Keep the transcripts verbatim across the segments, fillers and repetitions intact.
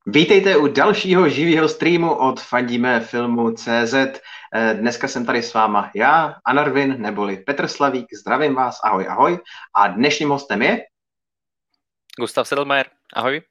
Vítejte u dalšího živého streamu od Fandíme filmu tečka cé zet. Dneska jsem tady s váma já, Anarvin, neboli Petr Slavík. Zdravím vás, ahoj, ahoj. A dnešním hostem je... Gustav Sedlmajer, ahoj.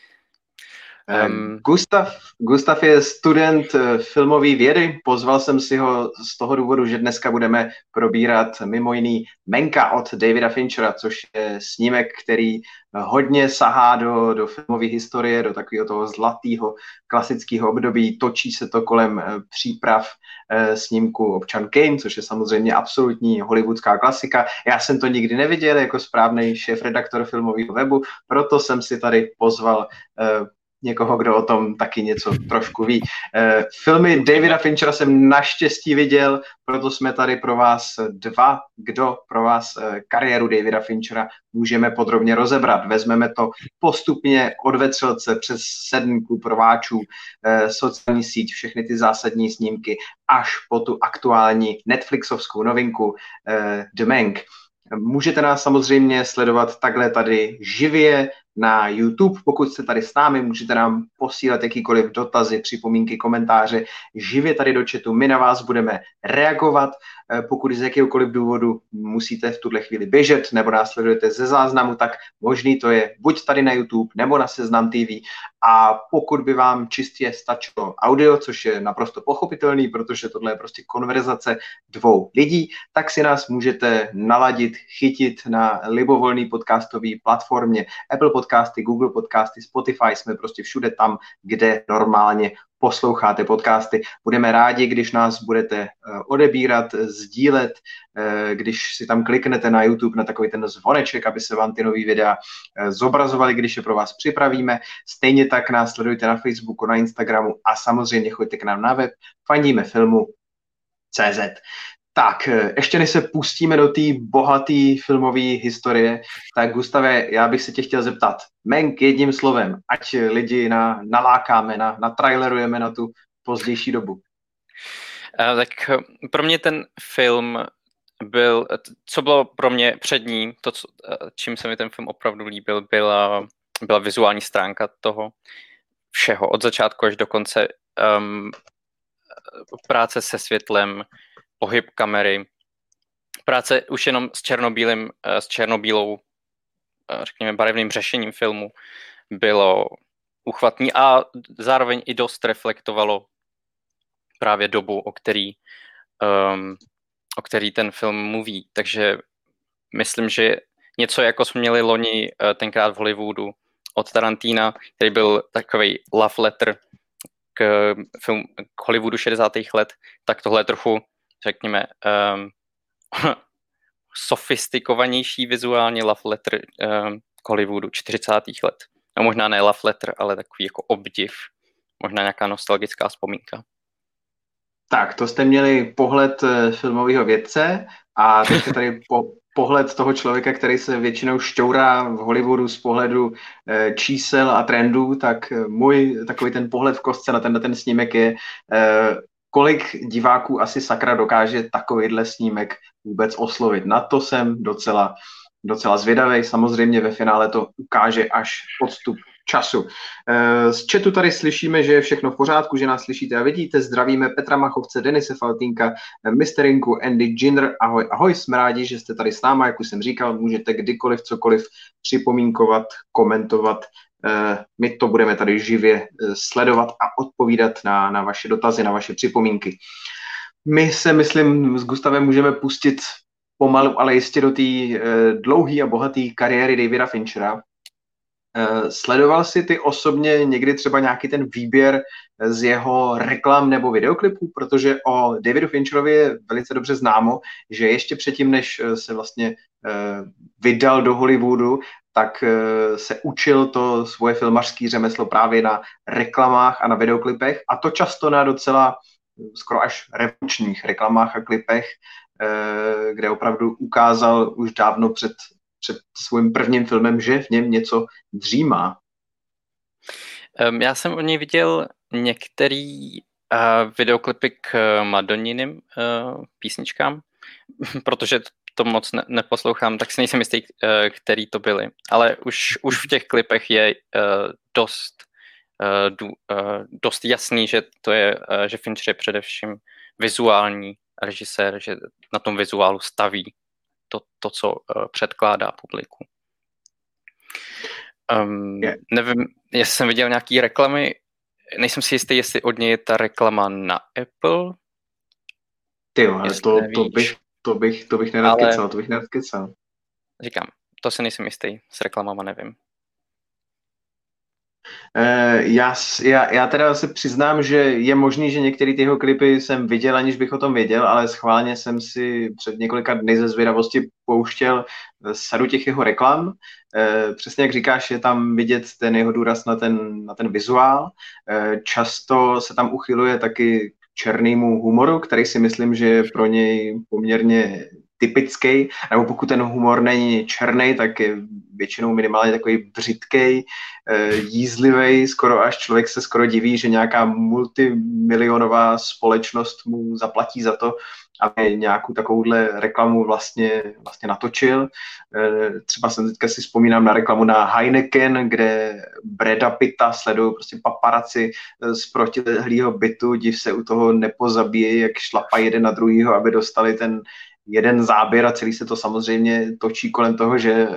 Um, Gustav, Gustav je student filmové vědy. Pozval jsem si ho z toho důvodu, že dneska budeme probírat mimo jiný Menka od Davida Finchera, což je snímek, který hodně sahá do, do filmové historie, do takového toho zlatého klasického období. Točí se to kolem příprav eh, snímku Občan Kane, což je samozřejmě absolutní hollywoodská klasika. Já jsem to nikdy neviděl jako správný šéf-redaktor filmového webu, proto jsem si tady pozval eh, někoho, kdo o tom taky něco trošku ví. Eh, filmy Davida Finchera jsem naštěstí viděl, proto jsme tady pro vás dva, kdo pro vás eh, kariéru Davida Finchera můžeme podrobně rozebrat. Vezmeme to postupně od vetřelce přes sedmku prváčů, eh, sociální síť, všechny ty zásadní snímky, až po tu aktuální Netflixovskou novinku eh, The Mank. Můžete nás samozřejmě sledovat takhle tady živě na YouTube. Pokud jste tady s námi, můžete nám posílat jakýkoliv dotazy, připomínky, komentáře živě tady do chatu. My na vás budeme reagovat. Pokud z jakéhokoliv důvodu musíte v tuhle chvíli běžet nebo nás sledujete ze záznamu, tak možný to je buď tady na YouTube nebo na Seznam T V. A pokud by vám čistě stačilo audio, což je naprosto pochopitelný, protože tohle je prostě konverzace dvou lidí, tak si nás můžete naladit, chytit na libovolný podcastový platformě Apple Podcasty, Google Podcasty, Spotify, jsme prostě všude tam, kde normálně posloucháte podcasty. Budeme rádi, když nás budete odebírat, sdílet, když si tam kliknete na YouTube na takový ten zvoneček, aby se vám ty nový videa zobrazovaly, když je pro vás připravíme. Stejně tak nás sledujte na Facebooku, na Instagramu a samozřejmě choďte k nám na web fandíme filmu tečka cé zet. Tak, ještě než se pustíme do té bohaté filmové historie, tak Gustave, já bych se tě chtěl zeptat. Mank jedním slovem, ať lidi na, nalákáme, na, natrailerujeme na tu pozdější dobu. Uh, tak pro mě ten film byl, co bylo pro mě přední, to, co, čím se mi ten film opravdu líbil, byla, byla vizuální stránka toho všeho, od začátku až do konce. Um, práce se světlem, pohyb kamery, práce už jenom s černobílým, s černobílou, řekněme, barevným řešením filmu bylo uchvatný a zároveň i dost reflektovalo právě dobu, o který, um, o který ten film mluví. Takže myslím, že něco, jako jsme měli loni tenkrát v Hollywoodu od Tarantina, který byl takový love letter k, film, k Hollywoodu šedesátých let, tak tohle je trochu, řekněme, um, sofistikovanější vizuálně love letter um, k Hollywoodu čtyřicátých let. No možná ne love letter, ale takový jako obdiv. Možná nějaká nostalgická vzpomínka. Tak, to jste měli pohled filmového vědce a teď je tady po, pohled toho člověka, který se většinou šťourá v Hollywoodu z pohledu e, čísel a trendů, tak můj takový ten pohled v kostce na ten, ten snímek je, e, kolik diváků asi sakra dokáže takovýhle snímek vůbec oslovit. Na to jsem docela, docela zvědavý. Samozřejmě ve finále to ukáže až odstup času. Z chatu tady slyšíme, že je všechno v pořádku, že nás slyšíte a vidíte. Zdravíme Petra Machovce, Denise Faltínka, Misterinku, Andy Ginner. Ahoj, ahoj, jsme rádi, že jste tady s náma, jak už jsem říkal, můžete kdykoliv cokoliv připomínkovat, komentovat. My to budeme tady živě sledovat a odpovídat na, na vaše dotazy, na vaše připomínky. My se, myslím, s Gustavem můžeme pustit pomalu, ale jistě do té dlouhé a bohaté kariéry Davida Finchera. Sledoval jsi ty osobně někdy třeba nějaký ten výběr z jeho reklam nebo videoklipů, protože o Davidu Fincherovi je velice dobře známo, že ještě předtím, než se vlastně vydal do Hollywoodu, tak se učil to svoje filmařské řemeslo právě na reklamách a na videoklipech, a to často na docela skoro až revolučních reklamách a klipech, kde opravdu ukázal už dávno před před svým prvním filmem, že v něm něco dřímá. Um, já jsem o něj viděl některý uh, videoklipy k Madonniným uh, písničkám, protože to moc ne- neposlouchám, tak si nejsem jistý, uh, který to byly. Ale už, už v těch klipech je uh, dost uh, uh, dost jasný, že to je, uh, že Fincher je především vizuální režisér, že na tom vizuálu staví to, to co uh, předkládá publiku. Um, yeah. Nevím, jestli jsem viděl nějaký reklamy, nejsem si jistý, jestli od něj je ta reklama na Apple. Ty ale to, to, bych, to, bych, to bych nerad ale... kecal, to bych nerad kecal. Říkám, to se nejsem jistý, s reklamama nevím. Uh, já, já, já teda se přiznám, že je možný, že některé ty jeho klipy jsem viděl, aniž bych o tom věděl, ale schválně jsem si před několika dny ze zvědavosti pouštěl sadu těch jeho reklam. Uh, přesně jak říkáš, je tam vidět ten jeho důraz na ten, na ten vizuál. Uh, často se tam uchyluje taky k černému humoru, který si myslím, že je pro něj poměrně typický, nebo pokud ten humor není černý, tak je většinou minimálně takový břitkej, jízlivej, skoro až člověk se skoro diví, že nějaká multimilionová společnost mu zaplatí za to, aby nějakou takovouhle reklamu vlastně, vlastně natočil. Třeba jsem teďka si vzpomínám na reklamu na Heineken, kde Brada Pitta sledují prostě paparaci z protilehlého bytu, div se u toho nepozabíjí, jak šlapají jeden na druhýho, aby dostali ten jeden záběr a celý se to samozřejmě točí kolem toho, že,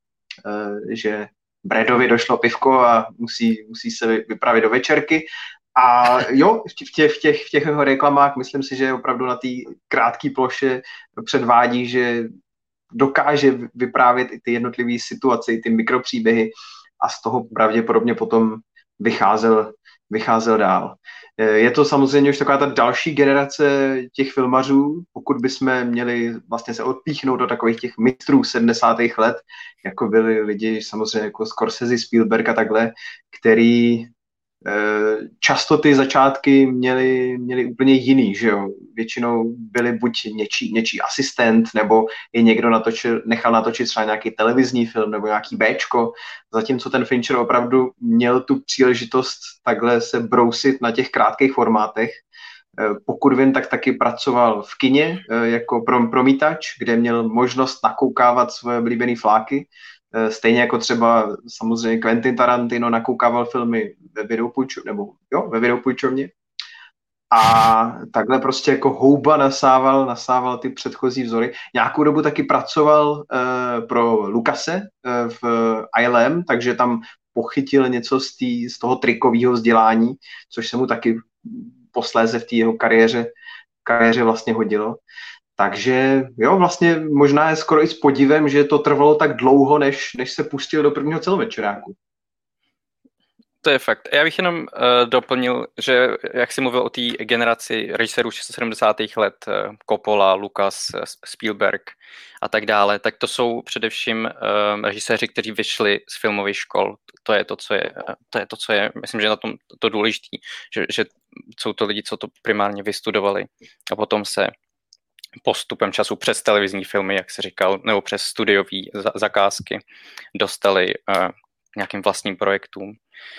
že Bradovi došlo pivko a musí, musí se vypravit do večerky. A jo, v těch, v těch, v těch jeho reklamách myslím si, že opravdu na té krátké ploše předvádí, že dokáže vyprávět i ty jednotlivé situace, i ty mikropříběhy a z toho pravděpodobně potom vycházel, vycházel dál. Je to samozřejmě už taková ta další generace těch filmařů, pokud bychom měli vlastně se odpíchnout do takových těch mistrů sedmdesátých let, jako byli lidi samozřejmě jako Scorsese, Spielberg a takhle, který často ty začátky měli, měli úplně jiný, že jo. Většinou byli buď něčí, něčí asistent, nebo je někdo natočil, nechal natočit třeba nějaký televizní film nebo nějaký béčko, zatímco ten Fincher opravdu měl tu příležitost takhle se brousit na těch krátkých formátech. Pokud vím, tak taky pracoval v kině jako promítač, kde měl možnost nakoukávat svoje oblíbené fláky. Stejně jako třeba samozřejmě Quentin Tarantino nakoukával filmy ve videopůjčovně, nebo jo, ve videopůjčovně. A takhle prostě jako houba nasával, nasával ty předchozí vzory. Nějakou dobu taky pracoval uh, pro Lucase uh, v I L M, takže tam pochytil něco z, tý, z toho trikového vzdělání, což se mu taky posléze v té jeho kariéře, kariéře vlastně hodilo. Takže jo, vlastně možná je skoro i s podivem, že to trvalo tak dlouho, než, než se pustil do prvního celovečeráku. To je fakt. Já bych jenom uh, doplnil, že jak jsi mluvil o té generaci režisérů sedmdesátých let, uh, Coppola, Lucas, uh, Spielberg a tak dále, tak to jsou především uh, režiséři, kteří vyšli z filmových škol. To je to, co je, uh, to je, to, co je myslím, že na tom to důležité, že, že jsou to lidi, co to primárně vystudovali a potom se postupem času přes televizní filmy, jak se říkal, nebo přes studiové zakázky dostali uh, nějakým vlastním projektům.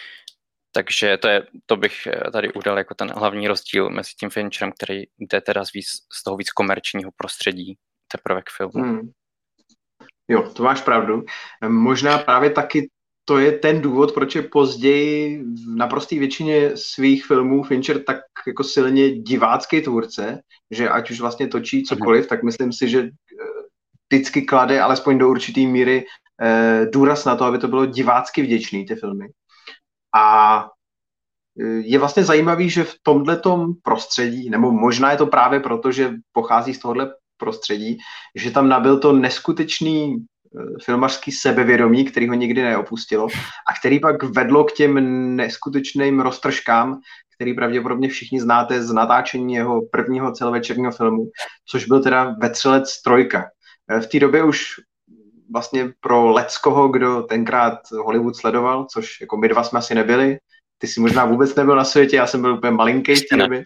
Takže to, je, to bych tady udal jako ten hlavní rozdíl mezi tím Fincherem, který jde teda z, víc, z toho víc komerčního prostředí teprve k filmu. Hmm. Jo, to máš pravdu. Možná právě taky to je ten důvod, proč je později v naprosté většině svých filmů Fincher tak jako silně divácký tvůrce, že ať už vlastně točí cokoliv, hmm. tak myslím si, že vždycky klade alespoň do určitý míry eh, důraz na to, aby to bylo divácky vděčný, ty filmy. A je vlastně zajímavý, že v tomhletom prostředí, nebo možná je to právě proto, že pochází z tohohle prostředí, že tam nabyl to neskutečný filmařský sebevědomí, který ho nikdy neopustilo a který pak vedlo k těm neskutečným roztržkám, který pravděpodobně všichni znáte z natáčení jeho prvního celovečerního filmu, což byl teda Vetřelec trojka. V té době už vlastně pro leckoho, kdo tenkrát Hollywood sledoval, což jako my dva jsme asi nebyli, ty jsi možná vůbec nebyl na světě, já jsem byl úplně malinký v té době.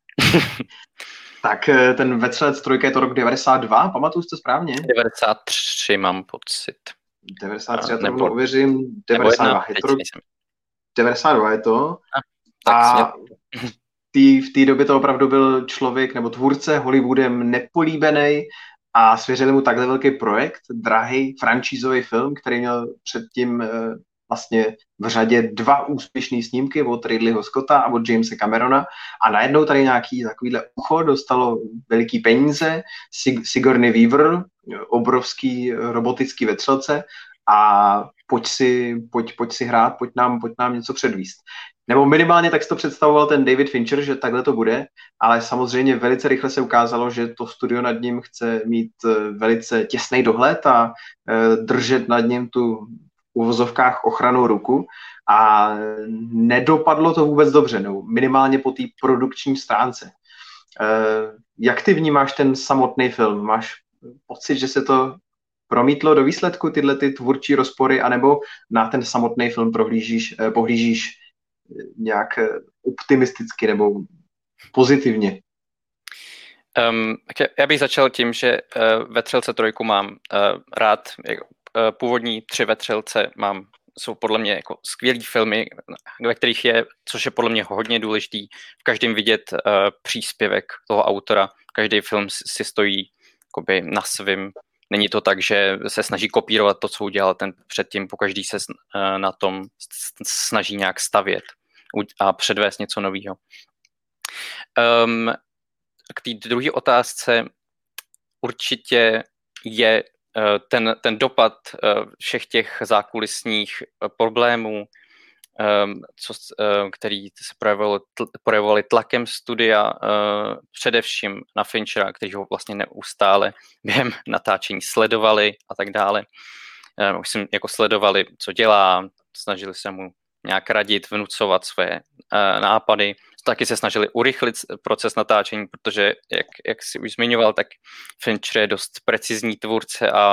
Tak ten Vetřelec trojka je to rok devadesát dva, pamatuju si to správně? devadesát tři mám pocit. devadesát tři, já to nebo, uvěřím, devadesát dva, je to rok, devadesát dva je to. A, a tý, v té době to opravdu byl člověk nebo tvůrce Hollywoodem nepolíbený a svěřili mu takhle velký projekt, drahý franšízový film, který měl předtím vlastně v řadě dva úspěšné snímky od Ridleyho Scotta a od Jamesa Camerona a najednou tady nějaký takovýhle ucho dostalo veliký peníze, Sig- Sigourney Weaver, obrovský robotický vetřelce a pojď si, pojď, pojď si hrát, pojď nám, pojď nám něco předvíst. Nebo minimálně tak si to představoval ten David Fincher, že takhle to bude, ale samozřejmě velice rychle se ukázalo, že to studio nad ním chce mít velice těsný dohled a držet nad ním tu v uvozovkách ochranou ruku a nedopadlo to vůbec dobře, no, minimálně po té produkční stránce. Jak ty vnímáš ten samotný film? Máš pocit, že se to promítlo do výsledku tyhle ty tvůrčí rozpory, anebo na ten samotný film prohlížíš, pohlížíš nějak optimisticky nebo pozitivně? Um, já bych začal tím, že uh, Vetřelce trojku mám uh, rád. Uh, původní tři Vetřelce mám, jsou podle mě jako skvělý filmy, ve kterých je, což je podle mě hodně důležitý, v každém vidět uh, příspěvek toho autora. Každý film si stojí jakoby na svým. Není to tak, že se snaží kopírovat to, co udělal ten předtím, pokaždý se uh, na tom snaží nějak stavět a předvést něco nového. Um, k té druhé otázce určitě je uh, ten, ten dopad uh, všech těch zákulisních uh, problémů, um, co, uh, který se projevovali, tl, projevovali tlakem studia, uh, především na Finchera, který ho vlastně neustále během natáčení sledovali a tak dále. Uh, už jsem jako sledovali, co dělá, snažili se mu nějak radit, vnucovat své uh, nápady. Taky se snažili urychlit proces natáčení, protože, jak, jak si už zmiňoval, tak Fincher je dost precizní tvůrce a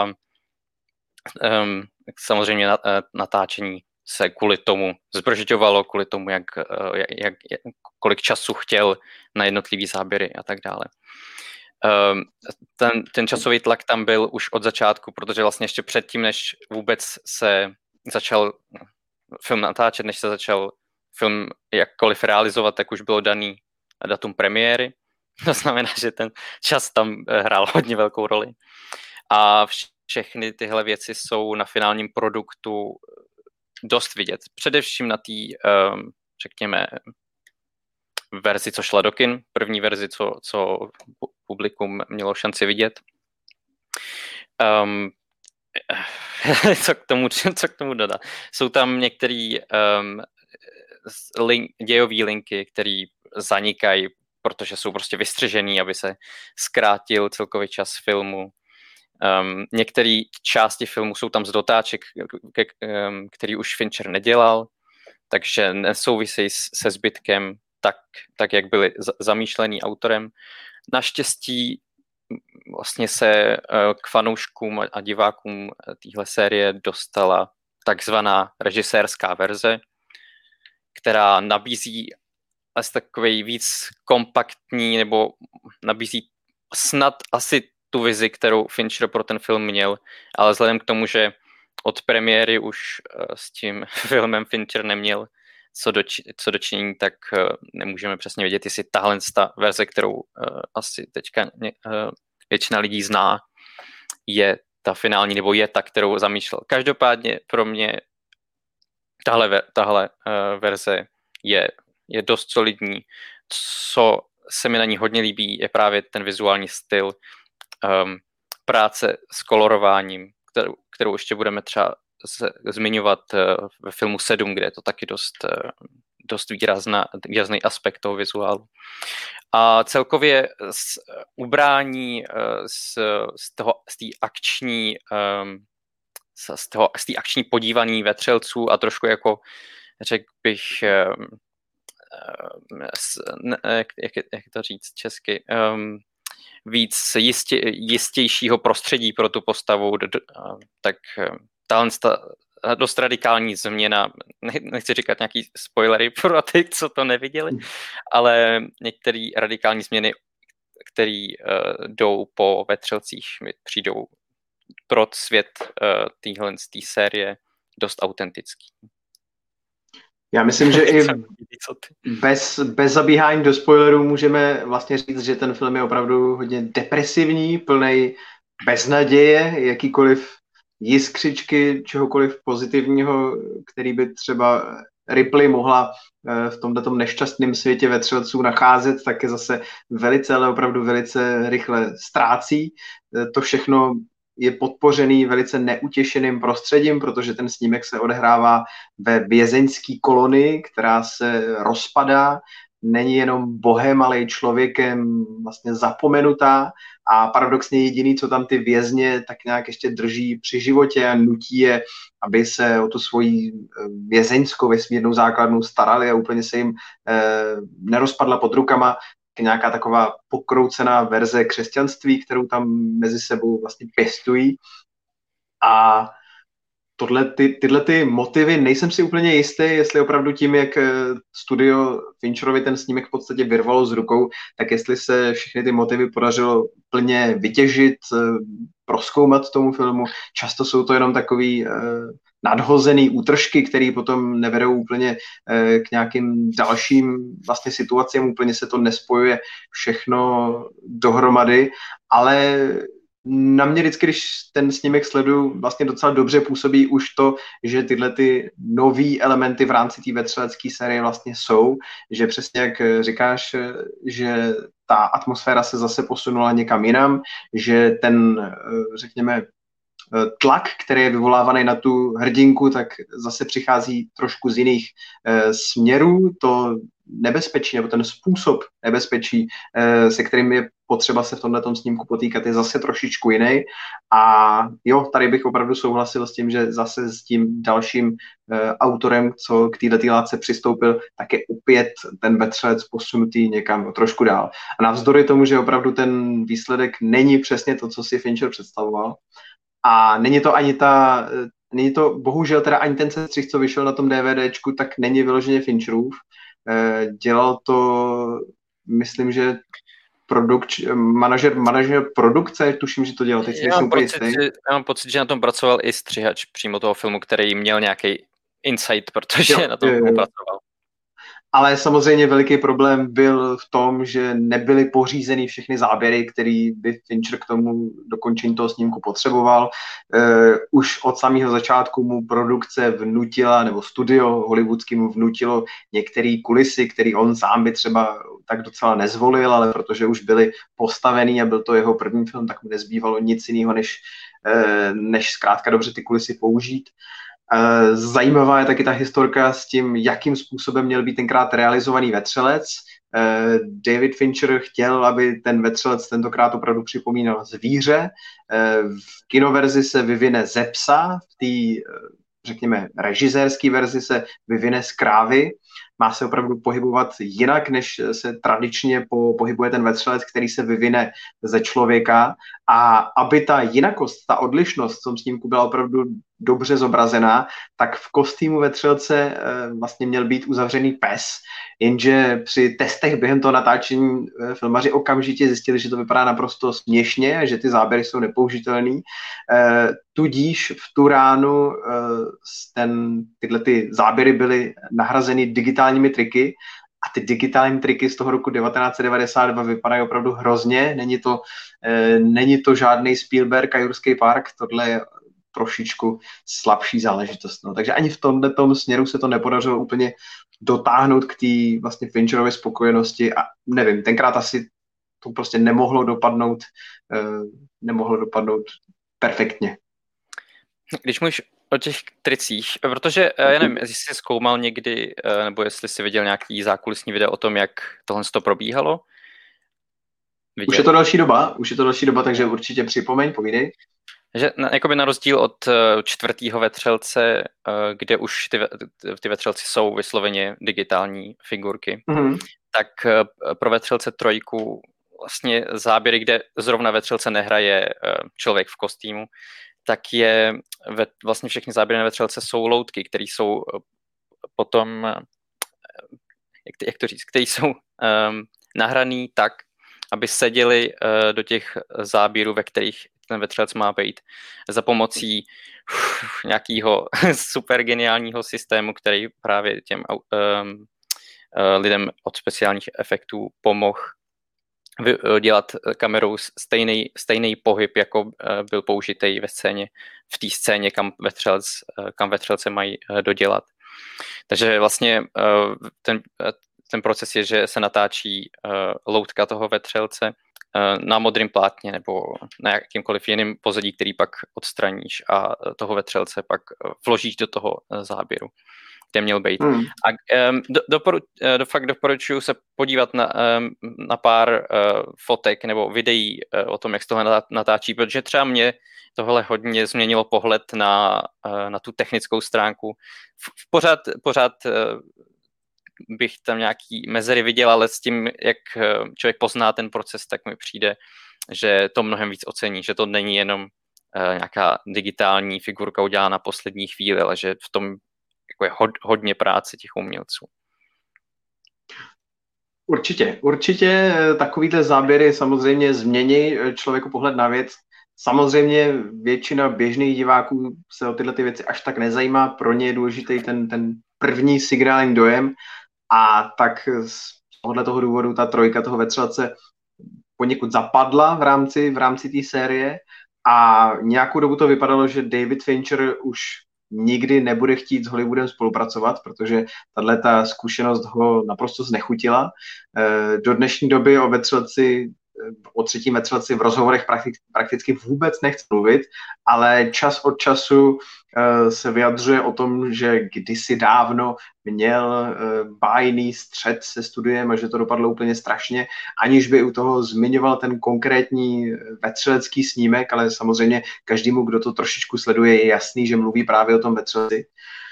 um, samozřejmě na, uh, natáčení se kvůli tomu zbržďovalo, kvůli tomu, jak, uh, jak, jak, kolik času chtěl na jednotlivý záběry a tak dále. Um, ten, ten časový tlak tam byl už od začátku, protože vlastně ještě předtím, než vůbec se začal film natáčet, než se začal film jakkoliv realizovat, tak už bylo daný datum premiéry. To znamená, že ten čas tam hrál hodně velkou roli. A všechny tyhle věci jsou na finálním produktu dost vidět. Především na té, um, řekněme, verzi, co šla do kin, první verzi, co, co publikum mělo šanci vidět. Um, co k tomu, co k tomu dodat? Jsou tam některé um, link, dějové linky, které zanikají, protože jsou prostě vystřižený, aby se zkrátil celkový čas filmu. Um, některé části filmu jsou tam z dotáček, ke, um, který už Fincher nedělal, takže nesouvisejí se zbytkem tak, tak jak byly zamýšlený autorem. Naštěstí vlastně se k fanouškům a divákům téhle série dostala takzvaná režisérská verze, která nabízí asi takový víc kompaktní, nebo nabízí snad asi tu vizi, kterou Fincher pro ten film měl, ale vzhledem k tomu, že od premiéry už s tím filmem Fincher neměl co, doč- co dočinění, tak nemůžeme přesně vědět, jestli tahle ta verze, kterou asi teďka většina lidí zná, je ta finální, nebo je ta, kterou zamýšlel. Každopádně pro mě tahle, tahle verze je, je dost solidní. Co se mi na ní hodně líbí, je právě ten vizuální styl, um, práce s kolorováním, kterou, kterou ještě budeme třeba se, zmiňovat uh, ve filmu sedm, kde je to taky dost, uh, dost výrazná, výrazný aspekt toho vizuálu. A celkově z ubrání uh, z, z toho, z té akční um, z toho, z té akční podívaní vetřelců a trošku jako, řekl bych, um, um, jak, jak, jak to říct česky, um, víc jistě, jistějšího prostředí pro tu postavu, d, d, tak tahle dost radikální změna, nechci říkat nějaký spoilery pro ty, co to neviděli, ale některé radikální změny, které uh, jdou po vetřelcích, mi přijdou pro svět uh, téhle té série dost autentický. Já myslím, že i bez, bez zabíhání do spoilerů můžeme vlastně říct, že ten film je opravdu hodně depresivní, plnej beznaděje, jakýkoliv jiskřičky čehokoliv pozitivního, který by třeba Ripley mohla v tomto nešťastném světě vetřelců nacházet, tak je zase velice, ale opravdu velice rychle ztrácí. To všechno je podpořený velice neutěšeným prostředím, protože ten snímek se odehrává ve vězeňské kolonii, která se rozpadá, není jenom bohem, ale i člověkem vlastně zapomenutá a paradoxně jediný, co tam ty vězně tak nějak ještě drží při životě a nutí je, aby se o tu svoji vězeňskou vesmírnou základnu starali a úplně se jim eh, nerozpadla pod rukama, nějaká taková pokroucená verze křesťanství, kterou tam mezi sebou vlastně pěstují. A tohle, ty, tyhle ty motivy, nejsem si úplně jistý, jestli opravdu tím, jak studio Fincherovi ten snímek v podstatě vyrvalo z rukou, tak jestli se všechny ty motivy podařilo plně vytěžit, prozkoumat tomu filmu. Často jsou to jenom takový nadhozený útržky, které potom nevedou úplně k nějakým dalším vlastně situacím, úplně se to nespojuje všechno dohromady, ale na mě vždycky, když ten snímek sleduju, vlastně docela dobře působí už to, že tyhle ty nový elementy v rámci té vetřelecké série vlastně jsou, že přesně jak říkáš, že ta atmosféra se zase posunula někam jinam, že ten, řekněme, tlak, který je vyvolávaný na tu hrdinku, tak zase přichází trošku z jiných e, směrů. To nebezpečí, nebo ten způsob nebezpečí, e, se kterým je potřeba se v tomhletom snímku potýkat, je zase trošičku jiný. A jo, tady bych opravdu souhlasil s tím, že zase s tím dalším e, autorem, co k této látce přistoupil, tak je opět ten vetřelec posunutý někam trošku dál. A navzdory tomu, že opravdu ten výsledek není přesně to, co si Fincher představoval, a není to ani ta, není to, bohužel teda ani ten sestřih, co vyšel na tom DVDčku, tak není vyloženě Fincherův. Dělal to, myslím, že produkt, manažer, manažer produkce, tuším, že to dělal, teď si já, mám pocit, že, já mám pocit, že na tom pracoval i střihač přímo toho filmu, který měl nějaký insight, protože jo, na tom jo, jo. pracoval. Ale samozřejmě veliký problém byl v tom, že nebyly pořízeny všechny záběry, který by Fincher k tomu dokončení toho snímku potřeboval. Uh, už od samého začátku mu produkce vnutila, nebo studio hollywoodský mu vnutilo některé kulisy, které on sám by třeba tak docela nezvolil, ale protože už byly postavený a byl to jeho první film, tak mu nezbývalo nic jiného, než, uh, než zkrátka dobře ty kulisy použít. Zajímavá je taky ta historka s tím, jakým způsobem měl být tenkrát realizovaný vetřelec. David Fincher chtěl, aby ten vetřelec tentokrát opravdu připomínal zvíře. V kinoverzi se vyvine ze psa, v té, řekněme, režisérské verzi se vyvine z krávy. Má se opravdu pohybovat jinak, než se tradičně po, pohybuje ten vetřelec, který se vyvine ze člověka. A aby ta jinakost, ta odlišnost v tom snímku byla opravdu dobře zobrazená, tak v kostýmu vetřelce e, vlastně měl být uzavřený pes, jenže při testech během toho natáčení e, filmaři okamžitě zjistili, že to vypadá naprosto směšně, že ty záběry jsou nepoužitelný. E, tudíž v tu ránu e, ten, tyhle ty záběry byly nahrazeny digitálními triky a ty digitální triky z toho roku devatenáct set devadesát dva vypadají opravdu hrozně. Není to, e, není to žádný Spielberg a Jurský park, tohle je trošičku slabší záležitost. No. Takže ani v tomto směru se to nepodařilo úplně dotáhnout k té vlastně Fincherově spokojenosti a nevím, tenkrát asi to prostě nemohlo dopadnout, eh, nemohlo dopadnout perfektně. Když mluvíš o těch tricích, protože já nevím, jestli jsi zkoumal někdy, nebo jestli jsi viděl nějaký zákulisní video o tom, jak tohle to probíhalo? Viděl? Už je to další doba, už je to další doba, takže určitě připomeň, povídej. Že na, jakoby na rozdíl od čtvrtýho vetřelce, kde už ty, ty vetřelci jsou vysloveně digitální figurky, mm-hmm. tak pro vetřelce trojku vlastně záběry, kde zrovna vetřelce nehraje člověk v kostýmu, tak je vlastně všechny záběry na vetřelce jsou loutky, které jsou potom, jak, jak to říct, které jsou um, nahraný tak, aby seděli uh, do těch záběrů, ve kterých ten vetřelec má být, za pomocí uf, nějakého super geniálního systému, který právě těm um, uh, lidem od speciálních efektů pomohl dělat kamerou stejný, stejný pohyb, jako byl použitý ve scéně, v té scéně, kam vetřelec, kam vetřelce mají dodělat. Takže vlastně ten, ten proces je, že se natáčí loutka toho vetřelce na modrém plátně nebo na jakýmkoliv jiným pozadí, který pak odstraníš a toho vetřelce pak vložíš do toho záběru, kde měl být. Hmm. A um, do, doporu, do, fakt doporučuji se podívat na, um, na pár uh, fotek nebo videí uh, o tom, jak se tohle natáčí, protože třeba mě tohle hodně změnilo pohled na, uh, na tu technickou stránku. V, pořád pořád uh, bych tam nějaký mezery viděl, ale s tím, jak člověk pozná ten proces, tak mi přijde, že to mnohem víc ocení, že to není jenom uh, nějaká digitální figurka udělána na poslední chvíli, ale že v tom jako je hod, hodně práce těch umělců. Určitě, určitě takovýhle záběry samozřejmě změní člověku pohled na věc. Samozřejmě většina běžných diváků se o tyhle ty věci až tak nezajímá, pro ně je důležitý ten, ten první signální dojem a tak z tohohle toho důvodu ta trojka toho vetřelce poněkud zapadla v rámci, v rámci té série a nějakou dobu to vypadalo, že David Fincher už nikdy nebude chtít s Hollywoodem spolupracovat, protože tato zkušenost ho naprosto znechutila. Do dnešní doby o vetřelci, o třetím vetřelci v rozhovorech prakticky vůbec nechce mluvit, ale čas od času se vyjadřuje o tom, že kdysi dávno měl bájný střet se studiem a že to dopadlo úplně strašně, aniž by u toho zmiňoval ten konkrétní vetřelecký snímek, ale samozřejmě každému, kdo to trošičku sleduje, je jasný, že mluví právě o tom vetřelci.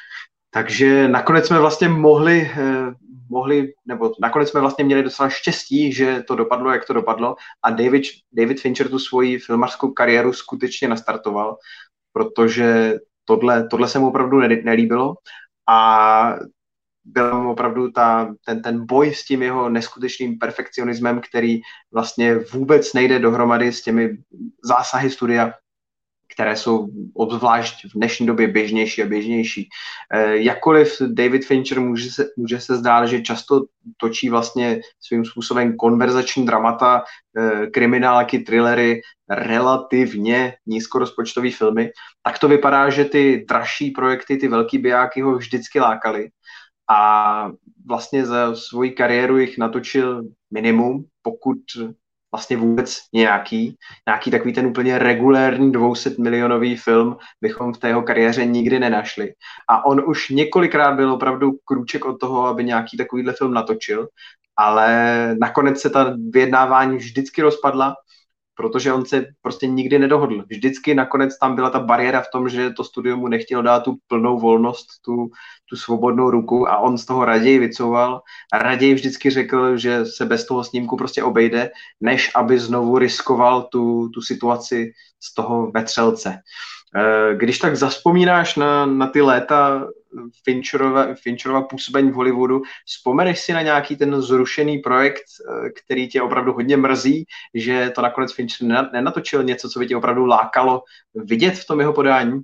Takže nakonec jsme vlastně mohli, mohli, nebo nakonec jsme vlastně měli docela štěstí, že to dopadlo, jak to dopadlo a David, David Fincher tu svoji filmařskou kariéru skutečně nastartoval, protože tohle, tohle se mu opravdu nelíbilo a byl mu opravdu ta, ten, ten boj s tím jeho neskutečným perfekcionismem, který vlastně vůbec nejde dohromady s těmi zásahy studia, které jsou obzvlášť v dnešní době běžnější a běžnější. Jakkoliv David Fincher může se, může se zdát, že často točí vlastně svým způsobem konverzační dramata, kriminálky, thrillery, relativně nízkorozpočtové filmy, tak to vypadá, že ty dražší projekty, ty velký bijáky ho vždycky lákaly. A vlastně za svoji kariéru jich natočil minimum, pokud vlastně vůbec nějaký, nějaký takový ten úplně regulérní dvě stě milionový film bychom v té jeho kariéře nikdy nenašli. A on už několikrát byl opravdu krůček od toho, aby nějaký takovýhle film natočil, ale nakonec se ta vyjednávání vždycky rozpadla, protože on se prostě nikdy nedohodl. Vždycky nakonec tam byla ta bariéra v tom, že to studio mu nechtělo dát tu plnou volnost, tu, tu svobodnou ruku a on z toho raději vycouval a raději vždycky řekl, že se bez toho snímku prostě obejde, než aby znovu riskoval tu, tu situaci z toho vetřelce. Když tak zavzpomínáš na, na ty léta Fincherova, Fincherova působení v Hollywoodu, vzpomeneš si na nějaký ten zrušený projekt, který tě opravdu hodně mrzí, že to nakonec Fincher nenatočil něco, co by tě opravdu lákalo vidět v tom jeho podání?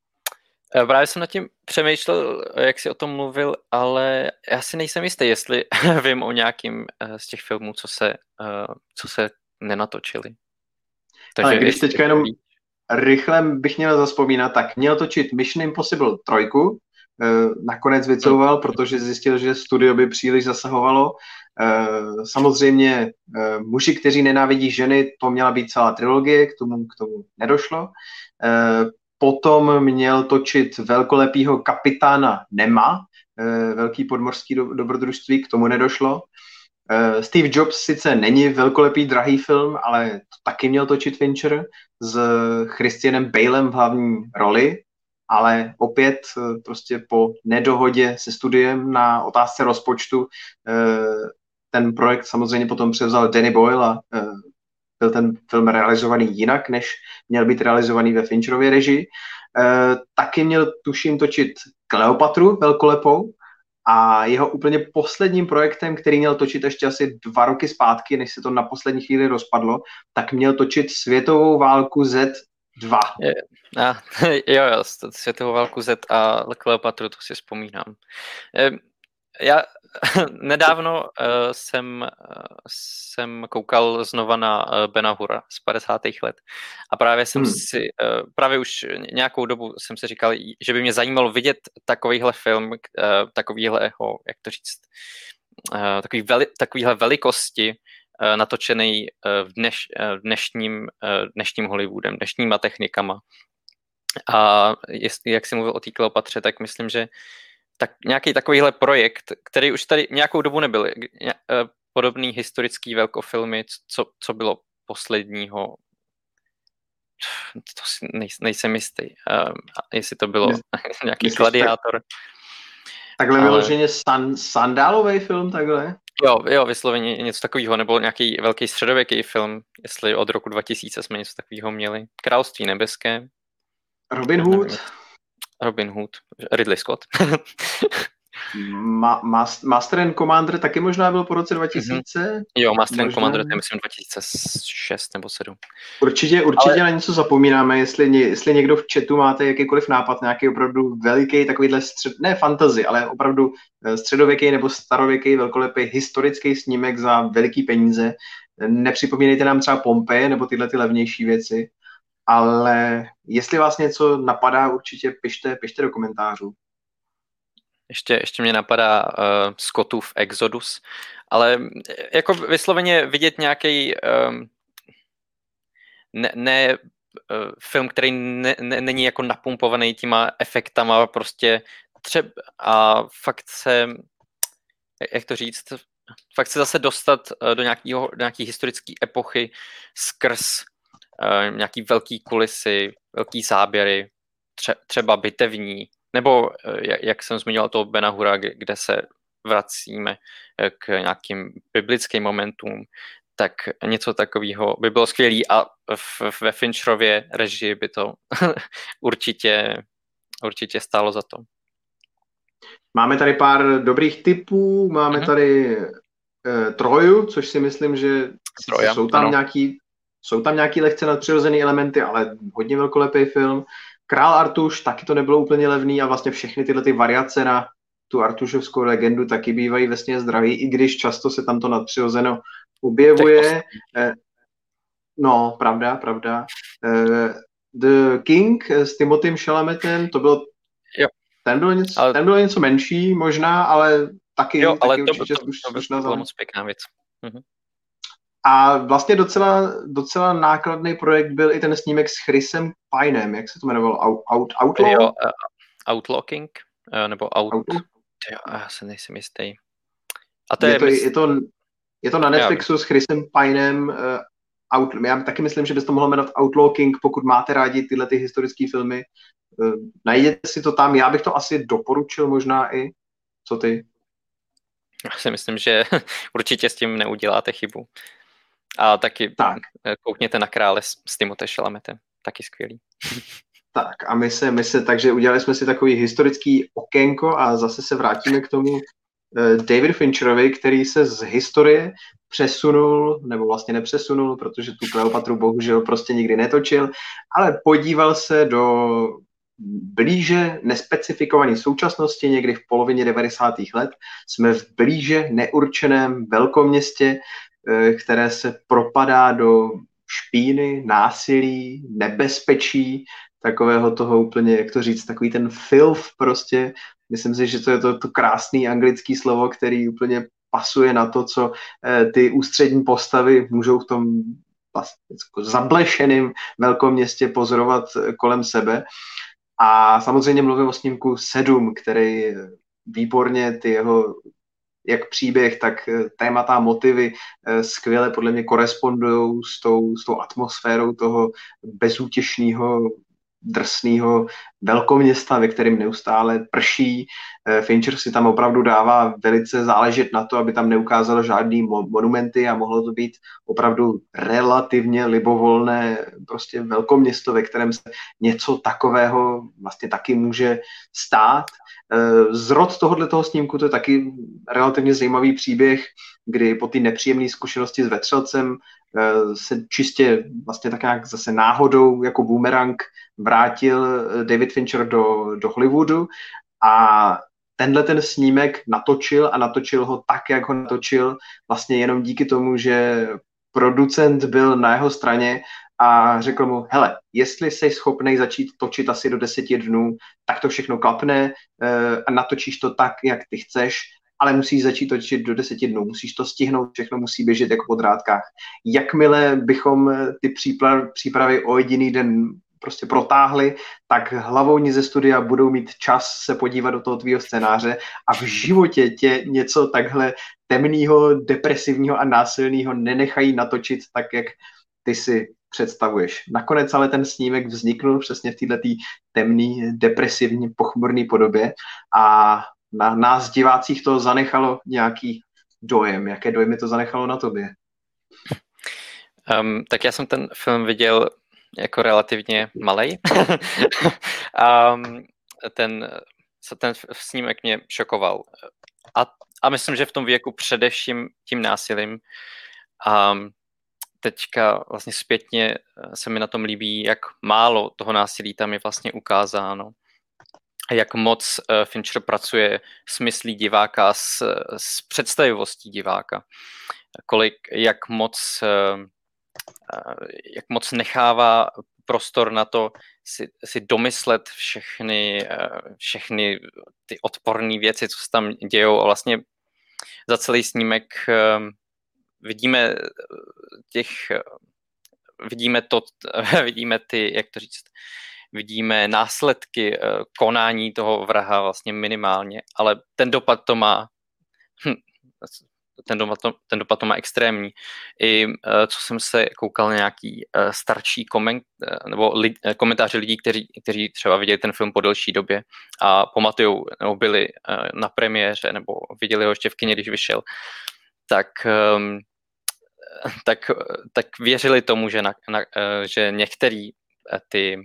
Právě jsem nad tím přemýšlel, jak jsi o tom mluvil, ale já si nejsem jistý, jestli vím o nějakým z těch filmů, co se, co se nenatočili. Takže ale když teďka jenom rychle bych měl zazpomínat, tak měl točit Mission Impossible trojku, nakonec vycouval, protože zjistil, že studio by příliš zasahovalo. Samozřejmě muži, kteří nenávidí ženy, to měla být celá trilogie, k tomu, k tomu nedošlo. Potom měl točit velkolepýho kapitána Nema, velký podmořský dobrodružství, k tomu nedošlo. Steve Jobs sice není velkolepý drahý film, ale to taky měl točit Fincher s Christianem Balem v hlavní roli, ale opět prostě po nedohodě se studiem na otázce rozpočtu ten projekt samozřejmě potom převzal Danny Boyle a byl ten film realizovaný jinak, než měl být realizovaný ve Fincherově režii. Taky měl, tuším, točit Kleopatru velkolepou, a jeho úplně posledním projektem, který měl točit ještě asi dva roky zpátky, než se to na poslední chvíli rozpadlo, tak měl točit Světovou válku Z dva. Je, a, jo, jo, Světovou válku Z a Kleopatru, to si vzpomínám. já nedávno uh, jsem, uh, jsem koukal znova na uh, Ben Hura z padesátých let a právě jsem hmm. si, uh, právě už nějakou dobu jsem si říkal, že by mě zajímalo vidět takovýhle film, uh, takovýhleho, jak to říct, uh, takový veli, takovýhle velikosti uh, natočený uh, v, dneš, uh, dnešním, uh, dnešním Hollywoodem, dnešníma technikama. A jestli, jak jsi mluvil o té Kleopatře, tak myslím, že tak nějaký takovýhle projekt, který už tady nějakou dobu nebyl, podobný historický velkofilmy, co, co bylo posledního, to si nej, nejsem jistý, um, jestli to bylo nějaký Myslíš, Gladiátor. Tak, takhle ale... vyloženě san, sandálový film, takhle? Jo, jo, vysloveně něco takového, nebo nějaký velký středověký film, jestli od roku dva tisíce jsme něco takového měli. Království nebeské. Robin Hood. Nevím, Robin Hood, Ridley Scott. Ma, mas, Master and Commander taky možná byl po roce dva tisíce? Mm-hmm. Jo, Master and Commander, to je myslím dva tisíce šest nebo sedm. Určitě, určitě Ale... na něco zapomínáme, jestli, ně, jestli někdo v chatu máte jakýkoliv nápad, nějaký opravdu veliký takovýhle střed, ne fantasy, ale opravdu středověký nebo starověký, velkolepý historický snímek za veliký peníze. Nepřipomínejte nám třeba Pompeje nebo tyhle ty levnější věci. Ale jestli vás něco napadá, určitě pište, pište do komentářů. Ještě, ještě mě napadá uh, Scottův Exodus, ale jako vysloveně vidět nějaký um, ne, ne uh, film, který ne, ne, není jako napumpovaný těma efektama, prostě třeba a fakt se, jak to říct, fakt se zase dostat uh, do nějakého, do nějaký historické epochy skrz Uh, nějaký velký kulisy, velký záběry, tře- třeba bitevní, nebo uh, jak, jak jsem zmiňoval toho Bena Hura, kde se vracíme k nějakým biblickým momentům, tak něco takového by bylo skvělý a v, ve Fincherově režii by to určitě, určitě stálo za to. Máme tady pár dobrých tipů, máme uh-huh. tady uh, Troju, což si myslím, že Troja, jsou tam ano. nějaký Jsou tam nějaký lehce nadpřirozený elementy, ale hodně velkolepý film. Král Artuš, taky to nebylo úplně levný a vlastně všechny tyhle ty variace na tu artušovskou legendu taky bývají vesně zdraví, i když často se tam to nadpřirozeno objevuje. Eh, no, pravda, pravda. Eh, The King s Timothym Chalametem, to bylo, jo. Ten, byl něco, ale... ten byl něco menší možná, ale taky, jo, ale taky to, určitě to, to, to, to byla moc pěkná věc. Mhm. A vlastně docela, docela nákladný projekt byl i ten snímek s Chrisem Pineem, jak se to jmenovalo? Out, out, Outlaw? Jo, uh, Outlaw King, uh, nebo Out... Outlaw? Jo, já se nejsem jistý. A to je, je, to, mysl... je, to, je to na Netflixu já. S Chrisem Pineem. Uh, out, já taky myslím, že bys to mohlo jmenovat Outlaw King, pokud máte rádi tyhle ty historické filmy. Uh, najděte si to tam, já bych to asi doporučil možná i. Co ty? Já si myslím, že určitě s tím neuděláte chybu. A taky tak. Koukněte na Krále s, s Timothym Chalametem, taky skvělý. Tak a my se, my se, takže udělali jsme si takový historický okénko a zase se vrátíme k tomu David Fincherovi, který se z historie přesunul, nebo vlastně nepřesunul, protože tu Kleopatru bohužel prostě nikdy netočil, ale podíval se do blíže nespecifikované současnosti, někdy v polovině devadesátých let. Jsme v blíže neurčeném velkoměstě, které se propadá do špíny, násilí, nebezpečí, takového toho úplně, jak to říct, takový ten filth prostě. Myslím si, že to je to, to krásný anglický slovo, který úplně pasuje na to, co ty ústřední postavy můžou v tom zablešeném velkoměstě pozorovat kolem sebe. A samozřejmě mluvím o snímku sedm, který výborně ty jeho jak příběh, tak témata, motivy skvěle podle mě korespondují s tou, s tou atmosférou toho bezútěšného, drsného velkoměsta, ve kterém neustále prší. Fincher si tam opravdu dává velice záležet na to, aby tam neukázalo žádný monumenty a mohlo to být opravdu relativně libovolné prostě velkoměsto, ve kterém se něco takového vlastně taky může stát. Zrod tohoto snímku to je taky relativně zajímavý příběh, kdy po té nepříjemné zkušenosti s vetřelcem se čistě vlastně tak nějak zase náhodou jako boomerang vrátil David Fincher do, do Hollywoodu a tenhle ten snímek natočil a natočil ho tak, jak ho natočil, vlastně jenom díky tomu, že producent byl na jeho straně a řekl mu, hele, jestli jsi schopnej začít točit asi do deseti dnů, tak to všechno klapne a natočíš to tak, jak ty chceš, ale musíš začít točit do deseti dnů, musíš to stihnout, všechno musí běžet jako po drátkách. Jakmile bychom ty přípravy o jediný den prostě protáhli, tak hlavou ze studia budou mít čas se podívat do toho tvýho scénáře a v životě tě něco takhle temného, depresivního a násilného nenechají natočit tak, jak ty si představuješ. Nakonec ale ten snímek vzniknul přesně v této temné, depresivní, pochmurné podobě a na nás divácích to zanechalo nějaký dojem. Jaké dojmy to zanechalo na tobě? Um, tak já jsem ten film viděl jako relativně malej. um, ten, ten snímek mě šokoval. A, a myslím, že v tom věku především tím násilím. Um, teďka vlastně zpětně se mi na tom líbí, jak málo toho násilí tam je vlastně ukázáno. Jak moc uh, Fincher pracuje s myslí diváka, s, s představivostí diváka. Kolik, jak moc... Uh, jak moc nechává prostor na to si, si domyslet všechny, všechny ty odporné věci, co se tam dějou a vlastně za celý snímek vidíme těch, vidíme to, vidíme ty, jak to říct, vidíme následky konání toho vraha vlastně minimálně, ale ten dopad to má hm, Ten dopad, to, ten dopad to má extrémní. I co jsem se koukal na nějaký starší koment, nebo lid, komentáře lidí, kteří, kteří třeba viděli ten film po delší době a pamatujou, nebo byli na premiéře, nebo viděli ho ještě v kině, když vyšel, tak, tak, tak věřili tomu, že, na, na, že některý ty,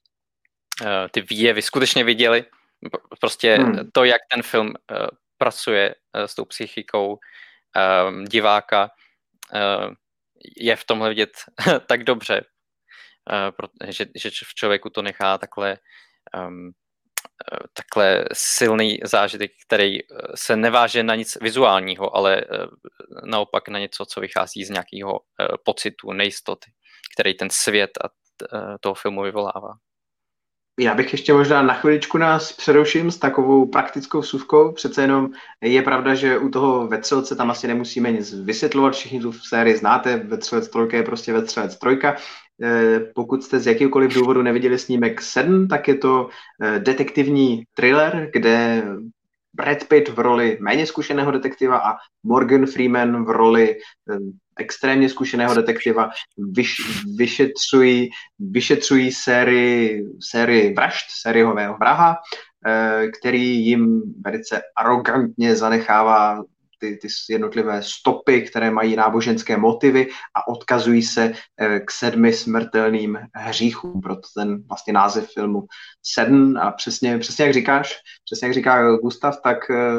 ty výjevy skutečně viděli. Prostě hmm. to, jak ten film pracuje s tou psychikou Um, diváka uh, je v tomhle vidět tak dobře, uh, pro, že, že v člověku to nechá takhle, um, uh, takhle silný zážitek, který se neváže na nic vizuálního, ale uh, naopak na něco, co vychází z nějakého uh, pocitu, nejistoty, který ten svět a t, uh, toho filmu vyvolává. Já bych ještě možná na chviličku nás přeruším s takovou praktickou vsuvkou. Přece jenom je pravda, že u toho Vetřelce tam asi nemusíme nic vysvětlovat. Všichni tu sérii znáte. Vetřelec trojka je prostě Vetřelec trojka. Pokud jste z jakýkoliv důvodu neviděli snímek sedm, tak je to detektivní thriller, kde Brad Pitt v roli méně zkušeného detektiva a Morgan Freeman v roli extrémně zkušeného detektiva vyš, vyšetřují, vyšetřují sérii, sérii vražd, sériového vraha, který jim velice arrogantně zanechává ty, ty jednotlivé stopy, které mají náboženské motivy a odkazují se k sedmi smrtelným hříchům. Proto ten vlastně název filmu sedm a přesně, přesně jak říkáš, přesně jak říká Gustav, tak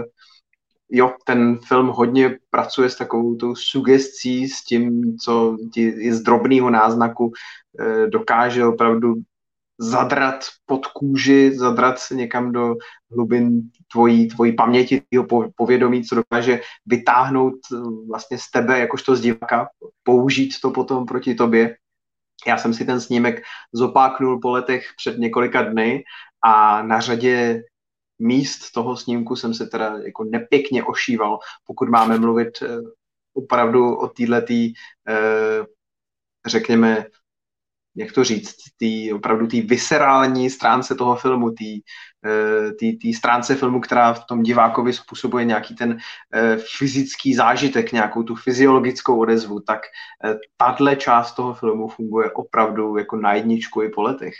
jo, ten film hodně pracuje s takovou tou sugestí, s tím, co ti z drobného náznaku dokáže opravdu zadrat pod kůži, zadrat někam do hlubin tvojí, tvojí paměti, tvýho povědomí, co dokáže vytáhnout vlastně z tebe, jakožto z diváka, použít to potom proti tobě. Já jsem si ten snímek zopáknul po letech před několika dny a na řadě míst toho snímku jsem se teda jako nepěkně ošíval, pokud máme mluvit opravdu o téhletý, řekněme, jak to říct, tý, opravdu té viscerální stránce toho filmu, té stránce filmu, která v tom divákovi způsobuje nějaký ten e, fyzický zážitek, nějakou tu fyziologickou odezvu, tak e, tahle část toho filmu funguje opravdu jako na jedničku i po letech.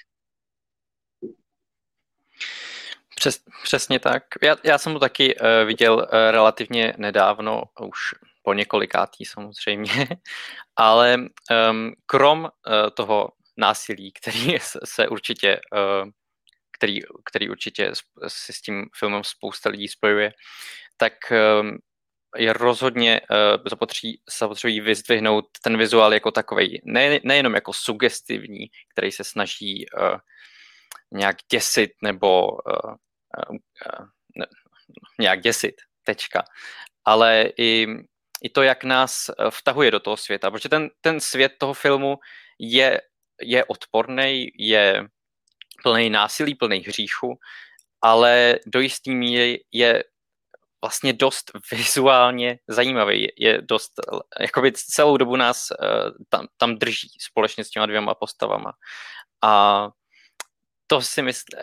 Přes, přesně tak. Já, já jsem to taky uh, viděl uh, relativně nedávno, už po několikátý samozřejmě, ale um, krom uh, toho násilí, který se určitě, uh, který, který určitě si s tím filmem spousta lidí spojuje, tak um, je rozhodně uh, zapotřebí, zapotřebí vyzdvihnout ten vizuál jako takovej, ne, nejenom jako sugestivní, který se snaží uh, nějak děsit nebo uh, uh, ne, nějak děsit, tečka. Ale i, i to, jak nás vtahuje do toho světa, protože ten, ten svět toho filmu je, je odporný, je plný násilí, plný hříchu, ale do jistý míry je vlastně dost vizuálně zajímavý, je dost, jakoby celou dobu nás tam, tam drží společně s těma dvěma postavama. A to si myslím,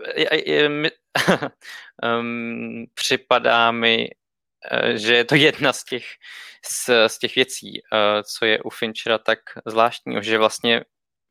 um, připadá mi, že je to jedna z těch, z, z těch věcí, co je u Finchera tak zvláštního, že vlastně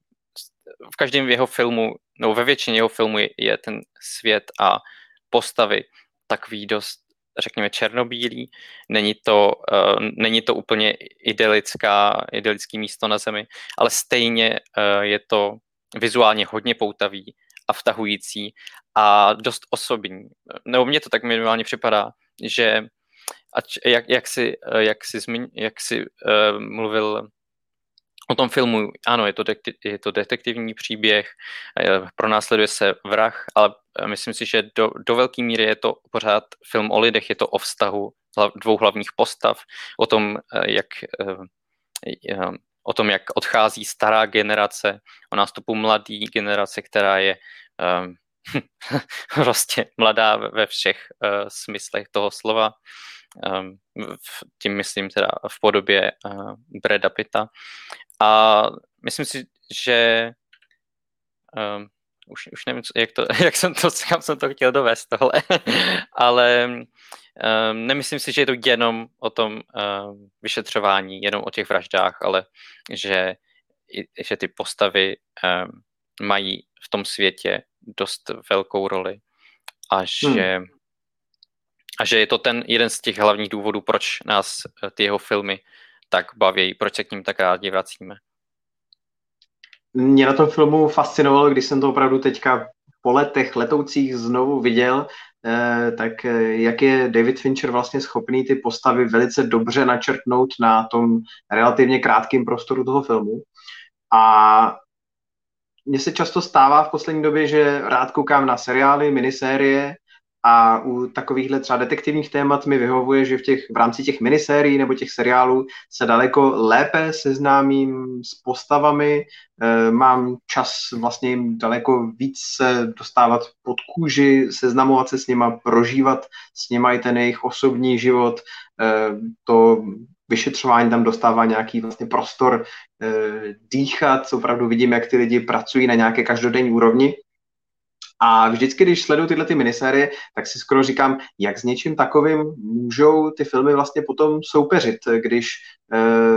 v každém jeho filmu, no ve většině jeho filmů je, je ten svět a postavy takový dost, řekněme, černobílý. Není to, uh, není to úplně idylická, idylický místo na zemi, ale stejně uh, je to vizuálně hodně poutavý a vtahující a dost osobní. Nebo mně to tak minimálně připadá, že ať, jak, jak si, jak si, zmiň, jak si uh, mluvil o tom filmu, ano, je to, de- je to detektivní příběh, pronásleduje se vrah, ale myslím si, že do, do velké míry je to pořád film o lidech, je to o vztahu dvou hlavních postav, o tom, jak, o tom, jak odchází stará generace, o nástupu mladé generace, která je um, prostě mladá ve všech uh, smyslech toho slova. Um, v, tím myslím teda v podobě uh, Brada Pitta. A myslím si, že um, už, už nevím, jak, to, jak jsem to, kam jsem to chtěl dovést tohle, ale um, nemyslím si, že je to jenom o tom um, vyšetřování, jenom o těch vraždách, ale že, že ty postavy um, mají v tom světě dost velkou roli a že, hmm. a že je to ten jeden z těch hlavních důvodů, proč nás ty jeho filmy tak baví, proč se k ním tak rádi vracíme. Mě na tom filmu fascinovalo, když jsem to opravdu teďka po letech letoucích znovu viděl, eh, tak jak je David Fincher vlastně schopný ty postavy velice dobře načrtnout na tom relativně krátkém prostoru toho filmu. A mně se často stává v poslední době, že rád koukám na seriály, minisérie, a u takovýchhle třeba detektivních témat mi vyhovuje, že v, těch, v rámci těch minisérií nebo těch seriálů se daleko lépe seznámím s postavami, e, mám čas vlastně jim daleko víc se dostávat pod kůži, seznamovat se s nima, prožívat s nima i ten jejich osobní život, e, to vyšetřování tam dostává nějaký vlastně prostor e, dýchat, opravdu vidím, jak ty lidi pracují na nějaké každodenní úrovni. A vždycky, když sleduju tyhle ty minisérie, tak si skoro říkám, jak s něčím takovým můžou ty filmy vlastně potom soupeřit, když e,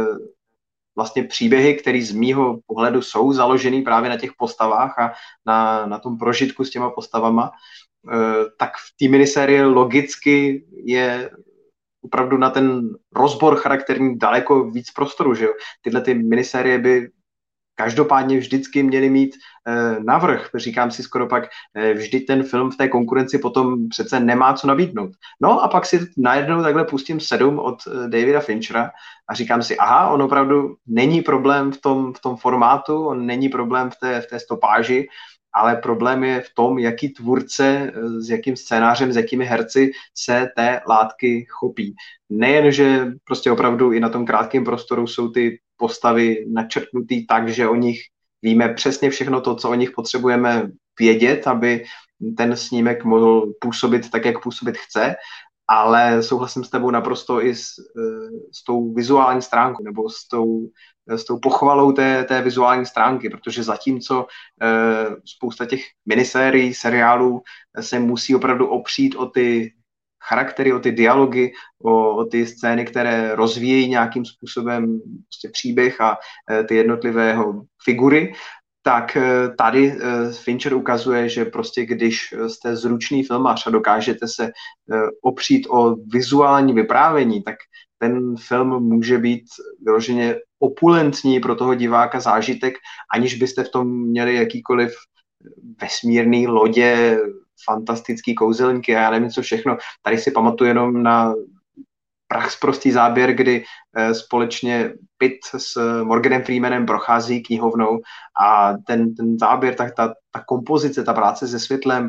vlastně příběhy, které z mýho pohledu jsou založený právě na těch postavách a na, na tom prožitku s těma postavama, e, tak v té minisérie logicky je opravdu na ten rozbor charakterní daleko víc prostoru, že jo? Tyhle ty minisérie by každopádně vždycky měli mít e, navrch. Říkám si skoro pak, e, vždy ten film v té konkurenci potom přece nemá co nabídnout. No a pak si najednou takhle pustím sedm od e, Davida Finchera a říkám si, aha, on opravdu není problém v tom, v tom formátu, on není problém v té, v té stopáži, ale problém je v tom, jaký tvůrce, s jakým scénářem, s jakými herci se té látky chopí. Nejen, že prostě opravdu i na tom krátkém prostoru jsou ty postavy načrtnutý tak, že o nich víme přesně všechno to, co o nich potřebujeme vědět, aby ten snímek mohl působit tak, jak působit chce, ale souhlasím s tebou naprosto i s, s tou vizuální stránkou nebo s tou, s tou pochvalou té, té vizuální stránky, protože zatímco e, spousta těch minisérií, seriálů se musí opravdu opřít o ty charaktery, o ty dialogy, o, o ty scény, které rozvíjejí nějakým způsobem prostě příběh a e, ty jednotlivé jeho figury, tak tady Fincher ukazuje, že prostě když jste zručný filmař a dokážete se opřít o vizuální vyprávění, tak ten film může být vyloženě opulentní pro toho diváka zážitek, aniž byste v tom měli jakýkoliv vesmírný lodě, fantastický kouzelníky a já nevím co všechno. Tady si pamatuju jenom na prachsprostý záběr, kdy eh, společně Pitt s Morganem Freemanem prochází knihovnou a ten, ten záběr, tak ta, ta kompozice, ta práce se světlem,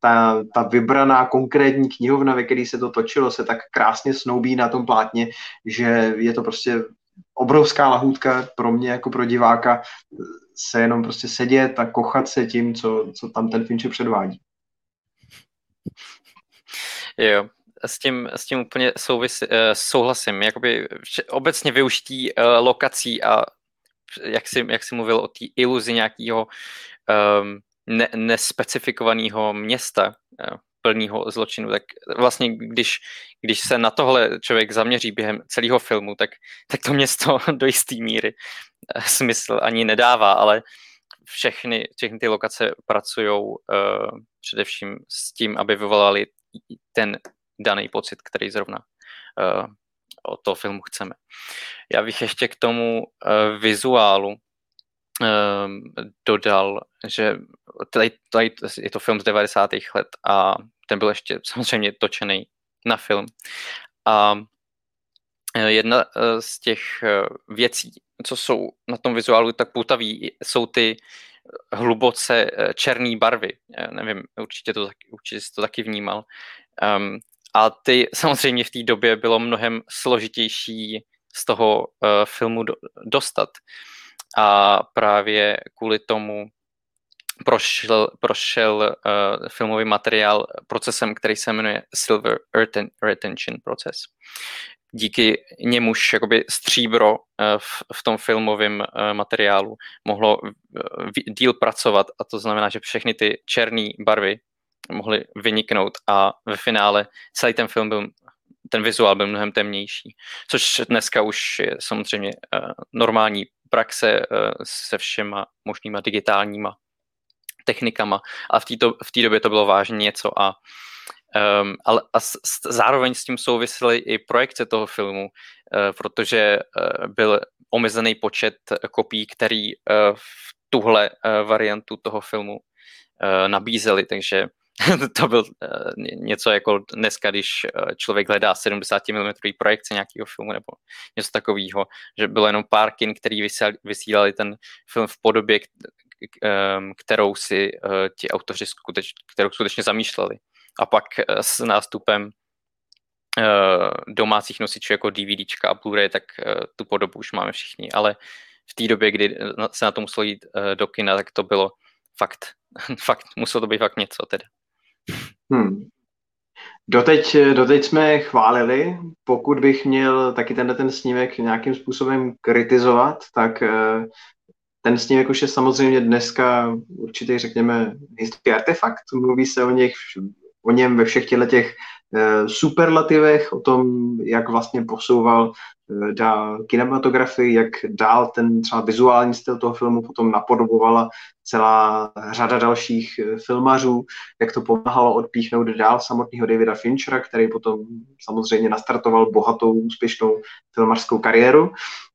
ta, ta vybraná konkrétní knihovna, ve které se to točilo, se tak krásně snoubí na tom plátně, že je to prostě obrovská lahůdka pro mě jako pro diváka se jenom prostě sedět a kochat se tím, co, co tam ten Fincher předvádí. Jo, s tím, s tím úplně souvis, souhlasím. Jakoby obecně využití lokací a jak jsi, jak jsi mluvil o té iluzi nějakého um, ne, nespecifikovaného města uh, plného zločinu, tak vlastně když, když se na tohle člověk zaměří během celého filmu, tak, tak to město do jisté míry uh, smysl ani nedává, ale všechny, všechny ty lokace pracují uh, především s tím, aby vyvolali ten daný pocit, který zrovna uh, od toho filmu chceme. Já bych ještě k tomu uh, vizuálu uh, dodal, že tady, tady je to film z devadesátých let a ten byl ještě samozřejmě točený na film. A jedna z těch věcí, co jsou na tom vizuálu tak poutaví, jsou ty hluboce černé barvy. Já nevím, určitě, to, určitě jsi to taky vnímal. Um, a ty samozřejmě v té době bylo mnohem složitější z toho uh, filmu do, dostat. A právě kvůli tomu prošel, prošel uh, filmový materiál procesem, který se jmenuje Silver Retention proces. Díky němuž jakoby stříbro uh, v, v tom filmovém uh, materiálu mohlo uh, díl pracovat, a to znamená, že všechny ty černé barvy mohly vyniknout a ve finále celý ten film byl, ten vizuál byl mnohem temnější, což dneska už je samozřejmě uh, normální praxe uh, se všema možnýma digitálníma technikama, a v té v té době to bylo vážně něco a, um, ale, a s, zároveň s tím souvisely i projekce toho filmu, uh, protože uh, byl omezený počet kopií, který uh, v tuhle uh, variantu toho filmu uh, nabízeli, takže to byl uh, něco jako dneska, když uh, člověk hledá sedmdesát milimetrů projekce nějakého filmu nebo něco takového, že bylo jenom pár kin, který vysílali, vysílali ten film v podobě, kterou si uh, ti autoři skuteč, kterou skutečně zamýšleli. A pak uh, s nástupem uh, domácích nosičů jako DVDčka a Blu-ray, tak uh, tu podobu už máme všichni, ale v té době, kdy se na to muselo jít uh, do kina, tak to bylo fakt, fakt, muselo to být fakt něco teda. Hmm. Doteď, doteď jsme chválili, pokud bych měl taky tenhle ten snímek nějakým způsobem kritizovat, tak uh, ten snímek už je samozřejmě dneska určitý, řekněme, historický artefakt. Mluví se o, něch, o něm ve všech těchto těch uh, superlativech, o tom, jak vlastně posouval uh, dál kinematografii, jak dál ten třeba vizuální styl toho filmu potom napodobovala celá řada dalších uh, filmařů, jak to pomáhalo odpíchnout dál samotného Davida Finchera, který potom samozřejmě nastartoval bohatou, úspěšnou filmařskou kariéru.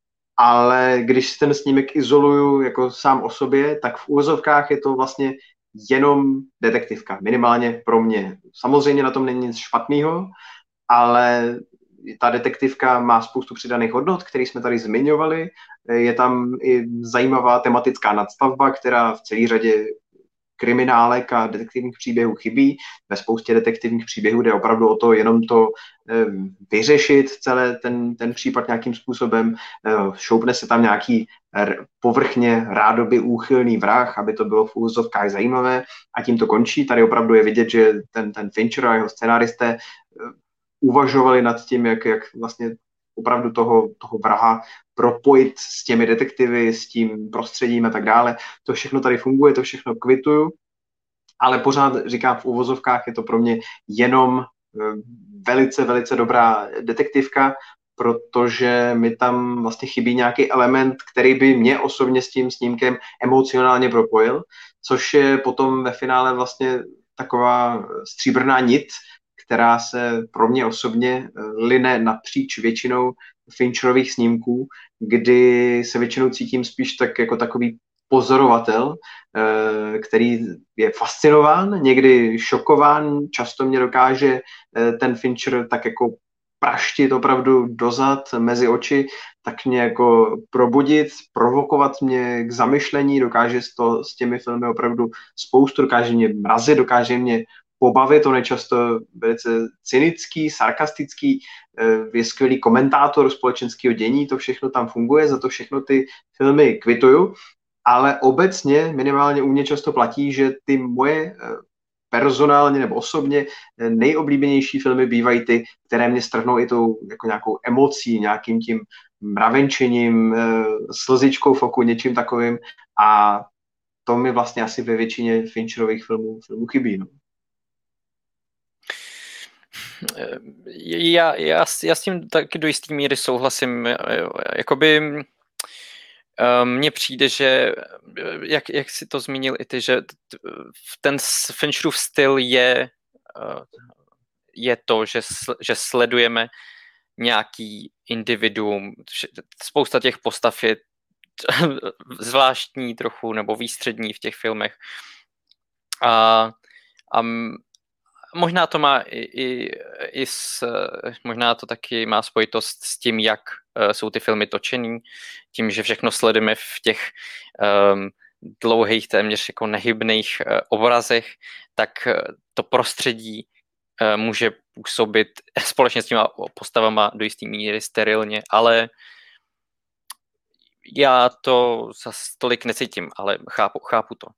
Ale když si ten snímek izoluju jako sám o sobě, tak v úvozovkách je to vlastně jenom detektivka, minimálně pro mě. Samozřejmě na tom není nic špatného, ale ta detektivka má spoustu přidaných hodnot, které jsme tady zmiňovali. Je tam i zajímavá tematická nadstavba, která v celé řadě kriminálek a detektivních příběhů chybí. Ve spoustě detektivních příběhů jde opravdu o to jenom to e, vyřešit celé ten, ten případ nějakým způsobem. E, šoupne se tam nějaký r, povrchně rádoby úchylný vrah, aby to bylo v úvozovkách zajímavé, a tím to končí. Tady opravdu je vidět, že ten, ten Fincher a jeho scenáristé e, uvažovali nad tím, jak, jak vlastně opravdu toho, toho vraha propojit s těmi detektivy, s tím prostředím a tak dále. To všechno tady funguje, to všechno kvituju, ale pořád říkám, v uvozovkách je to pro mě jenom velice, velice dobrá detektivka, protože mi tam vlastně chybí nějaký element, který by mě osobně s tím snímkem emocionálně propojil, což je potom ve finále vlastně taková stříbrná nit, která se pro mě osobně line napříč většinou Fincherových snímků, kdy se většinou cítím spíš tak jako takový pozorovatel, který je fascinován, někdy šokován, často mě dokáže ten Fincher tak jako praštit opravdu dozad mezi oči, tak mě jako probudit, provokovat mě k zamyšlení, dokáže to s těmi filmy opravdu spoustu, dokáže mě mrazit, dokáže mě pobavit, on je často velice cynický, sarkastický, je skvělý komentátor společenského dění, to všechno tam funguje, za to všechno ty filmy kvituju, ale obecně minimálně u mě často platí, že ty moje personálně nebo osobně nejoblíbenější filmy bývají ty, které mě strhnou i tou jako nějakou emocí, nějakým tím mravenčením, slzičkou v oku, něčím takovým a to mi vlastně asi ve většině Fincherových filmů, filmů chybí. No. Já, já, já s tím taky do jisté míry souhlasím. Jakoby mně přijde, že jak, jak si to zmínil i ty, že ten Fincherův styl je, je to, že, že sledujeme nějaký individuum. Spousta těch postav je zvláštní trochu nebo výstřední v těch filmech. A, a možná to má i, i, i s, možná to taky má spojitost s tím, jak uh, jsou ty filmy točený, tím, že všechno sledujeme v těch um, dlouhých, téměř jako nehybných uh, obrazech, tak uh, to prostředí uh, může působit společně s těma postavama do jistý míry sterilně, ale já to zas tolik necítím, ale chápu, chápu to.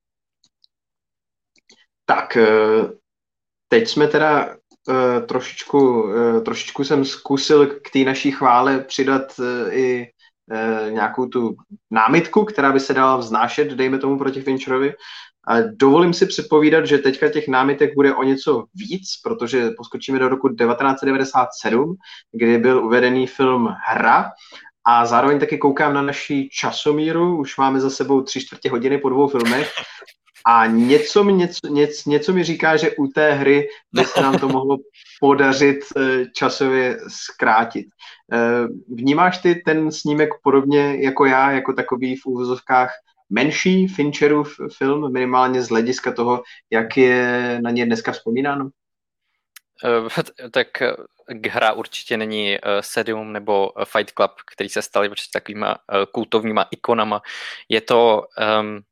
Tak, teď jsme teda uh, trošičku, uh, trošičku jsem zkusil k té naší chvále přidat uh, i uh, nějakou tu námitku, která by se dala vznášet, dejme tomu, proti Fincherovi. A dovolím si předpovídat, že teďka těch námitek bude o něco víc, protože poskočíme do roku devatenáct set devadesát sedm, kdy byl uvedený film Hra, a zároveň taky koukám na naši časomíru, už máme za sebou tři čtvrtě hodiny po dvou filmech a něco mi, něco, něco, něco mi říká, že u té hry by se nám to mohlo podařit časově zkrátit. Vnímáš ty ten snímek podobně jako já, jako takový v úvozovkách menší Fincherův film, minimálně z hlediska toho, jak je na ně dneska vzpomínáno? Tak Hra určitě není Sedum nebo Fight Club, který se staly prostě takovýma kultovníma ikonama. Je to um,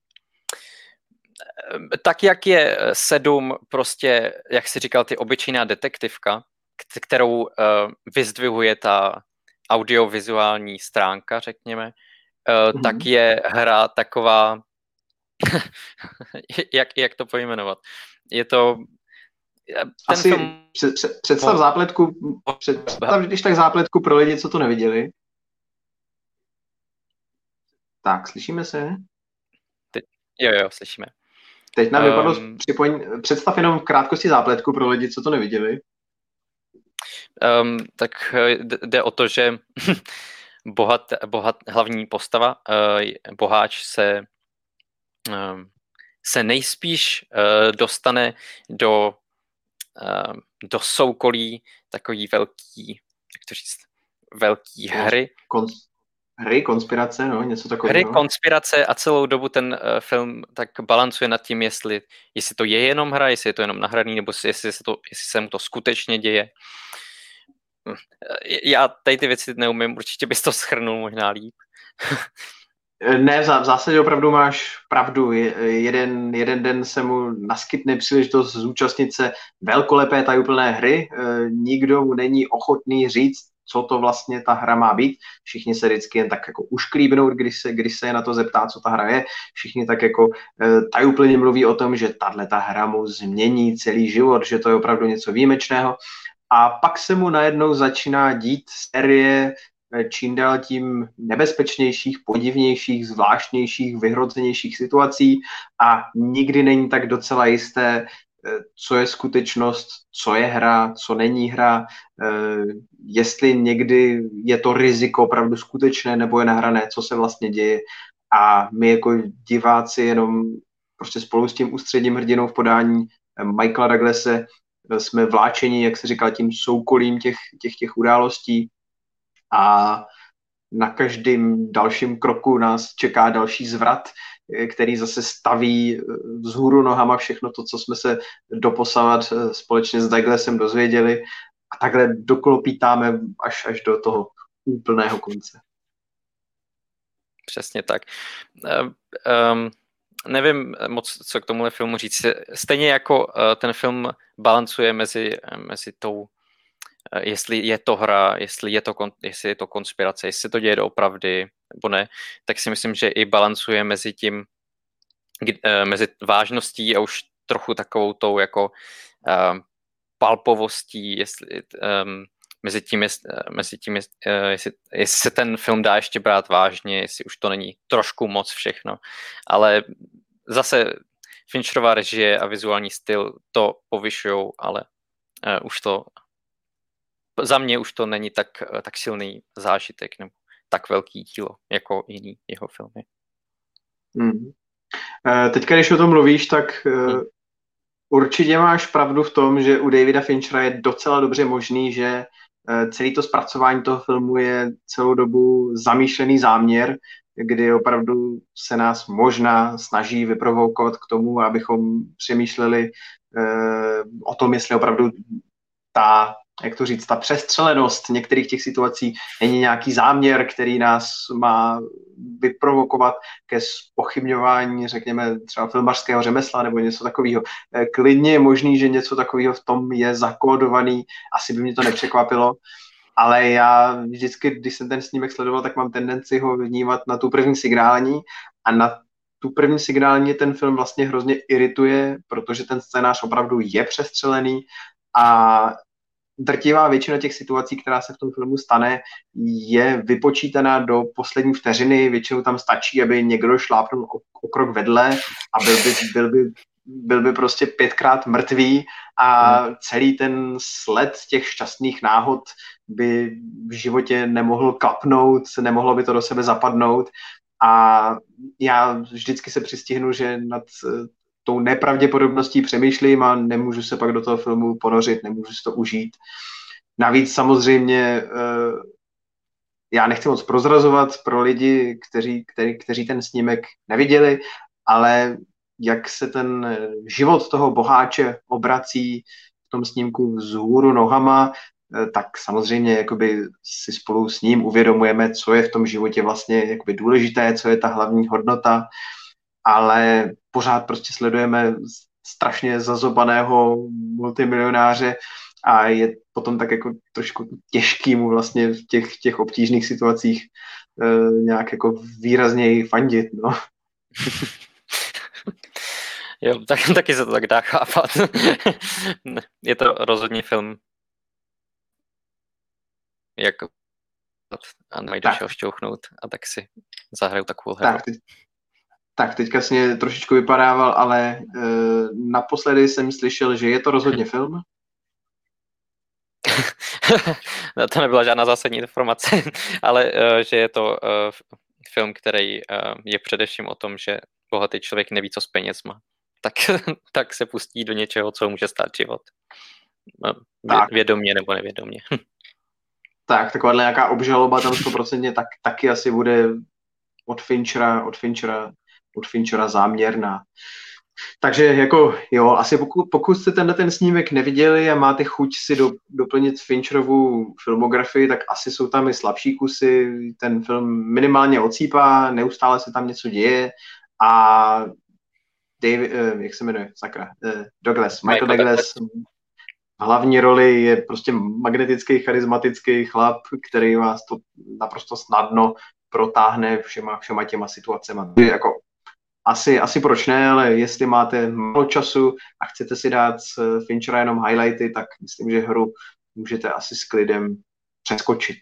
tak, jak je Sedum prostě, jak jsi říkal, ty obyčejná detektivka, kterou uh, vyzdvihuje ta audiovizuální stránka, řekněme, uh, mm-hmm. tak je Hra taková, jak, jak to pojmenovat. Je to Ten Asi film... před, před, představ no. zápletku, představ, když tak zápletku pro lidi, co to neviděli. Tak, slyšíme se? Teď, jo, jo, slyšíme. Teď nám vypadlo um, připojení, představ jenom v krátkosti zápletku pro lidi, co to neviděli. Um, tak jde o to, že bohat, bohat, hlavní postava, uh, boháč se um, se nejspíš uh, dostane do do soukolí takový velký, jak to říct, velký hry. Kon, hry, konspirace, no, něco takového. Hry, konspirace a celou dobu ten uh, film tak balancuje nad tím, jestli, jestli to je jenom hra, jestli je to jenom nahraný, nebo jestli se, to, jestli se mu to skutečně děje. Já tady ty věci neumím, určitě bys to shrnul možná líp. Ne, v zásadě opravdu máš pravdu. Jeden, jeden den se mu naskytne příležitost zúčastnit se velkolepé tajuplné hry. Nikdo mu není ochotný říct, co to vlastně ta hra má být. Všichni se vždycky jen tak jako ušklíbnou, když se, když se je na to zeptá, co ta hra je. Všichni tak jako tajuplně mluví o tom, že tahle ta hra mu změní celý život, že to je opravdu něco výjimečného. A pak se mu najednou začíná dít série čím dál tím nebezpečnějších, podivnějších, zvláštnějších, vyhrocenějších situací a nikdy není tak docela jisté, co je skutečnost, co je hra, co není hra, jestli někdy je to riziko opravdu skutečné nebo je nahrané, co se vlastně děje. A my jako diváci jenom prostě spolu s tím ústředním hrdinou v podání Michaela Douglase jsme vláčeni, jak se říká, tím soukolím těch, těch, těch událostí. A na každém dalším kroku nás čeká další zvrat, který zase staví vzhůru nohama všechno to, co jsme se doposavat společně s Douglasem dozvěděli a takhle doklopítáme až, až do toho úplného konce. Přesně tak. Um, nevím moc, co k tomuhle filmu říct. Stejně jako uh, ten film balancuje mezi, mezi tou, uh, jestli je to hra, jestli je to, kon, jestli je to konspirace, jestli se to děje doopravdy, nebo ne, tak si myslím, že i balancuje mezi tím, uh, mezi vážností a už trochu takovou tou jako uh, palpovostí, jestli, um, mezi tím, jest, mezi tím jest, jestli, jestli se ten film dá ještě brát vážně, jestli už to není trošku moc všechno. Ale zase Fincherová režie a vizuální styl to povyšujou, ale uh, už to za mě už to není tak, tak silný zážitek nebo tak velký dílo jako jiný jeho filmy. Hmm. Teďka, když o tom mluvíš, tak hmm. určitě máš pravdu v tom, že u Davida Finchera je docela dobře možný, že celý to zpracování toho filmu je celou dobu zamýšlený záměr, kdy opravdu se nás možná snaží vyprovokovat k tomu, abychom přemýšleli eh, o tom, jestli opravdu ta, jak to říct, ta přestřelenost některých těch situací není nějaký záměr, který nás má vyprovokovat ke zpochybňování, řekněme, třeba filmařského řemesla nebo něco takového. Klidně je možný, že něco takového v tom je zakódovaný, asi by mě to nepřekvapilo, ale já vždycky, když jsem ten snímek sledoval, tak mám tendenci ho vnímat na tu první signální a na tu první signální ten film vlastně hrozně irituje, protože ten scénář opravdu je přestřelený a drtivá většina těch situací, která se v tom filmu stane, je vypočítaná do poslední vteřiny. Většinou tam stačí, aby někdo šlápnul o, o krok vedle a byl by, byl by, byl by prostě pětkrát mrtvý a celý ten sled těch šťastných náhod by v životě nemohl klapnout, nemohlo by to do sebe zapadnout. A já vždycky se přistihnu, že nad tou nepravděpodobností přemýšlím a nemůžu se pak do toho filmu ponořit, nemůžu si to užít. Navíc samozřejmě já nechci moc prozrazovat pro lidi, kteří, kteří, kteří ten snímek neviděli, ale jak se ten život toho boháče obrací v tom snímku vzhůru nohama, tak samozřejmě jakoby si spolu s ním uvědomujeme, co je v tom životě vlastně jakoby důležité, co je ta hlavní hodnota, ale pořád prostě sledujeme strašně zazobaného multimilionáře a je potom tak jako trošku těžký mu vlastně v těch, těch obtížných situacích e, nějak jako výrazněji fandit, no. Jo, tak, taky se to tak dá chápat. Je to rozhodně film, jak a nemají do čeho šťouchnout a tak si zahraju takovou hru. Tak, teď, tak, teďka si mě trošičku vypadával, ale e, naposledy jsem slyšel, že je to rozhodně film. No, to nebyla žádná zásadní informace, ale uh, že je to uh, film, který uh, je především o tom, že bohatý člověk neví, co s penězma. Tak, tak se pustí do něčeho, co může stát život. Vě, vědomě nebo nevědomě. Tak, takováhle nějaká obžaloba tam sto procent tak, taky asi bude od Finchera, od Finchera, od Finchera záměrná. Takže jako jo, asi pokud, pokud jste tenhle ten snímek neviděli a máte chuť si do, doplnit Fincherovu filmografii, tak asi jsou tam i slabší kusy, ten film minimálně ocípá, neustále se tam něco děje a David, eh, jak se jmenuje, sakra, eh, Douglas, Michael, Michael Douglas, v hlavní roli je prostě magnetický, charismatický chlap, který vás to naprosto snadno protáhne všema, všema těma situacema. Jako Asi, asi proč ne, ale jestli máte málo času a chcete si dát z Finchera jenom highlighty, tak myslím, že hru můžete asi s klidem přeskočit.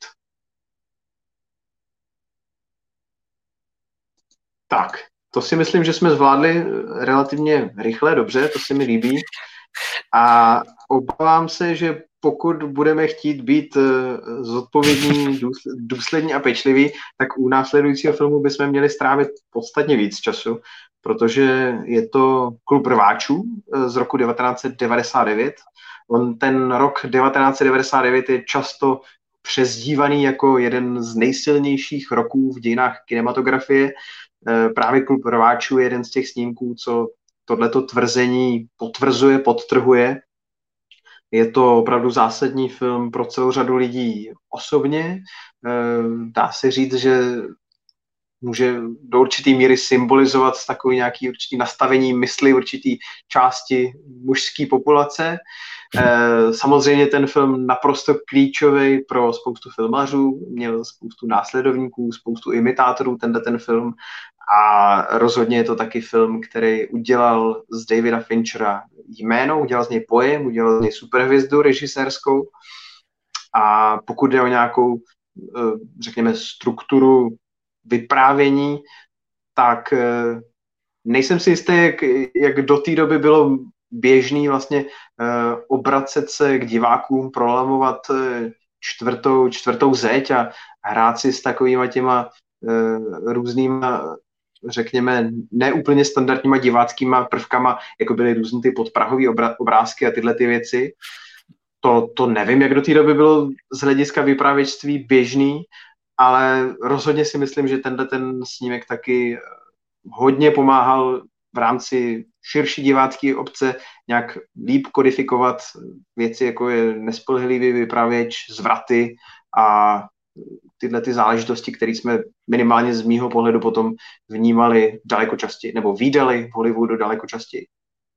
Tak, to si myslím, že jsme zvládli relativně rychle, dobře, to se mi líbí. A obávám se, že pokud budeme chtít být zodpovědní, důslední a pečliví, tak u následujícího filmu bychom měli strávit podstatně víc času, protože je to Klub rváčů z roku devatenáct set devadesát devět. On ten rok devatenáct set devadesát devět je často přezdívaný jako jeden z nejsilnějších roků v dějinách kinematografie. Právě Klub rváčů je jeden z těch snímků, co tohleto tvrzení potvrzuje, podtrhuje. Je to opravdu zásadní film pro celou řadu lidí osobně. Dá se říct, že může do určitý míry symbolizovat takový nějaký určitý nastavení mysli určitý části mužské populace. Samozřejmě ten film naprosto klíčový pro spoustu filmařů, měl spoustu následovníků, spoustu imitátorů tenhle ten film a rozhodně je to taky film, který udělal z Davida Finchera jméno, udělal z něj pojem, udělal z něj superhvězdu režisérskou a pokud jde o nějakou, řekněme, strukturu vyprávění, tak nejsem si jistý, jak, jak do té doby bylo běžný vlastně uh, obracet se k divákům, prolamovat uh, čtvrtou, čtvrtou zeď a hrát si s takovýma těma uh, různýma, řekněme, neúplně standardníma diváckýma prvkama, jako byly různý ty podprahový obra- obrázky a tyhle ty věci. To, to nevím, jak do té doby bylo z hlediska vyprávěčství běžný, ale rozhodně si myslím, že tenhle ten snímek taky hodně pomáhal v rámci širší divácké obce nějak líp kodifikovat věci, jako je nespolehlivý vypravěč, zvraty a tyhle ty záležitosti, které jsme minimálně z mýho pohledu potom vnímali daleko častěji, nebo vídali v Hollywoodu daleko častěji.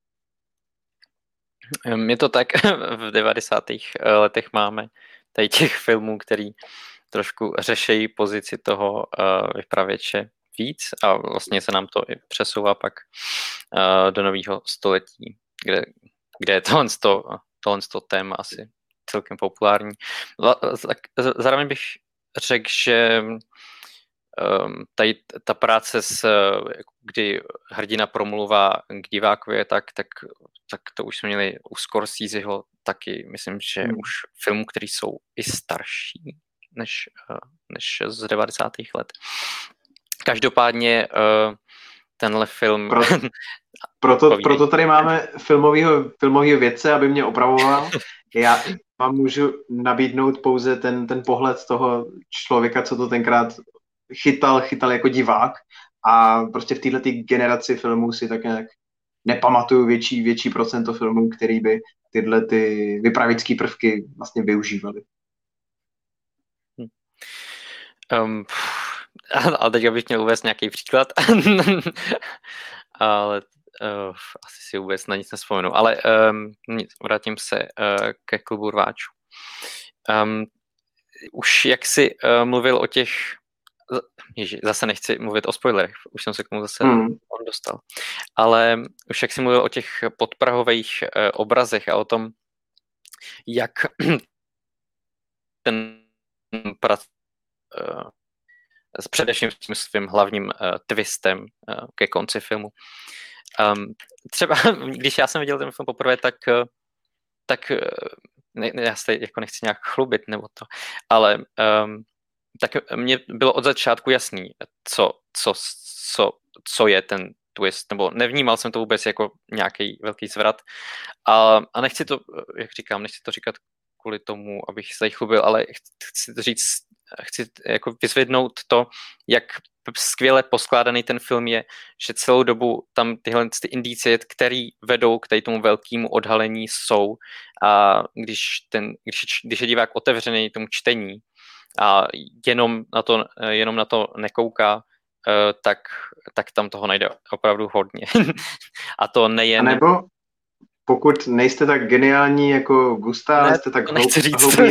Je to tak, v devadesátých letech máme tady těch filmů, který trošku řešejí pozici toho vypravěče víc a vlastně se nám to i přesouvá pak uh, do nového století, kde, kde je tohle, to, tohle to téma asi celkem populární. Zároveň bych řekl, že um, tady ta práce, s, kdy hrdina promluvá k divákovi, tak, tak, tak to už jsme měli u Scorseseho taky, myslím, že hmm. už filmů, které jsou i starší než, než z devadesátých let. Každopádně uh, tenhle film... Pro, proto, proto tady máme filmovýho, filmovýho vědce, aby mě opravoval. Já vám můžu nabídnout pouze ten, ten pohled toho člověka, co to tenkrát chytal, chytal jako divák a prostě v této generaci filmů si tak nějak nepamatuju větší, větší procento filmů, který by tyhle ty vypravěčské prvky vlastně využívaly. Um... Ale teď bych měl uvést nějaký příklad, ale uh, asi si vůbec na nic nespomenu. Ale um, nic, vrátím se uh, ke Klubu rváčů. Um, už jak jsi uh, mluvil o těch, ježi, zase nechci mluvit o spoilerech, už jsem se k tomu zase mm. on dostal, ale už jak jsi mluvil o těch podprahových uh, obrazech a o tom, jak ten prac uh, s především tím svým hlavním uh, twistem uh, ke konci filmu. Um, třeba, když já jsem viděl ten film poprvé, tak, uh, tak uh, ne, já se jako nechci nějak chlubit nebo to, ale um, tak mně bylo od začátku jasný, co, co, co, co je ten twist, nebo nevnímal jsem to vůbec jako nějaký velký zvrat. A, a nechci to, jak říkám, nechci to říkat kvůli tomu, abych se tady chlubil, ale chci to říct, chci jako vyzvednout to, jak skvěle poskládaný ten film je, že celou dobu tam tyhle ty indicie, které vedou k tady tomu velkému odhalení, jsou a když, ten, když, když je divák otevřený tomu čtení a jenom na to, jenom na to nekouká, tak, tak tam toho najde opravdu hodně. A to nejen... A nebo pokud nejste tak geniální jako Gusta, ale jste tak hloupí,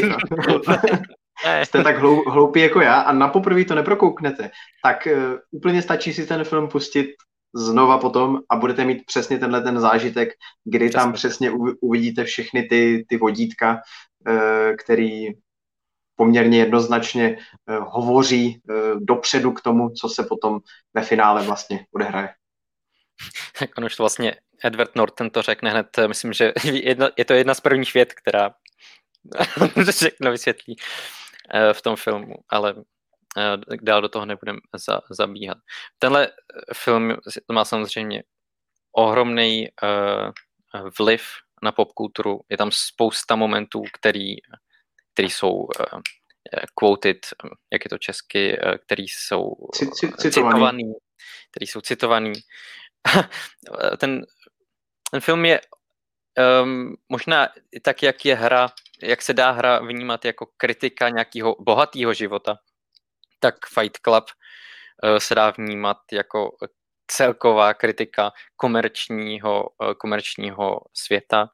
jste tak hloupí jako já a na poprvé to neprokouknete, tak uh, úplně stačí si ten film pustit znova potom a budete mít přesně tenhle ten zážitek, kdy přesně. Tam přesně uvidíte všechny ty, ty vodítka, uh, který poměrně jednoznačně uh, hovoří uh, dopředu k tomu, co se potom ve finále vlastně odehraje. Tak on už to vlastně Edward Norton to řekne hned, myslím, že jedna, je to jedna z prvních vět, která řekne, vysvětlí v tom filmu, ale dál do toho nebudeme za, zabíhat. Tenhle film má samozřejmě ohromný uh, vliv na popkulturu. Je tam spousta momentů, který, který jsou uh, quoted, jak je to česky, uh, který jsou citovaný, který jsou citovaný. ten, ten film je um, možná tak, jak je hra, jak se dá hra vnímat jako kritika nějakého bohatého života, tak Fight Club se dá vnímat jako celková kritika komerčního, komerčního světa.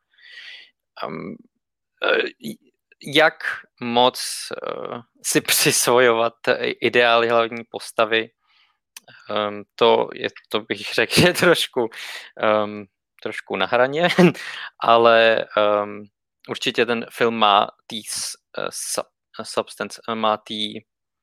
Jak moc si přisvojovat ideály hlavní postavy, to, je, to bych řekl, je trošku, trošku na hraně, ale určitě ten film má tý substance, má tý,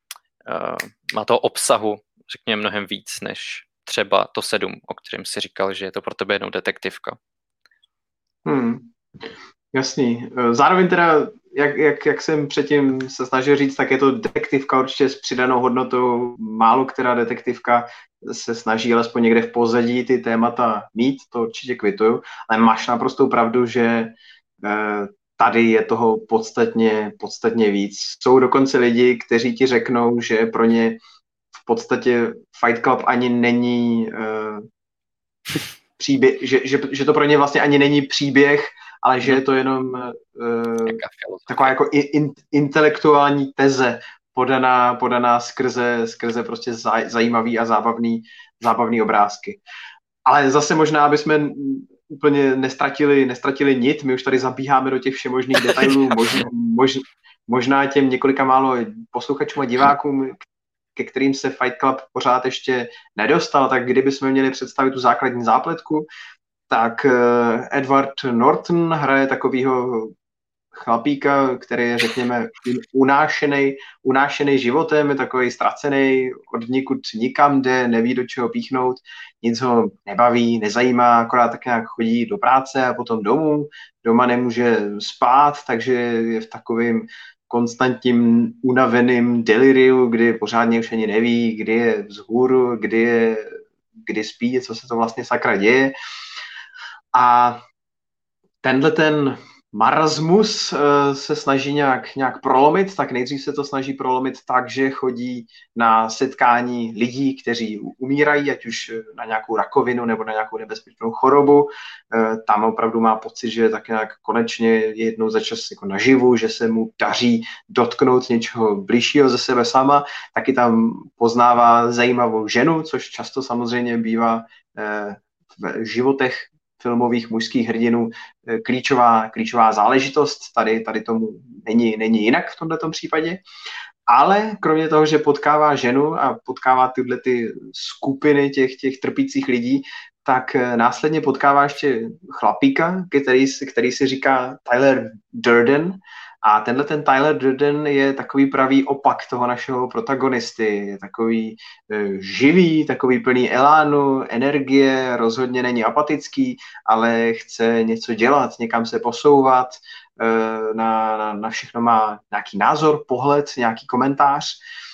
má toho obsahu, řekněme, mnohem víc, než třeba to sedm, o kterém si říkal, že je to pro tebe jednou detektivka. Hmm, jasný. Zároveň teda, jak, jak, jak jsem předtím se snažil říct, tak je to detektivka určitě s přidanou hodnotou. Málo která detektivka se snaží alespoň někde v pozadí ty témata mít, to určitě kvituju, ale máš naprostou pravdu, že tady je toho podstatně, podstatně víc. Jsou dokonce lidi, kteří ti řeknou, že pro ně v podstatě Fight Club ani není uh, příběh, že, že, že to pro ně vlastně ani není příběh, ale že je to jenom uh, taková jako in, intelektuální teze podaná, podaná skrze, skrze prostě zaj, zajímavý a zábavný, zábavný obrázky. Ale zase možná, aby jsme úplně nestratili, nestratili nit, my už tady zabíháme do těch všemožných detailů, možná, mož, možná těm několika málo posluchačům a divákům, ke kterým se Fight Club pořád ještě nedostal, tak kdybychom měli představit tu základní zápletku, tak Edward Norton hraje takovýho chlapíka, který je, řekněme, unášený, unášený životem, je takový ztracený, od nikud nikam jde, neví, do čeho píchnout, nic ho nebaví, nezajímá, akorát tak nějak chodí do práce a potom domů, doma nemůže spát, takže je v takovém konstantním unaveným deliriu, kdy pořádně už ani neví, kdy je vzhůru, kdy, je, kdy spí, co se to vlastně sakra děje. A tenhle ten marasmus uh, se snaží nějak, nějak prolomit, tak nejdřív se to snaží prolomit tak, že chodí na setkání lidí, kteří umírají, ať už na nějakou rakovinu nebo na nějakou nebezpečnou chorobu. Uh, tam opravdu má pocit, že tak nějak konečně jednou za čas jako naživu, že se mu daří dotknout něčeho bližšího ze sebe sama. Taky tam poznává zajímavou ženu, což často samozřejmě bývá uh, v životech filmových mužských hrdinů klíčová, klíčová záležitost. Tady, tady tomu není, není jinak v tomto případě. Ale kromě toho, že potkává ženu a potkává tyhle ty skupiny těch, těch trpících lidí, tak následně potkává ještě chlapíka, který, který si říká Tyler Durden. A tenhle ten Tyler Durden je takový pravý opak toho našeho protagonisty. Je takový e, živý, takový plný elánu, energie, rozhodně není apatický, ale chce něco dělat, někam se posouvat, e, na, na, na všechno má nějaký názor, pohled, nějaký komentář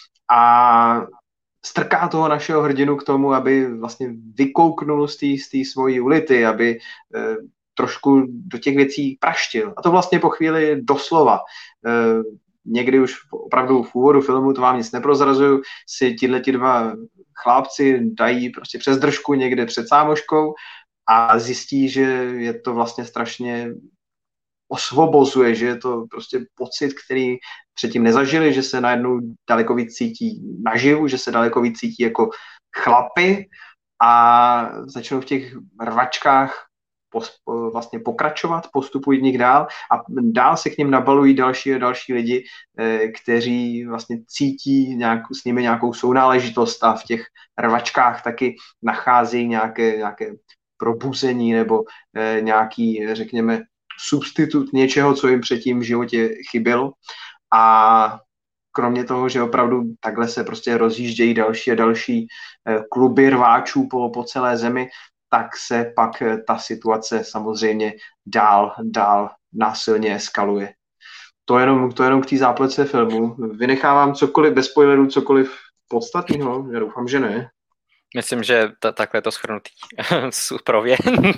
a strká toho našeho hrdinu k tomu, aby vlastně vykouknul z té svojí ulity, aby e, trošku do těch věcí praštil. A to vlastně po chvíli doslova. E, někdy už opravdu v úvodu filmu, to vám nic neprozrazuju, si tihleti dva chlápci dají prostě přes držku někde před sámoškou a zjistí, že je to vlastně strašně osvobozuje, že je to prostě pocit, který předtím nezažili, že se najednou daleko víc cítí naživu, že se daleko víc cítí jako chlapy a začnou v těch rvačkách vlastně pokračovat, postupují v nich dál a dál se k nim nabalují další a další lidi, kteří vlastně cítí nějakou, s nimi nějakou sounáležitost a v těch rvačkách taky nacházejí nějaké, nějaké probuzení nebo nějaký, řekněme, substitut něčeho, co jim předtím v životě chybělo. A kromě toho, že opravdu takhle se prostě rozjíždějí další a další kluby rváčů po, po celé zemi, tak se pak ta situace samozřejmě dál, dál násilně eskaluje. To jenom, to jenom k té zápletce filmu. Vynechávám cokoliv bez spoilerů, cokoliv podstatného? Já doufám, že ne. Myslím, že ta, takhle je to shrnutý. Suprově.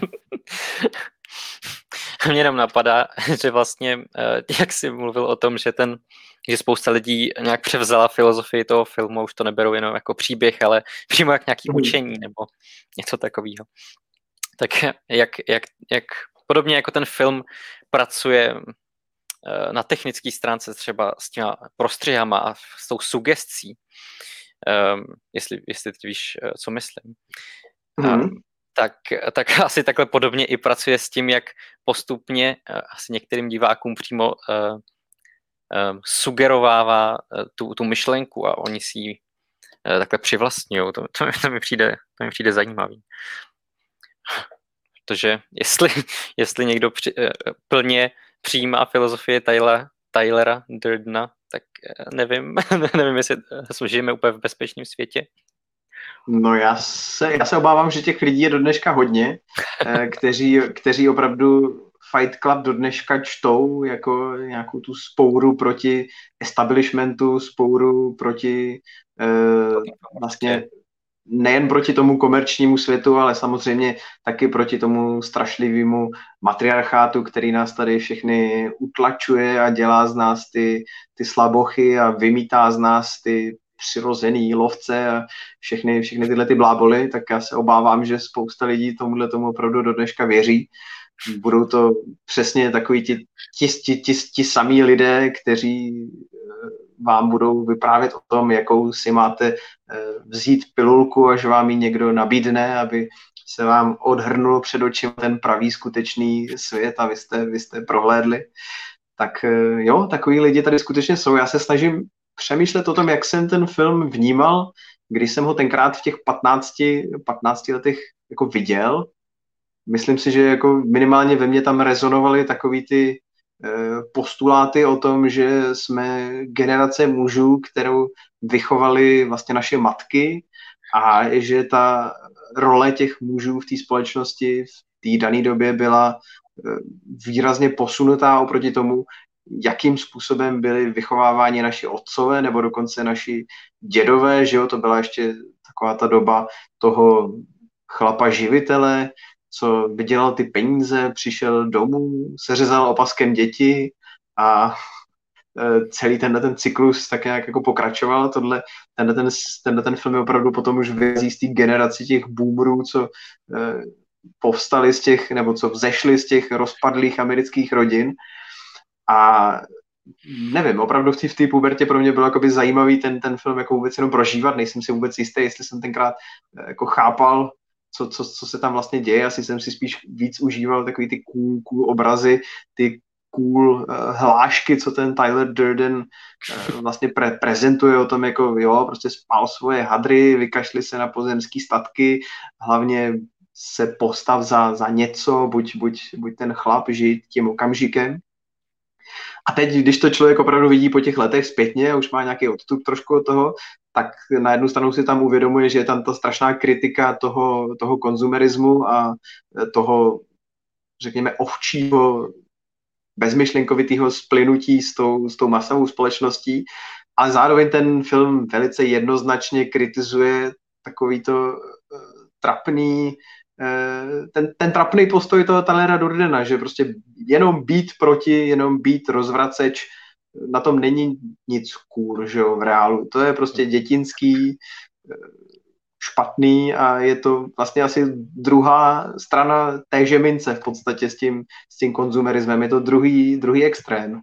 Mě jenom napadá, že vlastně, jak jsi mluvil o tom, že ten, že spousta lidí nějak převzala filozofii toho filmu, už to neberou jenom jako příběh, ale přímo jak nějaký učení nebo něco takového. Tak jak, jak, jak podobně jako ten film pracuje na technické stránce třeba s těma prostřihama a s tou sugestcí, um, jestli, jestli ty víš, co myslím. Mm-hmm. Um, tak, tak asi takhle podobně i pracuje s tím, jak postupně uh, asi některým divákům přímo uh, um, sugerovává uh, tu, tu myšlenku a oni si ji uh, takhle přivlastňují. To, to, to, mi přijde, to mi přijde zajímavý. Protože jestli, jestli někdo při, uh, plně přijímá filozofie Tylera, Tylera Durdena, tak uh, nevím, nevím, jestli žijeme úplně v bezpečném světě. No já se, já se obávám, že těch lidí je do dneška hodně, kteří, kteří opravdu Fight Club do dneška čtou jako nějakou tu spouru proti establishmentu, spouru proti eh, vlastně nejen proti tomu komerčnímu světu, ale samozřejmě taky proti tomu strašlivému matriarchátu, který nás tady všechny utlačuje a dělá z nás ty, ty slabochy a vymítá z nás ty přirozený lovce a všechny, všechny tyhle ty bláboly, tak já se obávám, že spousta lidí tomuhle tomu opravdu do dneška věří. Budou to přesně takový ti, ti, ti, ti, ti samí lidé, kteří vám budou vyprávět o tom, jakou si máte vzít pilulku, až vám ji někdo nabídne, aby se vám odhrnul před očima ten pravý skutečný svět a vy jste, vy jste prohlédli. Tak jo, takový lidi tady skutečně jsou. Já se snažím přemýšlet o tom, jak jsem ten film vnímal, když jsem ho tenkrát v těch patnácti, patnácti letech jako viděl. Myslím si, že jako minimálně ve mně tam rezonovaly takový ty postuláty o tom, že jsme generace mužů, kterou vychovali vlastně naše matky a že ta role těch mužů v té společnosti v té dané době byla výrazně posunutá oproti tomu, jakým způsobem byli vychováváni naši otcové nebo dokonce naši dědové, že jo, to byla ještě taková ta doba toho chlapa živitele, co vydělal ty peníze, přišel domů, seřezal opaskem děti a celý tenhle ten cyklus tak nějak jako pokračoval. Tohle, tenhle, ten, tenhle ten film je opravdu potom už vyzí z té generaci těch boomerů, co eh, povstali z těch, nebo co vzešli z těch rozpadlých amerických rodin. A nevím, opravdu v té pubertě pro mě bylo jakoby zajímavý ten, ten film jako vůbec jenom prožívat. Nejsem si vůbec jistý, jestli jsem tenkrát jako chápal, co, co, co se tam vlastně děje. Asi jsem si spíš víc užíval takový ty cool, cool obrazy, ty cool uh, hlášky, co ten Tyler Durden uh, vlastně pre- prezentuje o tom, jako jo, prostě spál svoje hadry, vykašli se na pozemský statky, hlavně se postav za, za něco, buď, buď, buď ten chlap žít tím okamžikem. A teď, když to člověk opravdu vidí po těch letech zpětně a už má nějaký odstup trošku od toho, tak na jednu stranu si tam uvědomuje, že je tam ta strašná kritika toho, toho konzumerismu a toho, řekněme, ovčího, bezmyšlenkovitého splynutí s tou, s tou masovou společností, ale zároveň ten film velice jednoznačně kritizuje takovýto uh, trapný Ten, ten trapný postoj toho Tylera Durdena, že prostě jenom být proti, jenom být rozvraceč, na tom není nic cool, že jo, v reálu. To je prostě dětinský, špatný a je to vlastně asi druhá strana téže mince v podstatě s tím, s tím konzumerismem. Je to druhý, druhý extrém.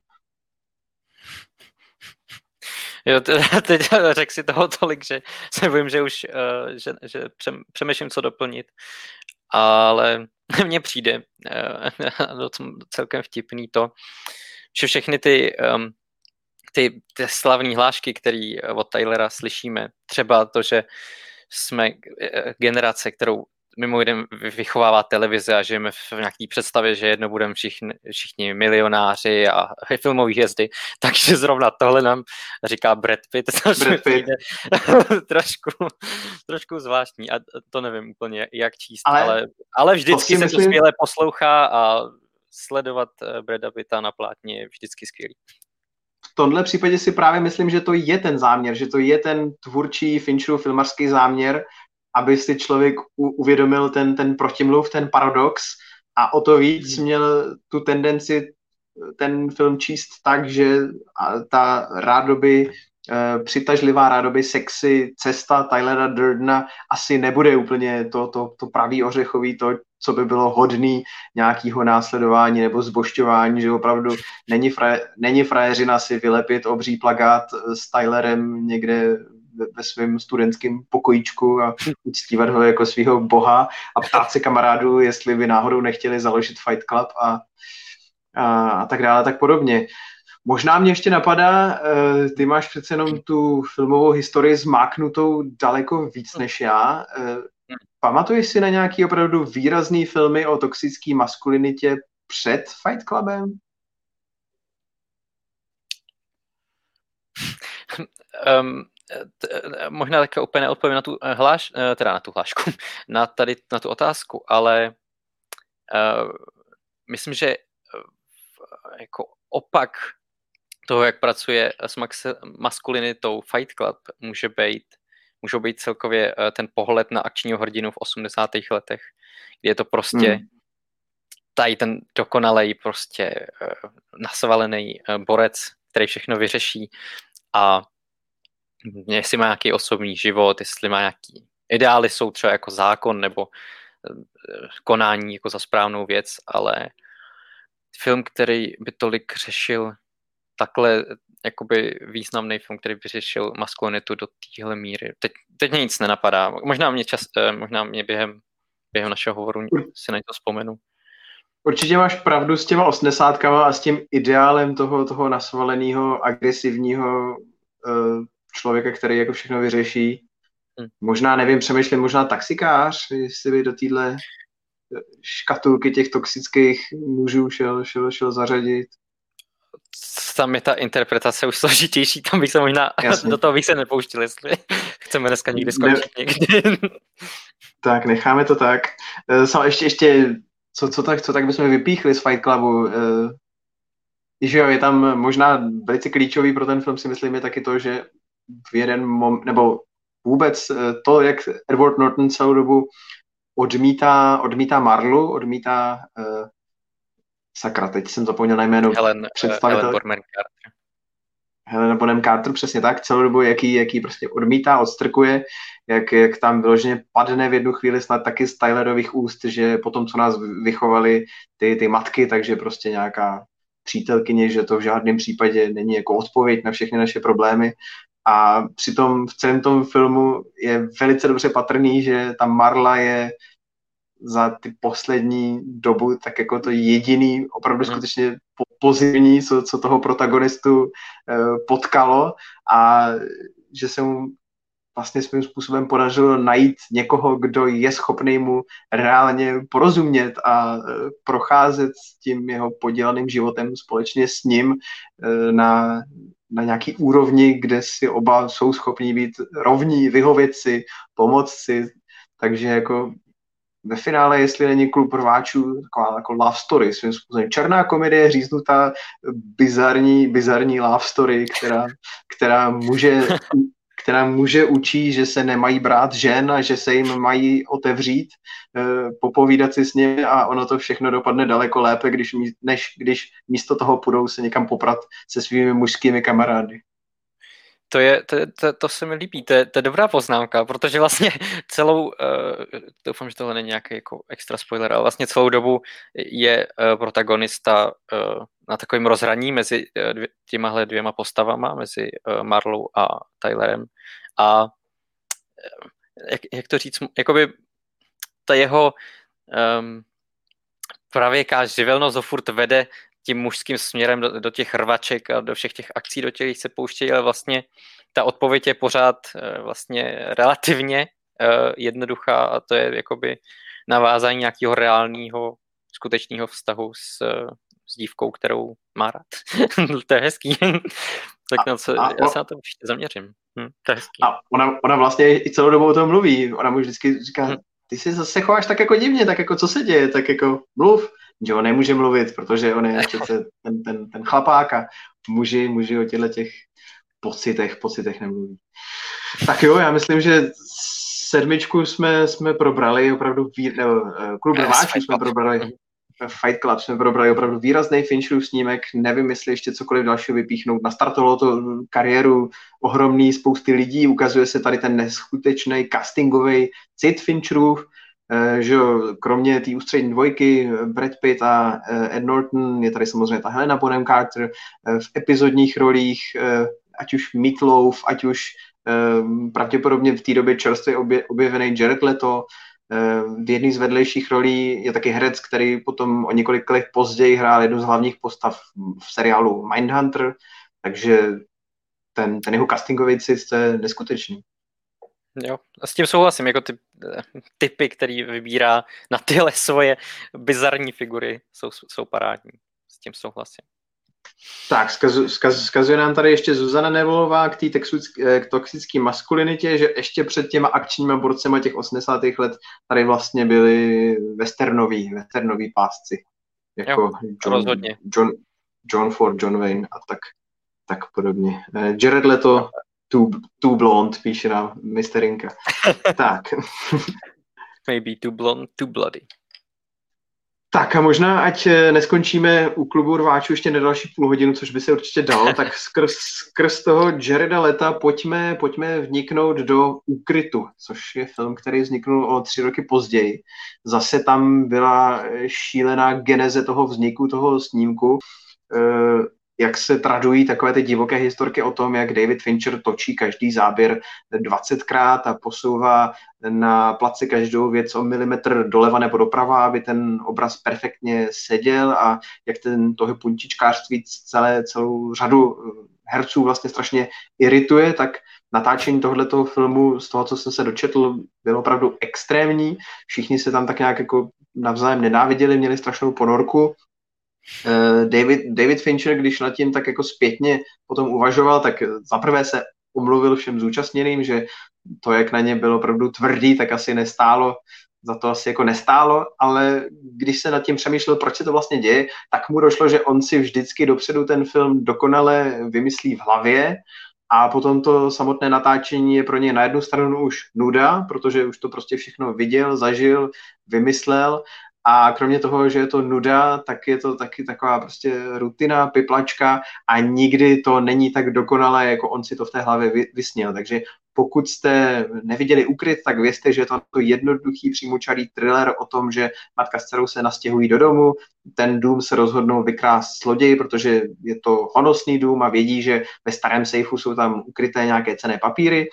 Jo, teď řekl si toho tolik, že se bojím, že už uh, že, že přemýšlím, co doplnit. Ale mně přijde uh, celkem vtipný to, že všechny ty, um, ty, ty slavné hlášky, které od Tylera slyšíme, třeba to, že jsme generace, kterou mimo jiné vychovává televize a žijeme v nějaký představě, že jedno budeme všichni, všichni milionáři a filmové hvězdy, takže zrovna tohle nám říká Brad Pitt, což Brad Pitt. trošku, trošku zvláštní a to nevím úplně, jak číst, ale, ale, ale vždycky to se myslím... to skvěle poslouchá a sledovat Brada Pitta na plátně je vždycky skvělý. V tomhle případě si právě myslím, že to je ten záměr, že to je ten tvůrčí Fincherův filmařský záměr, aby si člověk uvědomil ten, ten protimluv, ten paradox a o to víc měl tu tendenci ten film číst tak, že ta rádoby, přitažlivá rádoby sexy cesta Tylera Durdena asi nebude úplně to, to, to pravý ořechový, to, co by bylo hodný nějakého následování nebo zbožťování, že opravdu není, fraje, není frajeřina si vylepit obří plakát s Tylerem někde ve, ve svém studentském pokojíčku a uctívat ho jako svého boha a ptát se kamarádů, jestli by náhodou nechtěli založit Fight Club a, a, a tak dále, tak podobně. Možná mě ještě napadá, ty máš přece jenom tu filmovou historii zmáknutou daleko víc než já. Pamatuješ si na nějaký opravdu výrazný filmy o toxické maskulinitě před Fight Clubem? Um, t, možná také úplně neodpovím na tu hláš, teda na tu hlášku, na tady na tu otázku, ale uh, myslím, že uh, jako opak toho, jak pracuje s max- maskulinitou Fight Club, může být, můžou být celkově uh, ten pohled na akčního hrdinu v osmdesátých letech, kdy je to prostě hmm. tady ten dokonalej prostě uh, nasvalený uh, borec, který všechno vyřeší a jestli má nějaký osobní život, jestli má nějaký ideály, jsou třeba jako zákon nebo konání jako za správnou věc, ale film, který by tolik řešil takhle jakoby významný film, který by řešil maskulinitu do téhle míry. Teď, teď mě nic nenapadá. Možná mě, čas, možná mě během, během našeho hovoru si na to vzpomenu. Určitě máš pravdu s těma osmdesátkama a s tím ideálem toho, toho nasvaleného, agresivního uh, člověka, který jako všechno vyřeší. Hmm. Možná, nevím, přemýšlím, možná taxikář, jestli by do téhle škatulky těch toxických mužů šel, šel, šel zařadit. Tam je ta interpretace už složitější, tam bych se možná, Jasně. do toho bych se nepouštěl, jestli chceme dneska někdy skončit ne... někdy. Tak, necháme to tak. Uh, ještě, ještě co, co, tak, co tak bychom vypíchli z Fight Clubu? Uh, že jo, je tam možná velice klíčový pro ten film, si myslím, je taky to, že v jeden moment, nebo vůbec to, jak Edward Norton celou dobu odmítá, odmítá Marlu, odmítá uh, sakra, teď jsem zapomněl na jméno Helen, představitel. Helen Bonham Carter. Helena Bonham Carter, přesně tak, celou dobu, jaký, jaký prostě odmítá, odstrkuje, jak, jak tam vyloženě padne v jednu chvíli snad taky z Tylerových úst, že po tom, co nás vychovali ty, ty matky, takže prostě nějaká přítelkyně, že to v žádném případě není jako odpověď na všechny naše problémy. A přitom v celém tom filmu je velice dobře patrný, že ta Marla je za ty poslední dobu tak jako to jediný, opravdu skutečně pozitivní, co, co toho protagonistu eh, potkalo a že se mu vlastně svým způsobem podařilo najít někoho, kdo je schopný mu reálně porozumět a e, procházet s tím jeho podělaným životem společně s ním e, na, na nějaký úrovni, kde si oba jsou schopní být rovní, vyhovět si, pomoct si. Takže jako ve finále, jestli není Klub rváčů, taková jako love story svým způsobem. Černá komedie, říznutá, bizarní, bizarní love story, která, která může... která muže učí, že se nemají brát žen a že se jim mají otevřít, popovídat si s nimi a ono to všechno dopadne daleko lépe, když, než když místo toho půjdou se někam poprat se svými mužskými kamarády. To, je, to, to, to se mi líbí, to je, to je dobrá poznámka, protože vlastně celou, uh, doufám, že tohle není nějaký jako extra spoiler, ale vlastně celou dobu je uh, protagonista uh, na takovém rozhraní mezi uh, dvě, těmahle dvěma postavama, mezi uh, Marlou a Tylerem a uh, jak, jak to říct, jakoby ta jeho um, pravěká živelnost ho furt vede tím mužským směrem do, do těch rvaček a do všech těch akcí, do těch se pouštějí, ale vlastně ta odpověď je pořád uh, vlastně relativně uh, jednoduchá a to je jakoby navázání nějakého reálného, skutečného vztahu s, uh, s dívkou, kterou má rád. To je hezký. Tak na co, a, já se na to ještě zaměřím. Hm, to je hezký. A ona, ona vlastně i celou dobu o tom mluví. Ona mu vždycky říká, hm. ty si zase chováš tak jako divně, tak jako co se děje, tak jako mluv. Že on nemůže mluvit, protože on je přece ten, ten, ten chlapák a muži, muži o těchto těch pocitech, pocitech nemluví. Tak jo, já myslím, že sedmičku jsme, jsme probrali opravdu, vý, nebo Klub rváčů jsme probrali, Fight Club jsme probrali opravdu výrazný Fincherův snímek, nevím, jestli ještě cokoliv dalšího vypíchnout. Nastartovalo to kariéru ohromný spousty lidí, ukazuje se tady ten neskutečný castingový cit Fincherův, že jo, kromě té ústřední dvojky Brad Pitt a Ed Norton je tady samozřejmě ta Helena Bonham Carter v epizodních rolích, ať už Meat Loaf, ať už pravděpodobně v té době čerstvě objevený Jared Leto. V jedné z vedlejších rolí je taky herec, který potom o několik let později hrál jednu z hlavních postav v seriálu Mindhunter, takže ten, ten jeho castingový cit je neskutečný. Jo, a s tím souhlasím, jako ty typy, který vybírá na tyhle svoje bizarní figury, jsou, jsou parádní. S tím souhlasím. Tak, zkazu, zkaz, zkazuje nám tady ještě Zuzana Nevolová k té k toxické maskulinitě, že ještě před těma akčníma borcema těch osmdesátých let tady vlastně byli westernoví, westernoví pásci. Jako jo, John, rozhodně. John, John Ford, John Wayne a tak, tak podobně. Jared Leto, too, too blonde, píše nám misterinka. Tak. Maybe too blonde, too bloody. Tak a možná, ať neskončíme u klubu rváčů ještě na další půl hodinu, což by se určitě dalo, tak skrz, skrz toho Jareda Leta pojďme, pojďme vniknout do Úkrytu, což je film, který vzniknul o tři roky později. Zase tam byla šílená geneze toho vzniku, toho snímku, jak se tradují takové ty divoké historky o tom, jak David Fincher točí každý záběr dvacetkrát a posouvá na place každou věc o milimetr doleva nebo doprava, aby ten obraz perfektně seděl a jak ten toho puntičkářství celé, celou řadu herců vlastně strašně irituje, tak natáčení tohoto filmu, z toho, co jsem se dočetl, bylo opravdu extrémní. Všichni se tam tak nějak jako navzájem nenáviděli, měli strašnou ponorku. David, David Fincher, když nad tím tak jako zpětně potom uvažoval, tak zaprvé se omluvil všem zúčastněným, že to, jak na ně bylo opravdu tvrdý, tak asi nestálo, za to asi jako nestálo, ale když se nad tím přemýšlel, proč se to vlastně děje, tak mu došlo, že on si vždycky dopředu ten film dokonale vymyslí v hlavě a potom to samotné natáčení je pro ně na jednu stranu už nuda, protože už to prostě všechno viděl, zažil, vymyslel. A kromě toho, že je to nuda, tak je to taky taková prostě rutina, piplačka a nikdy to není tak dokonalé, jako on si to v té hlavě vysnil. Takže pokud jste neviděli Úkryt, tak vězte, že je to jednoduchý přímočarý thriller o tom, že matka s dcerou se nastěhují do domu, ten dům se rozhodnou vykrást zloději, protože je to honosný dům a vědí, že ve starém sejfu jsou tam ukryté nějaké cenné papíry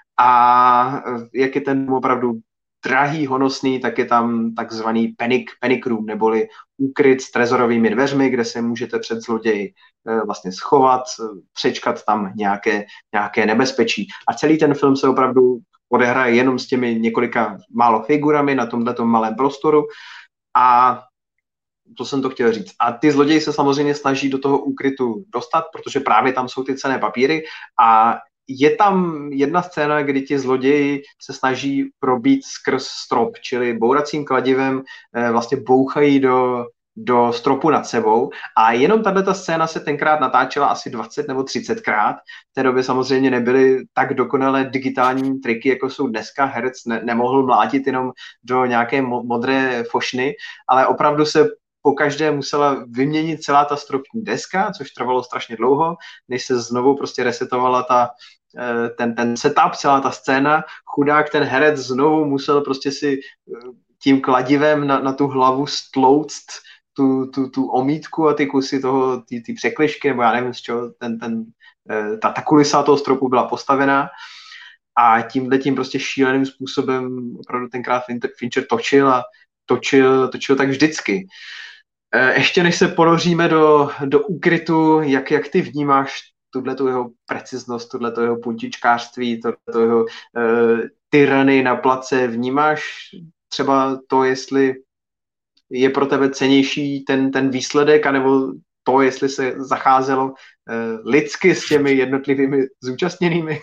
a jak je ten dům opravdu drahý, honosný, tak je tam takzvaný panic, panic room, neboli úkryt s trezorovými dveřmi, kde se můžete před zloději vlastně schovat, přečkat tam nějaké, nějaké nebezpečí. A celý ten film se opravdu odehraje jenom s těmi několika málo figurami na tomhletom malém prostoru a to jsem to chtěl říct. A ty zloději se samozřejmě snaží do toho úkrytu dostat, protože právě tam jsou ty cenné papíry a je tam jedna scéna, kdy ti zloději se snaží probít skrz strop, čili bouracím kladivem eh, vlastně bouchají do, do stropu nad sebou a jenom tato scéna se tenkrát natáčela asi dvacet nebo třicetkrát. V té době samozřejmě nebyly tak dokonalé digitální triky, jako jsou dneska. Herec ne, nemohl mlátit jenom do nějaké mo- modré fošny, ale opravdu se po každé musela vyměnit celá ta stropní deska, což trvalo strašně dlouho, než se znovu prostě resetovala ta, ten, ten setup, celá ta scéna. Chudák ten herec znovu musel prostě si tím kladivem na, na tu hlavu stlouct tu, tu, tu omítku a ty kusy toho, ty, ty překližky, nebo já nevím, z čeho ten, ten, ta, ta kulisa toho stropu byla postavená. A tímhle tím prostě šíleným způsobem opravdu tenkrát Fincher točil a točil, točil tak vždycky. Ještě než se ponoříme do, do Úkrytu, jak, jak ty vnímáš tuhletu jeho preciznost, tuhletu jeho puntičkářství, tuhletu jeho uh, tyrany na place, vnímáš třeba to, jestli je pro tebe cennější ten, ten výsledek, anebo to, jestli se zacházelo uh, lidsky s těmi jednotlivými zúčastněnými?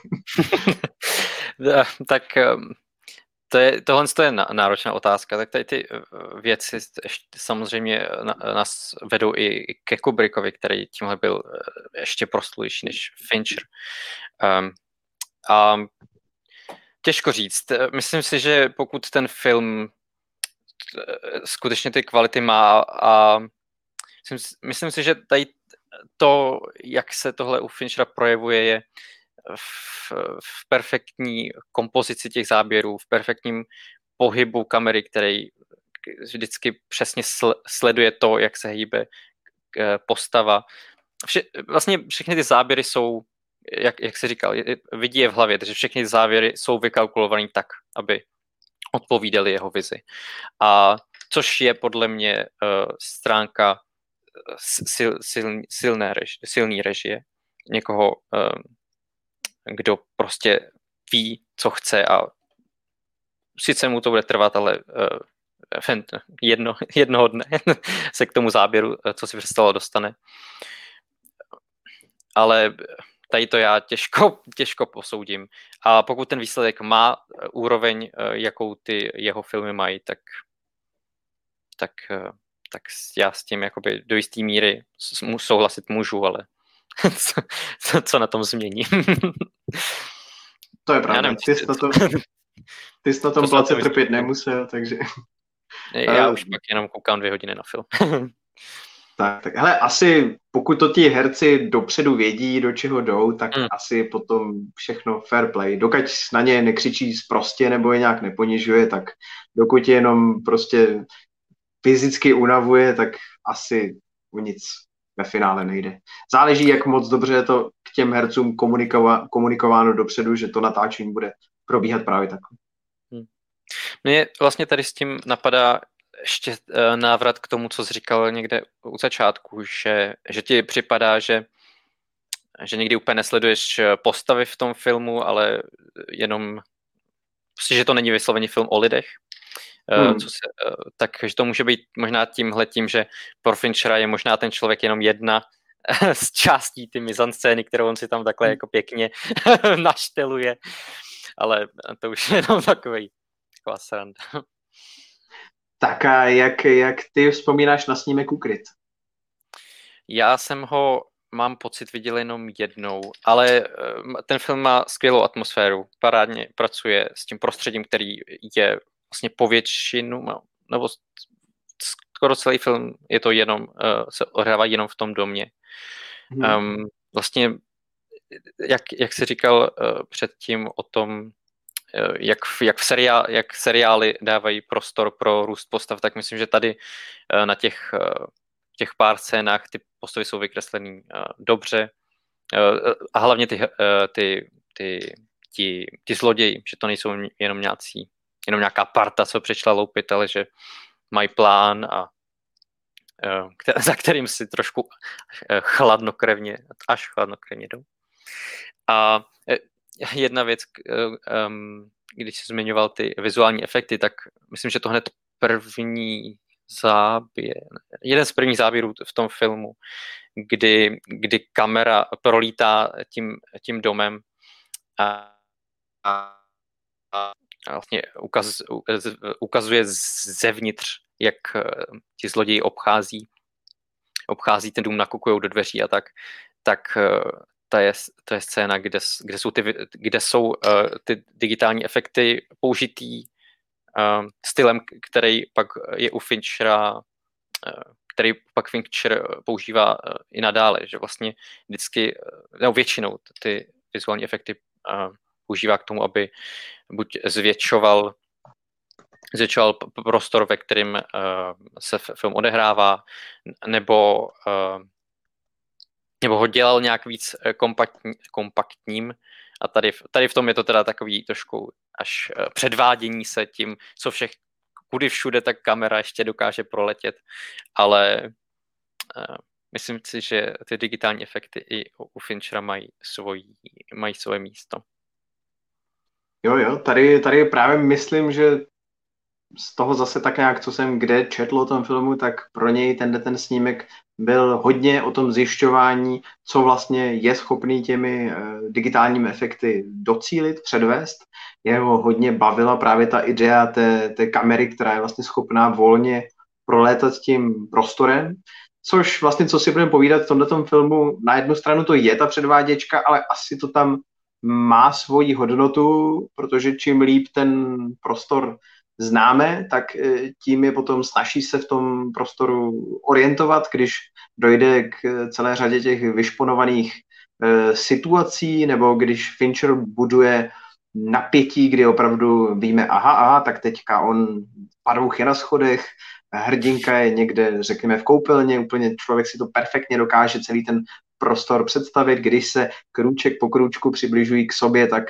Tak to je, tohle je náročná otázka, tak tady ty věci samozřejmě nás vedou i ke Kubrickovi, který tímhle byl ještě proslulejší než Fincher. Um, a těžko říct. Myslím si, že pokud ten film skutečně ty kvality má a myslím, myslím si, že tady to, jak se tohle u Finchera projevuje, je V, v perfektní kompozici těch záběrů, v perfektním pohybu kamery, který vždycky přesně sl- sleduje to, jak se hýbe postava. Vše, vlastně všechny ty záběry jsou jak, jak jsi říkal, vidí je v hlavě, takže všechny závěry jsou vykalkulované tak, aby odpovídaly jeho vizi. A což je podle mě uh, stránka sil, sil, silné reži, silný režie. Někoho, uh, kdo prostě ví, co chce a sice mu to bude trvat, ale uh, jedno, jednoho dne se k tomu záběru, co si představilo, dostane. Ale tady to já těžko, těžko posoudím. A pokud ten výsledek má úroveň, jakou ty jeho filmy mají, tak, tak, tak já s tím jakoby do jisté míry souhlasit můžu, ale co, co, co na tom změním? To je pravda. Nevím, ty jsi na tom, ty jsi na tom place trpět nemusel, takže... Já už pak jenom koukám dvě hodiny na film. Tak, tak hele, asi pokud to ti herci dopředu vědí, do čeho jdou, tak mm. asi potom všechno fair play. Dokud na ně nekřičí sprostě nebo je nějak neponižuje, tak dokud je jenom prostě fyzicky unavuje, tak asi o nic ve finále nejde. Záleží, jak moc dobře je to k těm hercům komunikova- komunikováno dopředu, že to natáčení bude probíhat právě takhle. Mm. Mně vlastně tady s tím napadá ještě návrat k tomu, co jsi říkal někde u začátku, že, že ti připadá, že, že někdy úplně nesleduješ postavy v tom filmu, ale jenom, prostě, že to není vysloveně film o lidech. Hmm. Co se, takže to může být možná tímhletím, že pro Finchera je možná ten člověk jenom jedna z částí ty mizanscény, kterou on si tam takhle jako pěkně našteluje, ale to už je jenom takový taková sranda. Tak a jak, jak ty vzpomínáš na snímek Ukryt? Já jsem ho, mám pocit, viděl jenom jednou, ale ten film má skvělou atmosféru, parádně pracuje s tím prostředím, který je vlastně po většinu, nebo skoro celý film je to jenom, se odehrává jenom v tom domě. Hmm. Um, vlastně, jak, jak jsi říkal předtím o tom, Jak, jak, v seriál, jak seriály dávají prostor pro růst postav, tak myslím, že tady na těch, těch pár scénách ty postavy jsou vykreslený dobře a hlavně ty, ty, ty, ty, ty zloději, že to nejsou jenom nějací, jenom nějaká parta, co přišla loupit, ale že mají plán a za kterým si trošku chladnokrevně, až chladnokrevně jdou. A jedna věc, když jsi zmiňoval ty vizuální efekty, tak myslím, že to hned první záběr, jeden z prvních záběrů v tom filmu, kdy, kdy kamera prolítá tím, tím domem a, a, a vlastně ukaz, ukazuje zevnitř, jak ti zloději obchází, obchází ten dům, nakukujou do dveří a tak, tak To je, to je scéna, kde, kde jsou, ty, kde jsou uh, ty digitální efekty použitý uh, stylem, který pak je u Finchera, uh, který pak Fincher používá uh, i nadále, že vlastně vždycky, uh, no většinou ty vizuální efekty uh, používá k tomu, aby buď zvětšoval, zvětšoval prostor, ve kterém uh, se film odehrává, nebo uh, nebo ho dělal nějak víc kompaktní, kompaktním a tady, tady v tom je to teda takový trošku až předvádění se tím, co všech, kudy všude ta kamera ještě dokáže proletět, ale uh, myslím si, že ty digitální efekty i u Finchera mají, svojí, mají svoje místo. Jo, jo, tady, tady právě myslím, že z toho zase tak nějak, co jsem kde četl o tom filmu, tak pro něj ten, ten snímek byl hodně o tom zjišťování, co vlastně je schopný těmi uh, digitálními efekty docílit, předvést. Jeho hodně bavila právě ta idea té, té kamery, která je vlastně schopná volně prolétat tím prostorem, což vlastně, co si budeme povídat v tomto filmu, na jednu stranu to je ta předváděčka, ale asi to tam má svoji hodnotu, protože čím líp ten prostor známe, tak tím je potom snaží se v tom prostoru orientovat, když dojde k celé řadě těch vyšponovaných e, situací, nebo když Fincher buduje napětí, kdy opravdu víme, aha, aha, tak teďka on padouch je na schodech, hrdinka je někde, řekněme, v koupelně, úplně člověk si to perfektně dokáže celý ten prostor představit, když se krůček po krůčku přibližují k sobě, tak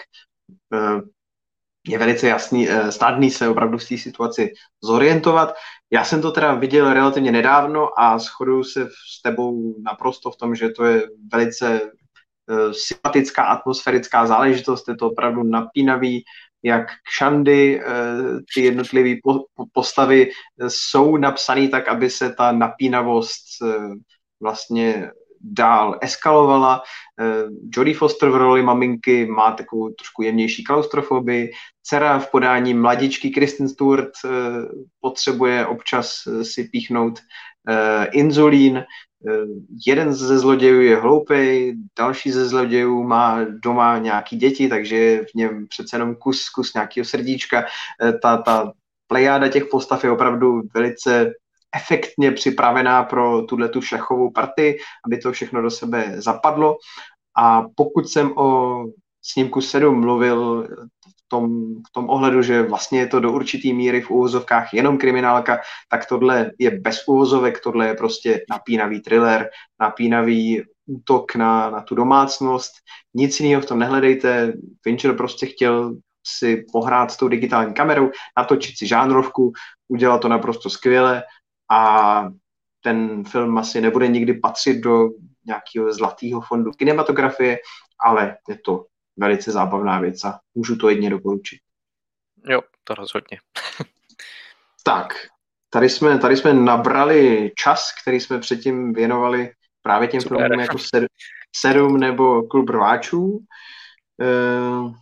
je velice jasný, snadný se opravdu v té situaci zorientovat. Já jsem to teda viděl relativně nedávno a shoduju se s tebou naprosto v tom, že to je velice sympatická, atmosférická záležitost, je to opravdu napínavý, jak kšandy, ty jednotlivé postavy jsou napsané tak, aby se ta napínavost vlastně dál eskalovala. Jodie Foster v roli maminky má takovou trošku jemnější klaustrofobii. Dcera v podání mladičky Kristen Stewart potřebuje občas si píchnout inzulín. Jeden ze zlodějů je hloupej, další ze zlodějů má doma nějaký děti, takže je v něm přece jenom kus, kus nějakého srdíčka. Ta, ta plejáda těch postav je opravdu velice efektně připravená pro tuhletu šachovou partii, aby to všechno do sebe zapadlo. A pokud jsem o snímku sedm mluvil v tom, v tom ohledu, že vlastně je to do určitý míry v úvozovkách jenom kriminálka, tak tohle je bez úvozovek, tohle je prostě napínavý thriller, napínavý útok na, na tu domácnost. Nic jiného v tom nehledejte. Fincher prostě chtěl si pohrát s tou digitální kamerou, natočit si žánrovku, udělat to naprosto skvěle a ten film asi nebude nikdy patřit do nějakého zlatého fondu kinematografie, ale je to velice zábavná věc a můžu to jedně doporučit. Jo, to rozhodně. Tak, tady jsme, tady jsme nabrali čas, který jsme předtím věnovali právě těm Super. filmům jako sed, Sedm nebo Klub rváčů. Uh,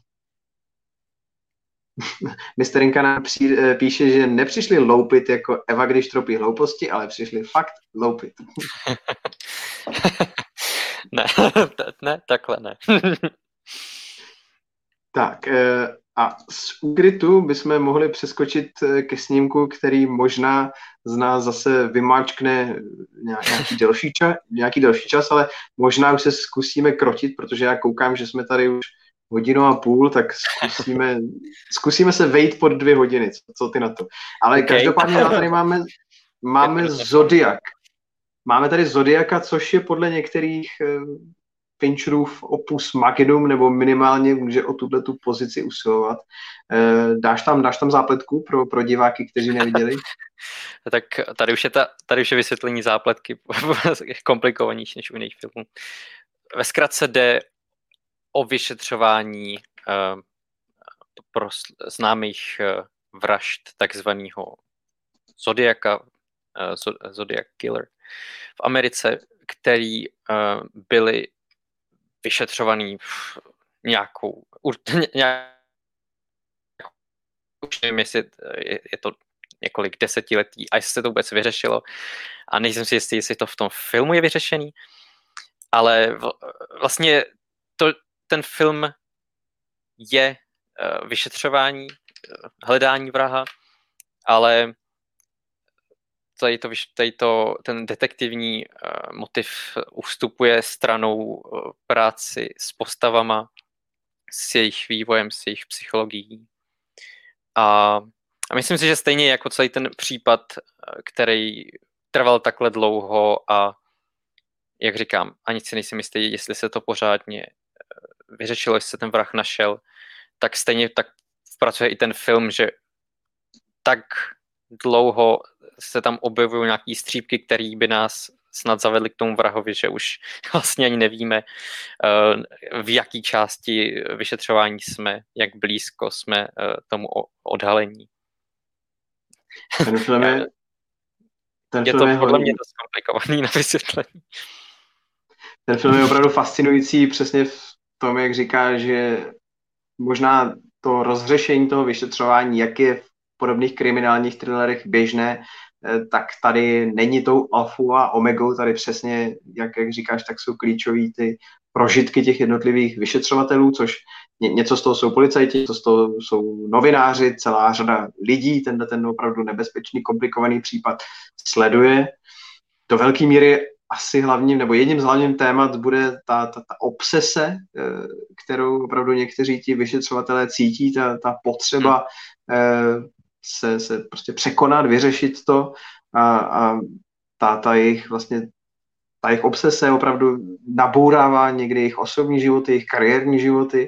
mister Inka nám při, píše, že nepřišli loupit jako Eva, když tropí hlouposti, ale přišli fakt loupit. ne, ne, takhle ne. Tak a z úkrytu bychom mohli přeskočit ke snímku, který možná z nás zase vymáčkne nějaký delší čas, nějaký delší čas, ale možná už se zkusíme krotit, protože já koukám, že jsme tady už hodinu a půl, tak zkusíme, zkusíme se vejít pod dvě hodiny. Co, co ty na to? Ale okay. Každopádně tady máme, máme Zodiak. Máme tady Zodiaka, což je podle některých Fincherův opus magnum, nebo minimálně může o tuhle tu pozici usilovat. Dáš tam, dáš tam zápletku pro, pro diváky, kteří neviděli? Tak tady už je, ta, tady už je vysvětlení zápletky komplikovanější než u jiných filmů. Ve zkratce jde o vyšetřování uh, pro známých uh, vražd takzvaného Zodiaka, uh, Zodiac Killer v Americe, který uh, byli vyšetřovaný nějakou, nějakou už nevím, jestli je, je to několik desetiletí a jestli se to vůbec vyřešilo a nejsem si jistý, jestli to v tom filmu je vyřešený, ale v, vlastně to, ten film je uh, vyšetřování, uh, hledání vraha, ale tady to, tady to, ten detektivní uh, motiv ustupuje stranou uh, práci s postavama, s jejich vývojem, s jejich psychologií. A, a myslím si, že stejně jako celý ten případ, který trval takhle dlouho a jak říkám, ani si nejsem jistý, jestli se to pořádně vyřešilo, jestli se ten vrah našel, tak stejně tak pracuje i ten film, že tak dlouho se tam objevují nějaký střípky, které by nás snad zavedly k tomu vrahovi, že už vlastně ani nevíme, v jaký části vyšetřování jsme, jak blízko jsme tomu odhalení. Ten film je, ten je film to je podle hodně... mě dost komplikovaný na vysvětlení. Ten film je opravdu fascinující přesně v tom, jak říká, že možná to rozřešení toho vyšetřování, jak je v podobných kriminálních thrillerech běžné, tak tady není tou alfou a omegou, tady přesně, jak, jak říkáš, tak jsou klíčový ty prožitky těch jednotlivých vyšetřovatelů, což ně, něco z toho jsou policajti, něco z toho jsou novináři, celá řada lidí, tenhle ten opravdu nebezpečný, komplikovaný případ sleduje. Do velké míry asi hlavním, nebo jedním z hlavních témat bude ta, ta, ta obsese, kterou opravdu někteří ti vyšetřovatelé cítí, ta, ta potřeba hmm. se, se prostě překonat, vyřešit to a, a ta, ta jejich vlastně ta jejich obsese opravdu nabourává někdy jejich osobní životy, jejich kariérní životy,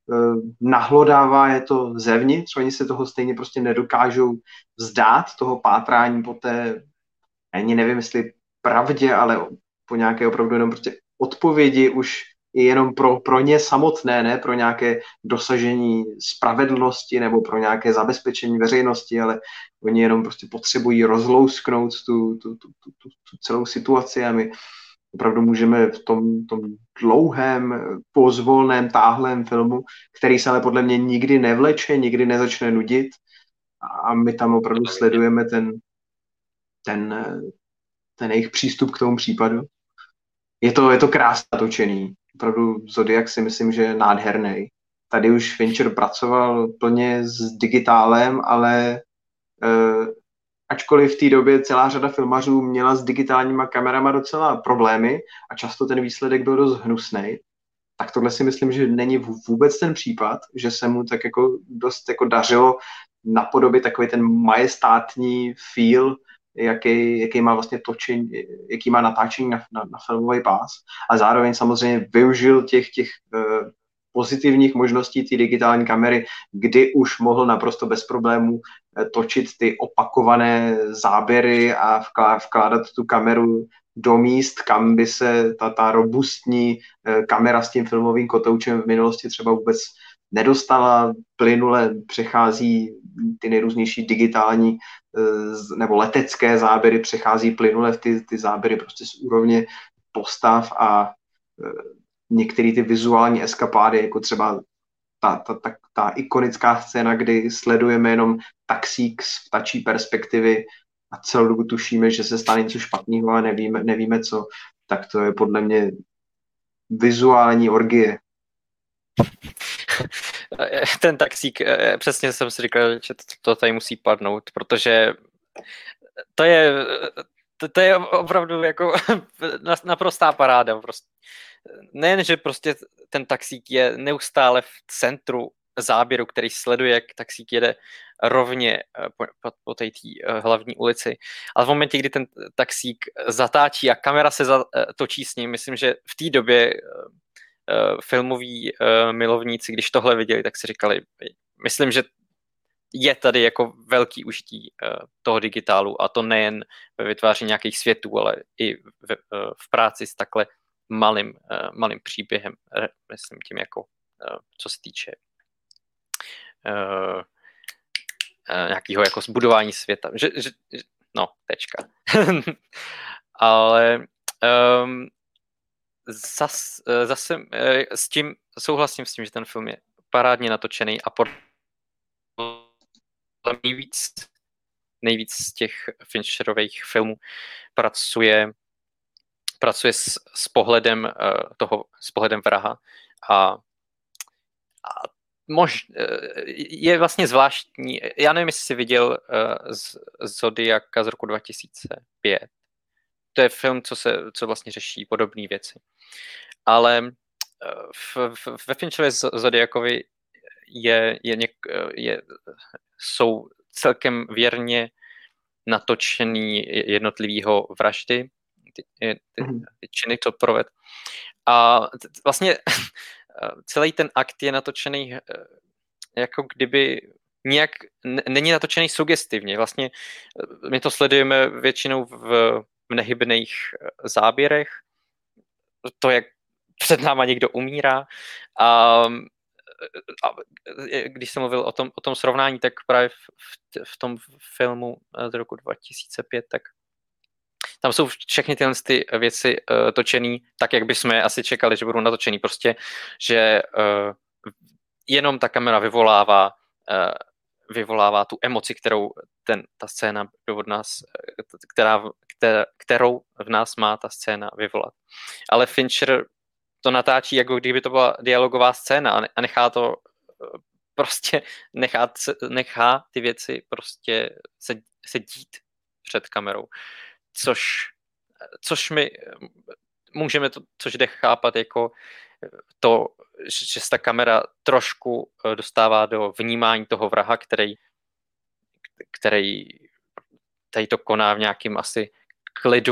nahlodává je to zevnitř, oni se toho stejně prostě nedokážou vzdát, toho pátrání po té, ani nevím, jestli pravdě, ale po nějaké opravdu jenom prostě odpovědi už i jenom pro, pro ně samotné, ne pro nějaké dosažení spravedlnosti nebo pro nějaké zabezpečení veřejnosti, ale oni jenom prostě potřebují rozlousknout tu, tu, tu, tu, tu, tu celou situaci a my opravdu můžeme v tom, tom dlouhém, pozvolném, táhlém filmu, který se ale podle mě nikdy nevleče, nikdy nezačne nudit a my tam opravdu sledujeme ten, ten, ten jejich přístup k tomu případu. Je to, je to krásně točený. Opravdu Zodiak si myslím, že je nádherný. Tady už Fincher pracoval plně s digitálem, ale uh, ačkoliv v té době celá řada filmařů měla s digitálníma kamerama docela problémy a často ten výsledek byl dost hnusnej, tak tohle si myslím, že není vůbec ten případ, že se mu tak jako dost jako dařilo napodobit takový ten majestátní feel, jaký, jaký má vlastně točení, jaký má natáčení na, na, na filmový pás. A zároveň samozřejmě využil těch, těch uh, pozitivních možností té digitální kamery, kdy už mohl naprosto bez problémů točit ty opakované záběry a vklá, vkládat tu kameru do míst, kam by se ta, ta robustní kamera s tím filmovým kotoučem v minulosti třeba vůbec nedostala, plynule přechází ty nejrůznější digitální nebo letecké záběry, přechází plynule v ty, ty záběry prostě z úrovně postav a některé ty vizuální eskapády, jako třeba ta, ta, ta, ta ikonická scéna, kdy sledujeme jenom taxík z ptačí perspektivy a celou dobu tušíme, že se stane něco špatného, ale nevíme, nevíme co, tak to je podle mě vizuální orgie. Ten taxík, přesně jsem si říkal, že to, to tady musí padnout, protože to je, to, to je opravdu jako naprostá paráda. Prostě. Nejen, že prostě ten taxík je neustále v centru záběru, který sleduje, jak taxík jede rovně po, po, po té hlavní ulici, ale v momentě, kdy ten taxík zatáčí a kamera se točí s ním, myslím, že v té době filmoví milovníci, když tohle viděli, tak si říkali, myslím, že je tady jako velký užití toho digitálu a to nejen ve vytváření nějakých světů, ale i v, v práci s takhle malým, malým příběhem, myslím tím jako, co se týče uh, nějakého jako zbudování světa. Že, že, no, tečka. Ale um, zas, zase s tím souhlasím s tím, že ten film je parádně natočený a podle nejvíc, nejvíc z těch Fincherových filmů pracuje pracuje s, s pohledem uh, toho, s pohledem vraha a, a mož, uh, je vlastně zvláštní, já nevím, jestli jsi viděl uh, z, z Zodiaka z roku dva tisíce pět. To je film, co se, co vlastně řeší podobné věci. Ale uh, v, v, ve Fincherově Zodiakovi je, je, něk, je, jsou celkem věrně natočený jednotlivýho vraždy, Ty, ty, ty činy, co proved. A vlastně celý ten akt je natočený jako kdyby nějak není natočený sugestivně. Vlastně my to sledujeme většinou v nehybných záběrech, to, jak před náma někdo umírá. A, a když jsem mluvil o tom, o tom srovnání, tak právě v, v tom filmu z roku dva tisíce pět, tak tam jsou všechny tyhle ty věci uh, točený tak, jak bychom asi čekali, že budou natočený. Prostě, že uh, jenom ta kamera vyvolává, uh, vyvolává tu emoci, kterou ten, ta scéna od nás, která, která, kterou v nás má ta scéna vyvolat. Ale Fincher to natáčí, jako kdyby to byla dialogová scéna a nechá to prostě, nechá, nechá ty věci prostě se, se dít před kamerou. Což, což my můžeme to, což jde chápat jako to, že se ta kamera trošku dostává do vnímání toho vraha, který, který tady to koná v nějakým asi klidu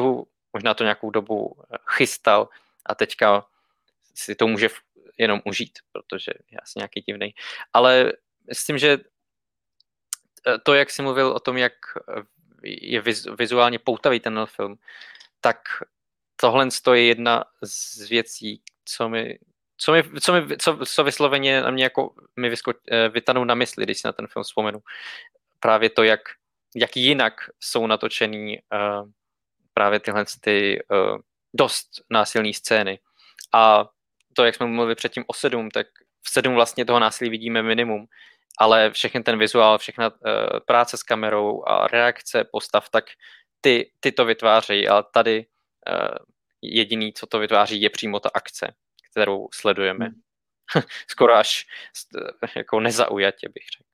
možná to nějakou dobu chystal a teďka si to může jenom užít, protože je asi nějaký divnej. Ale myslím, že to, jak jsi mluvil o tom, jak je vizuálně poutavý ten film, tak tohle je jedna z věcí, co mi, co mi, co mi co, co vysloveně na mě jako mi vysko, vytanou na mysli, když si na ten film vzpomenu. Právě to, jak, jak jinak jsou natočený uh, právě tyhle ty uh, dost násilné scény. A to, jak jsme mluvili předtím o sedm, tak v sedm vlastně toho násilí vidíme minimum, ale všechny ten vizuál, všechna uh, práce s kamerou a reakce postav, tak ty, ty to vytvářejí, ale tady uh, jediný, co to vytváří, je přímo ta akce, kterou sledujeme. Hmm. Skoro až jako nezaujatě, bych řekl.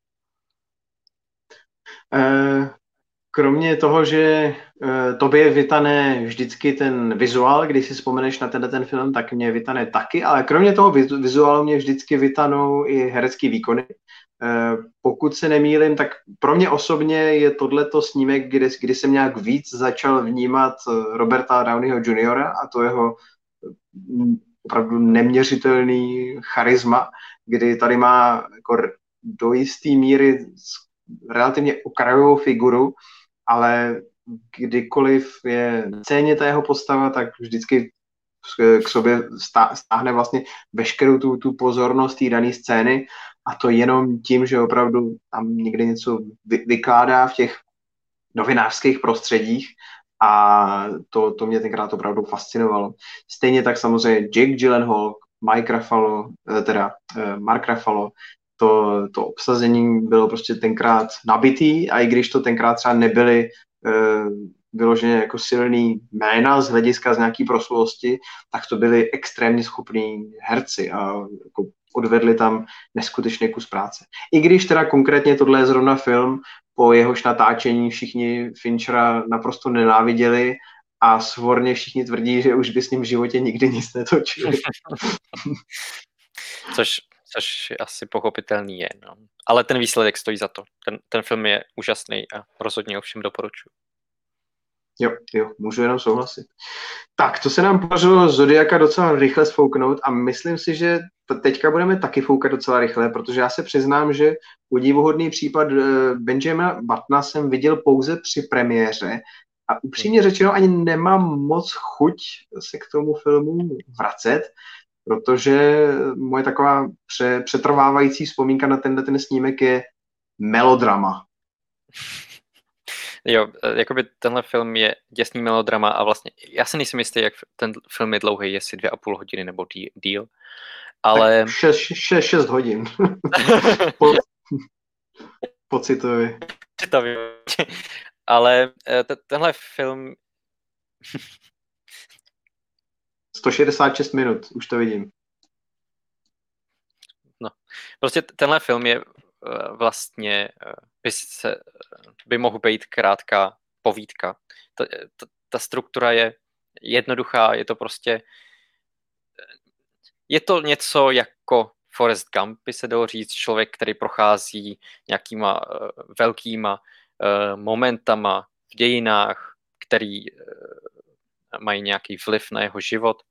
Uh... Kromě toho, že uh, tobě vytane vždycky ten vizuál, když si vzpomeneš na tenhle ten film, tak mě vytane taky, ale kromě toho vizuálu mě vždycky vytanou i herecký výkony. Uh, pokud se nemýlím, tak pro mě osobně je tohleto snímek, kdy, kdy jsem nějak víc začal vnímat Roberta Downeyho juniora a to jeho opravdu neměřitelný charisma, kdy tady má jako do jisté míry relativně okrajovou figuru, ale kdykoliv je céně ta jeho postava, tak vždycky k sobě stáhne vlastně veškerou tu, tu pozornost té dané scény a to jenom tím, že opravdu tam někde něco vy, vykládá v těch novinářských prostředích a to, to mě tenkrát opravdu fascinovalo. Stejně tak samozřejmě Jake Gyllenhaal, Mike Ruffalo, teda Mark Ruffalo, To, to obsazení bylo prostě tenkrát nabitý a i když to tenkrát třeba nebyly e, vyloženě jako silný jména z hlediska z nějaký proslulosti, tak to byli extrémně schopní herci a jako odvedli tam neskutečný kus práce. I když teda konkrétně tohle je zrovna film, po jehož natáčení všichni Finchera naprosto nenáviděli a svorně všichni tvrdí, že už by s ním v životě nikdy nic netočili. Což Což asi pochopitelný je. No. Ale ten výsledek stojí za to. Ten, ten film je úžasný a rozhodně ho všem doporučuji. Jo, jo, můžu jenom souhlasit. Tak, to se nám podařilo Zodiaka docela rychle sfouknout a myslím si, že teďka budeme taky foukat docela rychle, protože já se přiznám, že udivuhodný případ Benjamina Buttona jsem viděl pouze při premiéře a upřímně řečeno ani nemám moc chuť se k tomu filmu vracet, protože moje taková pře- přetrvávající vzpomínka na tenhle ten snímek je melodrama. Jo, jakoby tenhle film je děsný melodrama a vlastně já si nejsem jistý, jak ten film je dlouhý, jestli dvě a půl hodiny nebo díl, ale... Šest, šest, šest hodin. po, pocitově. Ale t- tenhle film... sto šedesát šest minut, už to vidím. No, prostě tenhle film je uh, vlastně, uh, by, se, by mohl být krátká povídka. Ta, ta, ta struktura je jednoduchá, je to prostě, je to něco jako Forrest Gump, by se dalo říct, člověk, který prochází nějakýma uh, velkýma uh, momentama v dějinách, který uh, mají nějaký vliv na jeho život.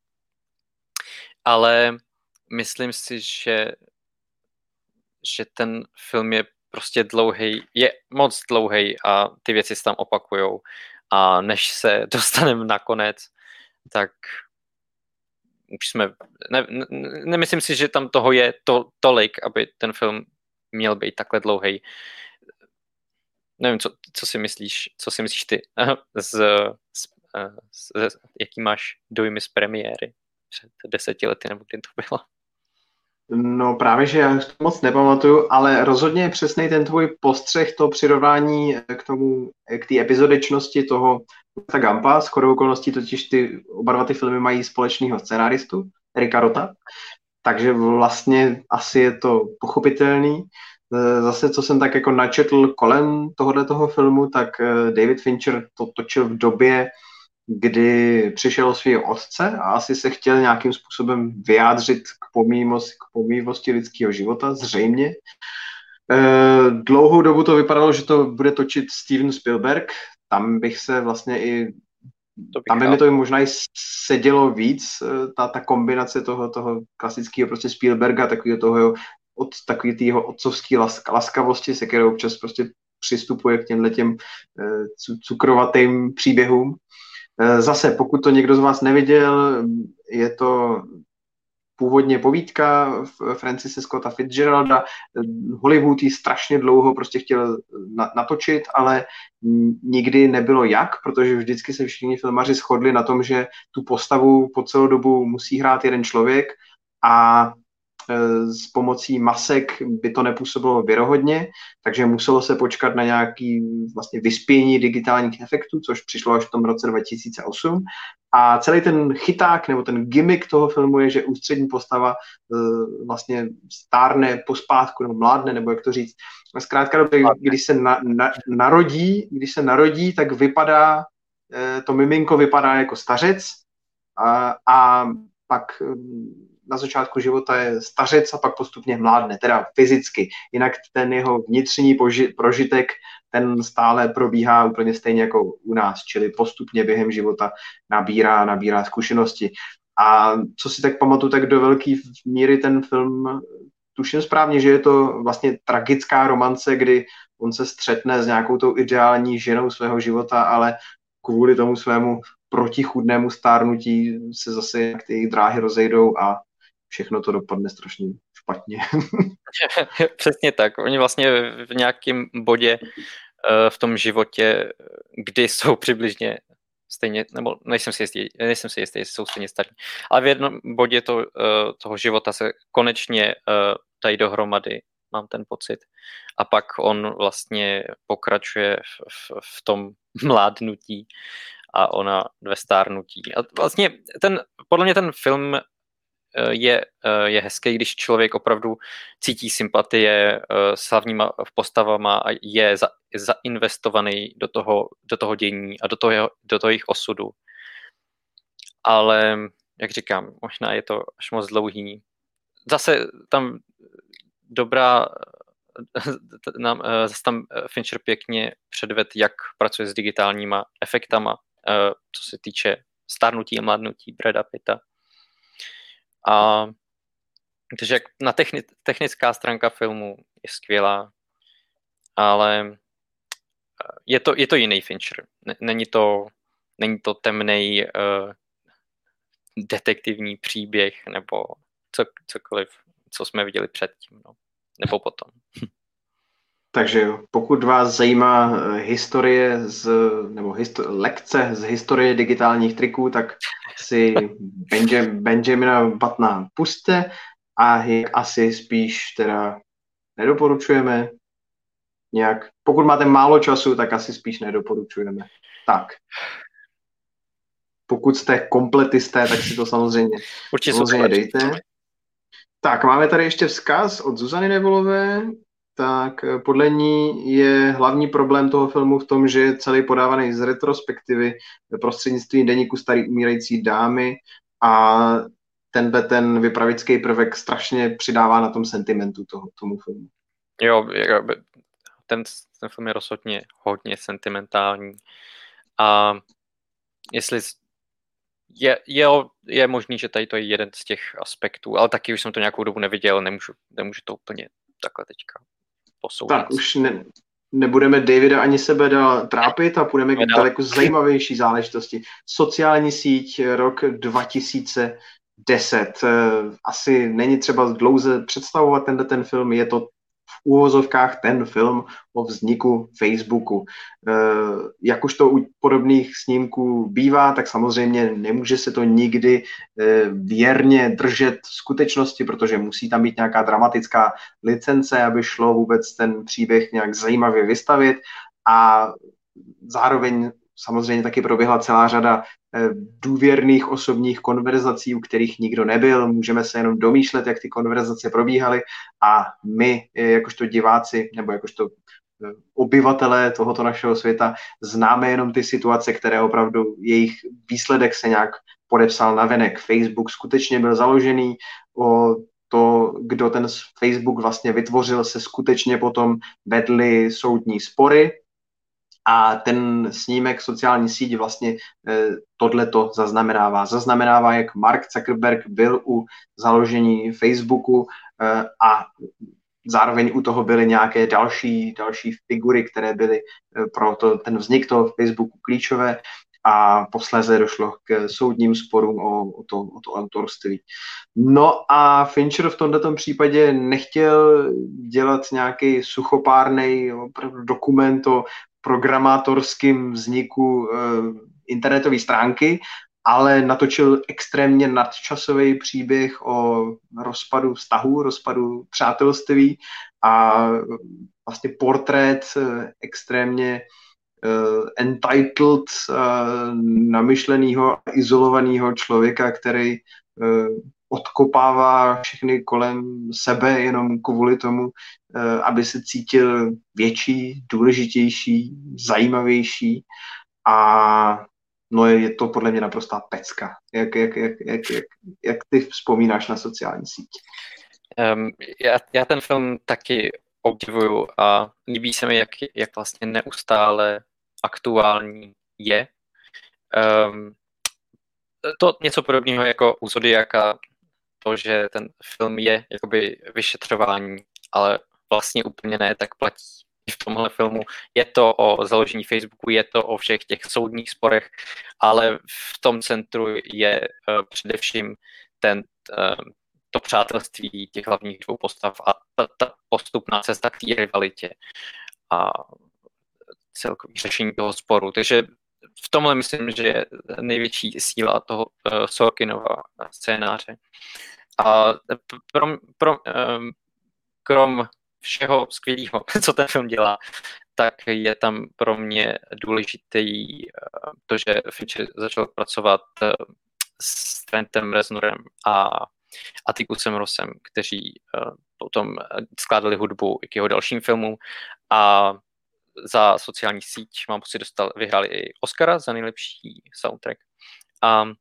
Ale myslím si, že, že ten film je prostě dlouhý, je moc dlouhý a ty věci se tam opakujou. A než se dostaneme na konec, tak už jsme, ne, ne, nemyslím si, že tam toho je to, tolik, aby ten film měl být takhle dlouhý. Nevím, co, co si myslíš, co si myslíš ty z, z, z, jaký máš dojmy z premiéry před deseti lety, nebo kdy to bylo? No právě, že já to moc nepamatuju, ale rozhodně je přesnej ten tvůj postřeh, to přirovnání k tomu, k té epizodečnosti toho Gumpa. Shodou okolností totiž ty, oba dva ty filmy mají společného scenáristu, Erika Rota, takže vlastně asi je to pochopitelný. Zase, co jsem tak jako načetl kolem tohoto filmu, tak David Fincher to točil v době, kdy přišel o svého otce a asi se chtěl nějakým způsobem vyjádřit k pomývosti, k pomývosti lidského života, zřejmě. E, dlouhou dobu to vypadalo, že to bude točit Steven Spielberg. Tam bych se vlastně i To tam by bych mi to i možná i sedělo víc, ta, ta kombinace toho, toho klasického prostě Spielberga, takového toho od takový tého otcovské lask, laskavosti, se kterou občas prostě přistupuje k těmhle těm cukrovatým příběhům. Zase, pokud to někdo z vás neviděl, je to původně povídka Francise Scotta Fitzgeralda. Hollywood ji strašně dlouho prostě chtěl natočit, ale nikdy nebylo jak, protože vždycky se všichni filmaři shodli na tom, že tu postavu po celou dobu musí hrát jeden člověk a s pomocí masek by to nepůsobilo věrohodně, takže muselo se počkat na nějaký vlastně vyspění digitálních efektů, což přišlo až v tom roce dva tisíce osm. A celý ten chyták nebo ten gimmick toho filmu je, že ústřední postava vlastně stárne pospátku nebo mládne, nebo jak to říct. Zkrátka, když se na, na, narodí, když se narodí, tak vypadá, to miminko vypadá jako stařec a, a pak na začátku života je stařec a pak postupně mládne, teda fyzicky. Jinak ten jeho vnitřní poži- prožitek, ten stále probíhá úplně stejně jako u nás, čili postupně během života nabírá, nabírá zkušenosti. A co si tak pamatuju, tak do velké míry ten film, tuším správně, že je to vlastně tragická romance, kdy on se střetne s nějakou tou ideální ženou svého života, ale kvůli tomu svému protichůdnému stárnutí se zase ty jejich dráhy rozejdou a všechno to dopadne strašně špatně. Přesně tak. Oni vlastně v nějakém bodě v tom životě, kdy jsou přibližně stejně, nebo nejsem si jistý, nejsem si jistý, jestli jsou stejně starí, ale v jednom bodě to, toho života se konečně dají dohromady, mám ten pocit. A pak on vlastně pokračuje v, v, v tom mládnutí a ona ve stárnutí. A vlastně ten, podle mě ten film je, je hezký, když člověk opravdu cítí sympatie s hlavníma postavama a je za, zainvestovaný do toho, do toho dění a do toho, do toho jejich osudu. Ale, jak říkám, možná je to až moc dlouhý. Zase tam dobrá, nám, zase tam Fincher pěkně předved, jak pracuje s digitálníma efektama, co se týče stárnutí a mladnutí Brada Pitta. A takže na techni- technická stránka filmu je skvělá, ale je to, je to jiný Fincher. Není to, není to temnej uh, detektivní příběh nebo co, cokoliv, co jsme viděli předtím, no. Nebo potom. Takže pokud vás zajímá historie z, nebo histo- lekce z historie digitálních triků, tak si Benjam, Benjamina Buttona pusťte a asi spíš teda nedoporučujeme nějak. Pokud máte málo času, tak asi spíš nedoporučujeme. Tak. Pokud jste kompletisté, tak si to samozřejmě, Určitě samozřejmě dejte. Tak, máme tady ještě vzkaz od Zuzany Nevolové. Tak podle ní je hlavní problém toho filmu v tom, že je celý podávaný z retrospektivy prostřednictvím deníku starý umírající dámy a tenhle ten vypravický prvek strašně přidává na tom sentimentu toho, tomu filmu. Jo, ten, ten film je rozhodně hodně sentimentální a jestli je, je, je možný, že tady to je jeden z těch aspektů, ale taky už jsem to nějakou dobu neviděl, nemůžu, nemůžu to úplně takhle teďka posouvat. Tak už ne, nebudeme Davida ani sebe dál trápit a půjdeme k daleko zajímavější záležitosti. Sociální síť rok dva tisíce deset. Asi není třeba dlouze představovat tenhle ten film, je to v úvozovkách ten film o vzniku Facebooku. Jak už to u podobných snímků bývá, tak samozřejmě nemůže se to nikdy věrně držet skutečnosti, protože musí tam být nějaká dramatická licence, aby šlo vůbec ten příběh nějak zajímavě vystavit a zároveň samozřejmě taky proběhla celá řada důvěrných osobních konverzací, u kterých nikdo nebyl. Můžeme se jenom domýšlet, jak ty konverzace probíhaly a my, jakožto diváci nebo jakožto obyvatelé tohoto našeho světa, známe jenom ty situace, které opravdu jejich výsledek se nějak podepsal navenek. Facebook skutečně byl založený, o to, kdo ten Facebook vlastně vytvořil, se skutečně potom vedly soudní spory A ten snímek sociální síť vlastně tohleto zaznamenává. Zaznamenává, jak Mark Zuckerberg byl u založení Facebooku a zároveň u toho byly nějaké další, další figury, které byly pro to, ten vznik toho Facebooku klíčové a posléze došlo k soudním sporům o, o, to, o to autorství. No a Fincher v tomto případě nechtěl dělat nějaký suchopárnej dokument o programátorském vzniku eh, internetové stránky, ale natočil extrémně nadčasový příběh o rozpadu vztahu, rozpadu přátelství a vlastně portrét eh, extrémně uh, entitled, uh, namyšlenýho, izolovaného člověka, který uh, odkopává všechny kolem sebe jenom kvůli tomu, uh, aby se cítil větší, důležitější, zajímavější a no je to podle mě naprostá pecka. Jak, jak, jak, jak, jak, jak ty vzpomínáš na sociální síť? Um, já, já ten film taky obdivuju a líbí se mi, jak, jak vlastně neustále aktuální je. Um, to něco podobného jako u Zodiaka, to, že ten film je jakoby vyšetřování, ale vlastně úplně ne, tak platí v tomhle filmu. Je to o založení Facebooku, je to o všech těch soudních sporech, ale v tom centru je uh, především ten uh, to přátelství těch hlavních dvou postav a ta, ta postupná cesta k té rivalitě a celkový řešení toho sporu. Takže v tomhle myslím, že je největší síla toho uh, Sorkinova scénáře. A pro, pro, um, krom všeho skvělého, co ten film dělá, tak je tam pro mě důležitý uh, to, že Fincher začal pracovat uh, s Trentem Reznorem a Atticusem Rossem, kteří uh, potom skládali hudbu k jeho dalším filmům a za sociální síť, mám pocit, dostal, vyhráli i Oscara za nejlepší soundtrack. A uh,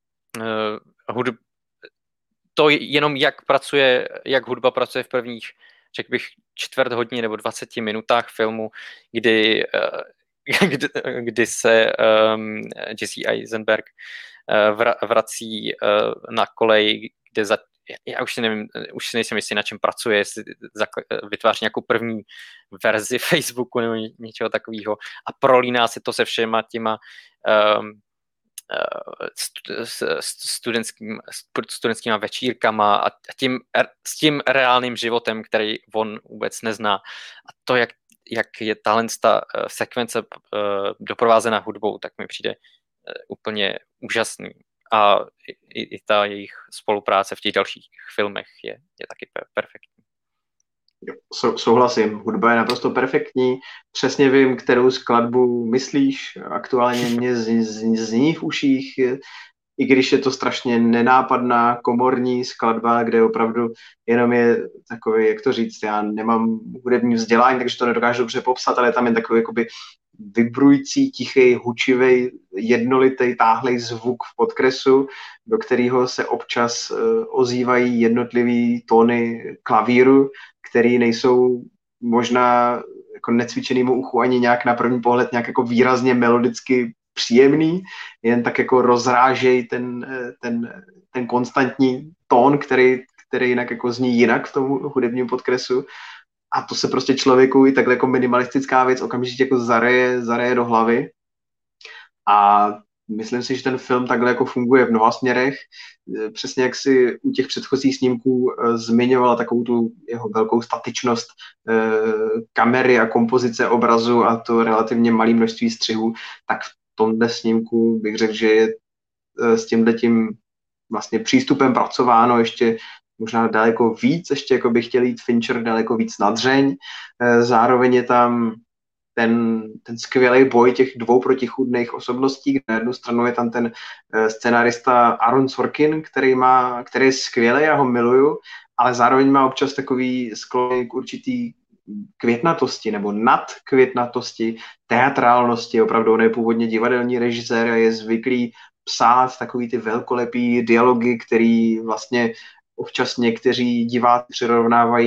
hudb, to jenom jak pracuje, jak hudba pracuje v prvních, řekl bych, čtvrt hodiny nebo dvaceti minutách filmu, kdy, uh, kdy, kdy se um, Jesse Eisenberg uh, vrací uh, na kolej, kde za, já už si nevím, už si nejsem jistý, na čem pracuje, jestli vytváří nějakou první verzi Facebooku nebo něčeho takového a prolíná se to se všema těma um, studentským, studentskýma večírkama a tím, s tím reálným životem, který on vůbec nezná. A to, jak, jak je tahle ta sekvence doprovázená hudbou, tak mi přijde úplně úžasný. A i, i ta jejich spolupráce v těch dalších filmech je, je taky perfektní. Sou, souhlasím, hudba je naprosto perfektní, přesně vím, kterou skladbu myslíš, aktuálně mě zní, zní v uších, i když je to strašně nenápadná komorní skladba, kde opravdu jenom je takový, jak to říct, já nemám hudební vzdělání, takže to nedokážu dobře popsat, ale tam je takový jakoby vibrující, tichý, hučivý, jednolitý, táhlej zvuk v podkresu, do kterého se občas uh, ozývají jednotlivý tóny klavíru, který nejsou možná jako necvičenýmu uchu ani nějak na první pohled nějak jako výrazně melodicky příjemný, jen tak jako rozrážej ten, ten, ten konstantní tón, který, který jinak jako zní jinak v tom hudebním podkresu. A to se prostě člověku i takhle jako minimalistická věc okamžitě jako zareje, zareje do hlavy. A myslím si, že ten film takhle jako funguje v mnoha směrech. Přesně jak si u těch předchozích snímků zmiňovala takovou tu jeho velkou statičnost kamery a kompozice obrazu a to relativně malé množství střihů, tak v tomhle snímku bych řekl, že je s tímhletím vlastně přístupem pracováno ještě možná daleko víc, ještě jako by chtěl jít Fincher daleko víc na dřeň. Zároveň je tam ten, ten skvělý boj těch dvou protichůdných osobností, kde na jednu stranu je tam ten scenárista Aaron Sorkin, který, má, který je skvělý, já ho miluju, ale zároveň má občas takový sklon k určitý květnatosti nebo nadkvětnatosti, teatrálnosti, opravdu on je původně divadelní režisér a je zvyklý psát takový ty velkolepý dialogy, který vlastně občas někteří diváci přirovnávají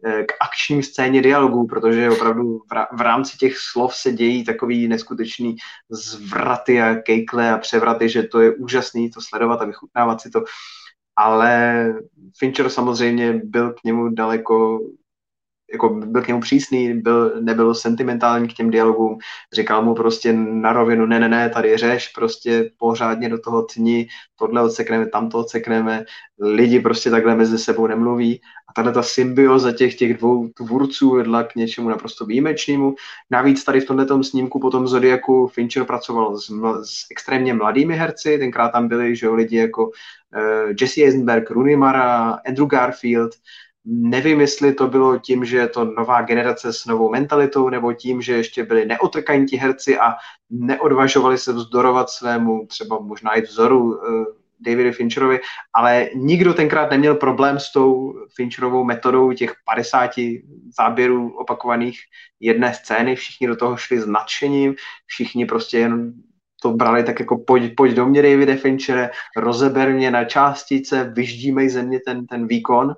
k akčním scéně dialogů, protože opravdu v rámci těch slov se dějí takový neskutečný zvraty a kejkle a převraty, že to je úžasný to sledovat a vychutnávat si to. Ale Fincher samozřejmě byl k němu daleko jako byl k němu přísný, byl, nebyl sentimentální k těm dialogům, říkal mu prostě na rovinu, ne, ne, ne, tady řeš, prostě pořádně do toho tni, tohle odsekneme, tamto odsekneme, lidi prostě takhle mezi sebou nemluví a tahle ta symbioza těch, těch dvou tvůrců vedla k něčemu naprosto výjimečnému. Navíc tady v tomhletom snímku potom Zodiaku Fincher pracoval s, s extrémně mladými herci, tenkrát tam byli, že jo, lidi jako uh, Jesse Eisenberg, Rooney Mara, Andrew Garfield. Nevím, jestli to bylo tím, že je to nová generace s novou mentalitou, nebo tím, že ještě byli neotrkaní ti herci a neodvažovali se vzdorovat svému třeba možná i vzoru uh, Davidu Fincherovi, ale nikdo tenkrát neměl problém s tou Fincherovou metodou těch padesáti záběrů opakovaných jedné scény. Všichni do toho šli s nadšením, všichni prostě jen to brali tak jako pojď, pojď do mě, Davide Finchere, rozeber mě na částice, vyždímej ze mě ten, ten výkon.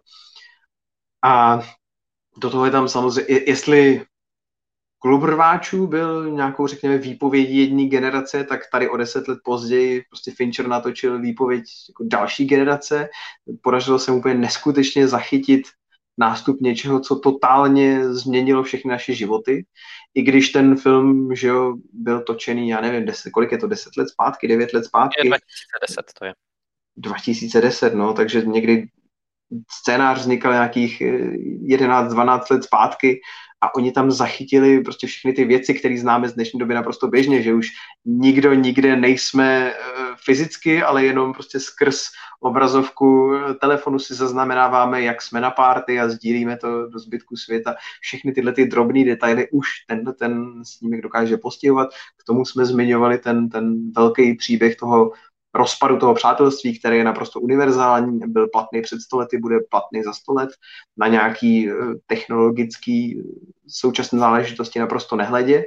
A do toho je tam samozřejmě, jestli Klub rváčů byl nějakou, řekněme, výpovědí jedné generace, tak tady o deset let později prostě Fincher natočil výpověď jako další generace. Podařilo se mu úplně neskutečně zachytit nástup něčeho, co totálně změnilo všechny naše životy. I když ten film, že jo, byl točený, já nevím, deset, kolik je to, deset let zpátky, devět let zpátky? Je dva tisíce deset to je. dva tisíce deset, no, takže někdy scénář vznikal nějakých jedenáct dvanáct let zpátky a oni tam zachytili prostě všechny ty věci, které známe z dnešní doby naprosto běžně, že už nikdo nikde nejsme fyzicky, ale jenom prostě skrz obrazovku telefonu si zaznamenáváme, jak jsme na party a sdílíme to do zbytku světa. Všechny tyhle ty drobné detaily už tenhle ten snímek dokáže postihovat. K tomu jsme zmiňovali ten, ten velký příběh toho rozpadu toho přátelství, který je naprosto univerzální, byl platný před sto lety, bude platný za sto let, na nějaký technologický současné záležitosti naprosto nehledě.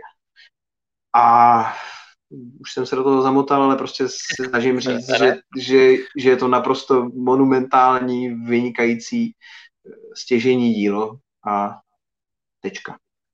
A už jsem se do toho zamotal, ale prostě si snažím říct, že, že, že je to naprosto monumentální, vynikající stěžejní dílo a tečka.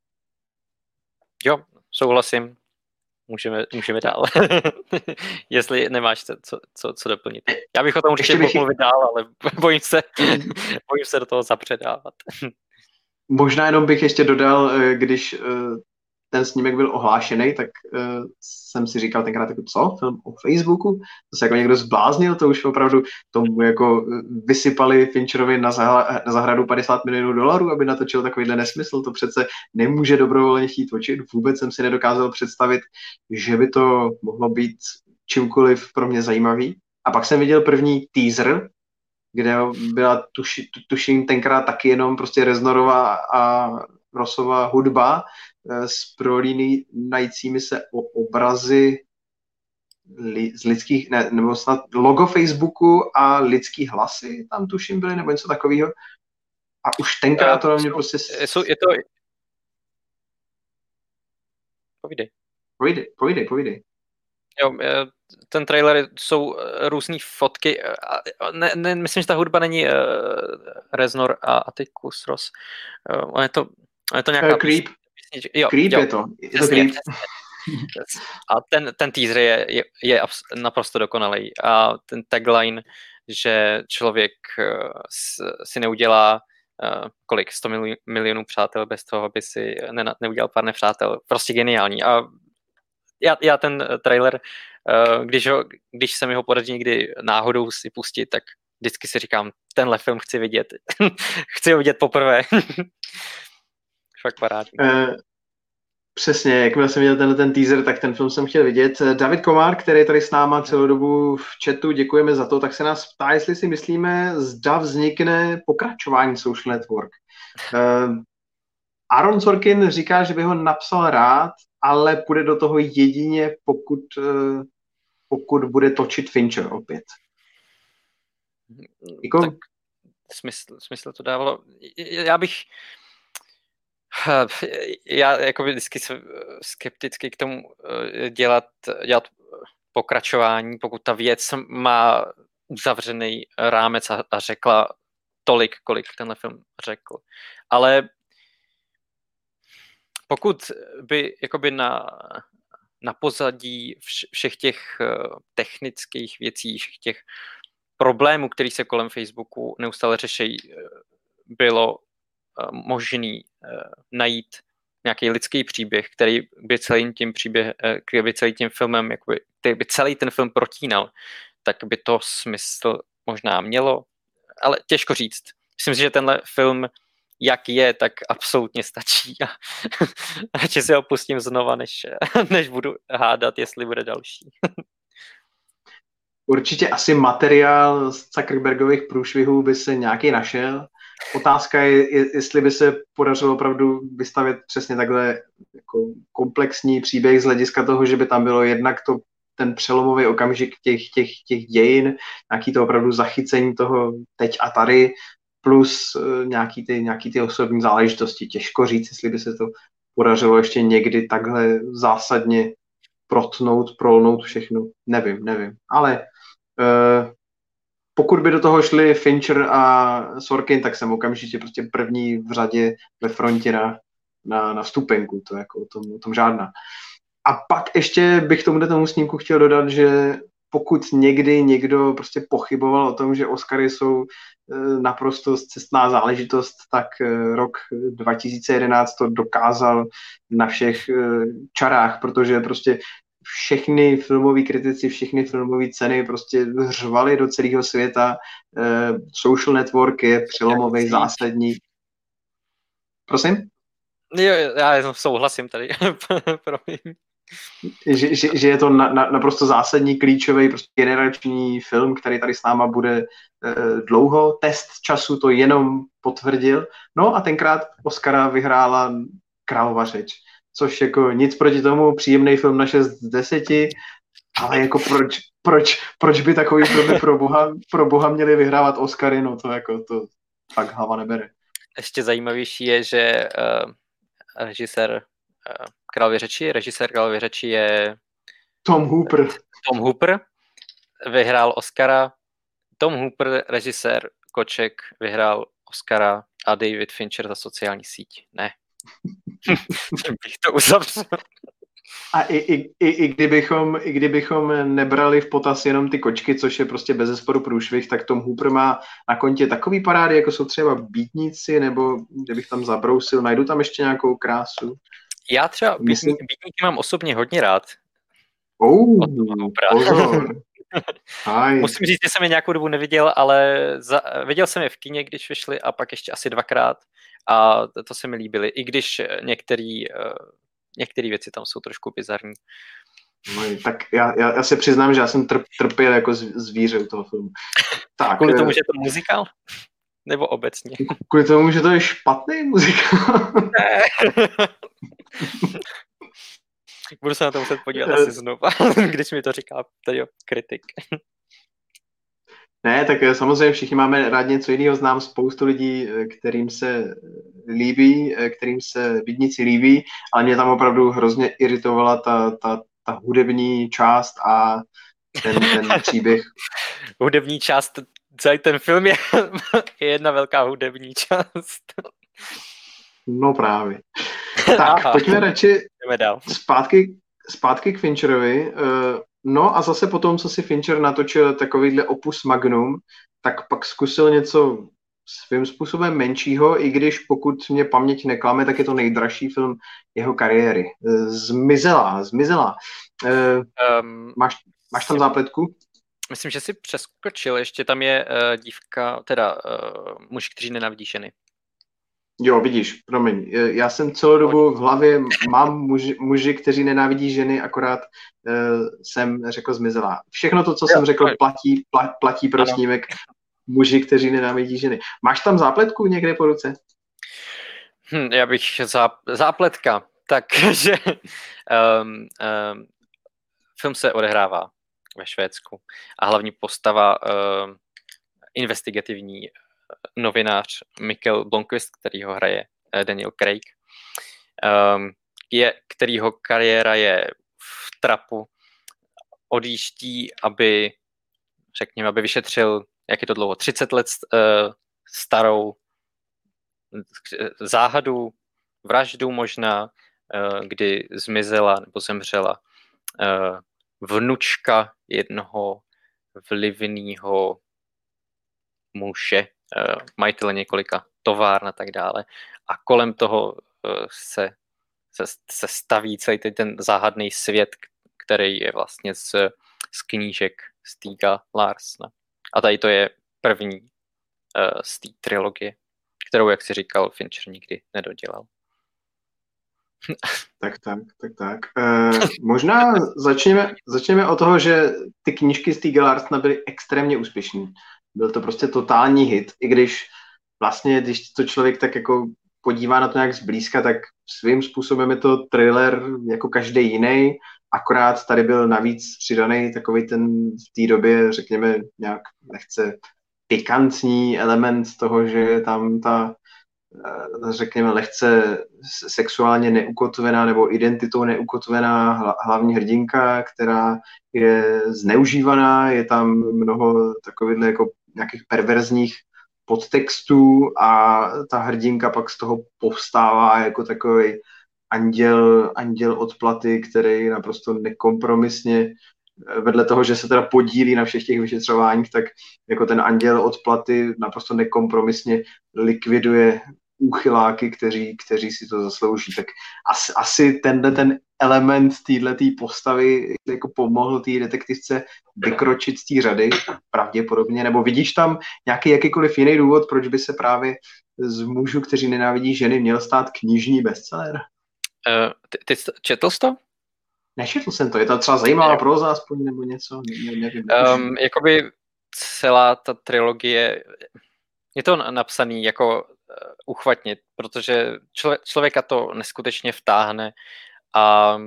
Jo, souhlasím. Můžeme, můžeme dál. Jestli nemáš co, co, co, co doplnit. Já bych o tom určitě mohl mluvit dál, ale bojím se, bojím se do toho zapředávat. Možná jenom bych ještě dodal, když ten snímek byl ohlášený, tak jsem si říkal tenkrát, jako co, film o Facebooku? To se jako někdo zbláznil, to už opravdu tomu jako vysypali Fincherovi na, zahla, na zahradu padesát milionů dolarů, aby natočil takovýhle nesmysl, to přece nemůže dobrovolně chtít točit, vůbec jsem si nedokázal představit, že by to mohlo být čímkoliv pro mě zajímavý. A pak jsem viděl první teaser, kde byla tuši, tuším tenkrát taky jenom prostě Reznorová a Rossová hudba s prolínajícími se obrazy li, z lidských, ne, nebo snad logo Facebooku a lidský hlasy tam tuším byly, nebo něco takového. A už tenkrát to na mě prostě... Jsou, je to... Povídej. Povídej, povídej, povídej. Jo, ten trailer jsou různý fotky. Ne, ne, myslím, že ta hudba není uh, Reznor a Atticus Ross. Uh, je to, je to nějaká... Uh, creep. Jo, creep jo, je to. Je to creep. A ten, ten teaser je, je, je naprosto dokonalý. A ten tagline, že člověk si neudělá uh, kolik, sto milionů přátel bez toho, aby si ne, neudělal pár nepřátel. Prostě geniální. A já, já ten trailer, uh, když, ho, když se mi ho podaří někdy náhodou si pustit, tak vždycky si říkám, tenhle film chci vidět. Chci ho vidět poprvé. Fakt parádní. Uh, přesně, jakmile jsem viděl tenhle ten teaser, tak ten film jsem chtěl vidět. David Komár, který je tady s náma celou dobu v chatu, děkujeme za to, tak se nás ptá, jestli si myslíme, zda vznikne pokračování Social Network. Uh, Aaron Sorkin říká, že by ho napsal rád, ale půjde do toho jedině, pokud, uh, pokud bude točit Fincher opět. Jako... Tak smysl, smysl to dávalo. Já bych Já jako vždycky jsem skeptický k tomu dělat, dělat pokračování, pokud ta věc má uzavřený rámec a, a řekla tolik, kolik tenhle film řekl. Ale pokud by jakoby na, na pozadí všech těch technických věcí, všech těch problémů, který se kolem Facebooku neustále řeší, bylo možný najít nějaký lidský příběh, který by celým tím příběh, který by celý tím filmem, jakoby, který by celý ten film protínal, tak by to smysl možná mělo, ale těžko říct. Myslím si, že tenhle film, jak je, tak absolutně stačí a radši si ho pustím znova, než, než budu hádat, jestli bude další. Určitě asi materiál z Zuckerbergových průšvihů by se nějaký našel. Otázka je, jestli by se podařilo opravdu vystavět přesně takhle jako komplexní příběh z hlediska toho, že by tam bylo jednak to, ten přelomový okamžik těch, těch, těch dějin, nějaký to opravdu zachycení toho teď a tady, plus nějaký ty, nějaký ty osobní záležitosti. Těžko říct, jestli by se to podařilo ještě někdy takhle zásadně protnout, prolnout všechno. Nevím, nevím. Ale uh, pokud by do toho šli Fincher a Sorkin, tak jsem okamžitě prostě první v řadě ve frontě na, na, na vstupenku. To jako o tom, o tom žádná. A pak ještě bych tomu tomu snímku chtěl dodat, že pokud někdy někdo prostě pochyboval o tom, že Oscary jsou naprosto cestná záležitost, tak rok dva tisíce jedenáct to dokázal na všech čarách, protože prostě všechny filmové kritici, všechny filmové ceny prostě řvali do celého světa. Social Network je přelomový, zásadní. Prosím? Jo, já souhlasím tady. Promiň. Že, že, že je to na, na, naprosto zásadní, klíčový, prostě generační film, který tady s náma bude e, dlouho. Test času to jenom potvrdil. No a tenkrát Oscara vyhrála Králova řeč, což jako nic proti tomu, příjemný film na šest z deseti, ale jako proč, proč, proč by takový filmy pro boha, pro boha měli vyhrávat Oscary, no to jako to fakt hlava nebere. Ještě zajímavější je, že uh, režisér uh, Královy řeči, režisér Královy řeči je Tom Hooper. Tom Hooper vyhrál Oscara. Tom Hooper, režisér Koček, vyhrál Oscara a David Fincher za Sociální síť. Ne. bych to uzavřel. A i, i, i, i, kdybychom, i kdybychom nebrali v potaz jenom ty kočky, což je prostě bezesporu průšvih, tak Tom Hooper má na kontě takový parády, jako jsou třeba Býtníci, nebo kdybych tam zabrousil, najdu tam ještě nějakou krásu. Já třeba Myslím... Býtníky mám osobně hodně rád. Oh, pozor. Musím říct, že jsem je nějakou dobu neviděl, ale za, viděl jsem je v kině, když vyšli, a pak ještě asi dvakrát a to se mi líbily, i když některý, některé věci tam jsou trošku bizarní. No, tak já, já, já se přiznám, že já jsem trp, trpěl jako zvíře u toho filmu. Tak, kvůli tomu, že je to muzikál? Nebo obecně? Kvůli tomu, že to je špatný muzikál? Ne. Budu se na to muset podívat asi znova, když mi to říká tady kritik. Ne, tak samozřejmě všichni máme rád něco jiného. Znám spoustu lidí, kterým se líbí, kterým se Býtníci líbí, ale mě tam opravdu hrozně iritovala ta, ta, ta hudební část a ten, ten příběh. Hudební část, celý ten film je, je jedna velká hudební část. No právě. Tak, aha, pojďme radši zpátky, zpátky k Fincherovi. No a zase potom, co si Fincher natočil takovýhle opus magnum, tak pak zkusil něco svým způsobem menšího, i když pokud mě paměť neklame, tak je to nejdražší film jeho kariéry. Zmizela, zmizela. Um, máš, máš tam zápletku? Myslím, že si přeskočil. Ještě tam je uh, dívka, teda uh, muž, kteří nenávidí ženy. Jo, vidíš, promiň. Já jsem celou dobu v hlavě, mám muži, muži kteří nenávidí ženy, akorát uh, jsem řekl zmizela. Všechno to, co jo, jsem řekl, platí, pla, platí pro ano. Snímek muži, kteří nenávidí ženy. Máš tam zápletku někde po ruce? Hm, já bych záp, zápletka. Takže um, um, film se odehrává ve Švédsku a hlavní postava um, investigativní novinář Mikkel Blomqvist, který ho hraje Daniel Craig, um, je, kterýho kariéra je v trapu, odjíždí, aby, řekněme, aby vyšetřil, jak je to dlouho, třicet let uh, starou záhadu, vraždu možná, kdy zmizela nebo zemřela vnučka jednoho vlivného muže, majitele několika továrn a tak dále. A kolem toho se, se, se staví celý ten záhadný svět, který je vlastně z, z knížek Stiega Larssona. A tady to je první uh, z té trilogie, kterou, jak si říkal, Fincher nikdy nedodělal. Tak, tak, tak, tak. E, možná začněme, začněme od toho, že ty knížky Stiega Larssona byly extrémně úspěšný. Byl to prostě totální hit, i když vlastně, když to člověk tak jako podívá na to nějak zblízka, tak svým způsobem je to thriller jako každý jiný, akorát tady byl navíc přidaný takový ten v té době, řekněme, nějak lehce pikantní element z toho, že je tam ta, řekněme, lehce sexuálně neukotvená nebo identitou neukotvená hlavní hrdinka, která je zneužívaná, je tam mnoho takových jako nějakých perverzních podtextů a ta hrdinka pak z toho povstává jako takový anděl, anděl odplaty, který naprosto nekompromisně, vedle toho, že se teda podílí na všech těch vyšetřováních, tak jako ten anděl odplaty naprosto nekompromisně likviduje úchyláky, kteří, kteří si to zaslouží. Tak asi, asi tenhle ten element téhletý postavy jako pomohl té detektivce vykročit z té řady, pravděpodobně, nebo vidíš tam nějaký jakýkoliv jiný důvod, proč by se právě z mužů, kteří nenávidí ženy, měl stát knižní bestseller? Uh, ty, ty četl jsi to? Nečetl jsem to, je to třeba zajímavá próza aspoň, nebo něco? Ne, nevím. Um, jakoby celá ta trilogie, je to napsaný jako uchvatně, protože člověk, člověka to neskutečně vtáhne a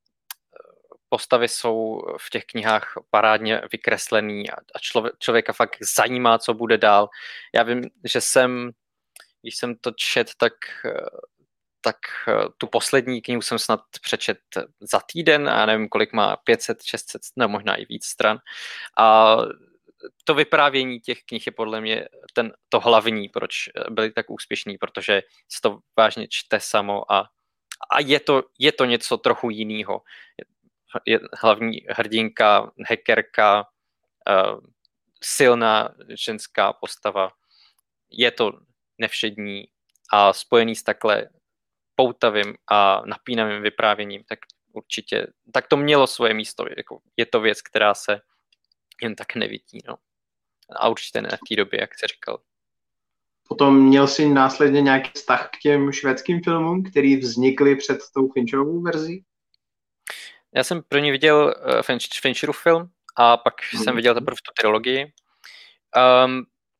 postavy jsou v těch knihách parádně vykreslený a člověk, člověka fakt zajímá, co bude dál. Já vím, že jsem, když jsem to čet, tak, tak tu poslední knihu jsem snad přečet za týden a nevím, kolik má, pět set, šest set, no možná i víc stran. A to vyprávění těch knih je podle mě ten, to hlavní, proč byli tak úspěšní, protože se to vážně čte samo a, a je, to, je to něco trochu jiného. Je hlavní hrdinka, hackerka, uh, silná ženská postava. Je to nevšední a spojený s takhle poutavým a napínavým vyprávěním, tak určitě, tak to mělo svoje místo. Jako je to věc, která se jen tak nevidí, no. A určitě ne v té době, jak jsi říkal. Potom měl jsi následně nějaký vztah k těm švédským filmům, který vznikly před tou Fincherovou verzí? Já jsem první viděl uh, Finch, Fincherův film a pak hmm. jsem viděl teprve tu trilogii. Um,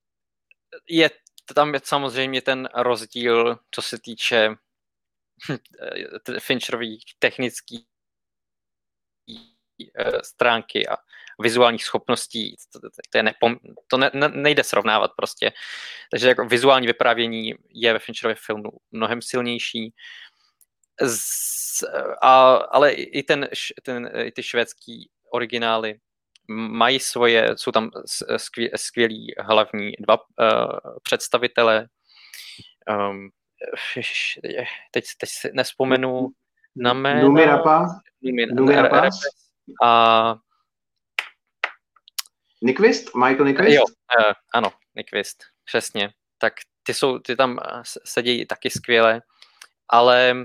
je tam je samozřejmě ten rozdíl, co se týče Fincherových technických stránky a vizuálních schopností, to, to, to, je nepom, to ne, ne, nejde srovnávat prostě. Takže jako vizuální vyprávění je ve Fincherově filmu mnohem silnější, Z, a, ale i, ten, ten, i ty švédský originály mají svoje, jsou tam skvě, skvělí hlavní dva uh, představitelé. Um, teď, teď si nespomenu na jména. Noomi Rapace. Noomi Rapace. A Nyqvist? Michael Nyqvist? Jo, uh, ano, Nyqvist, přesně. Tak ty, jsou, ty tam sedí taky skvěle, ale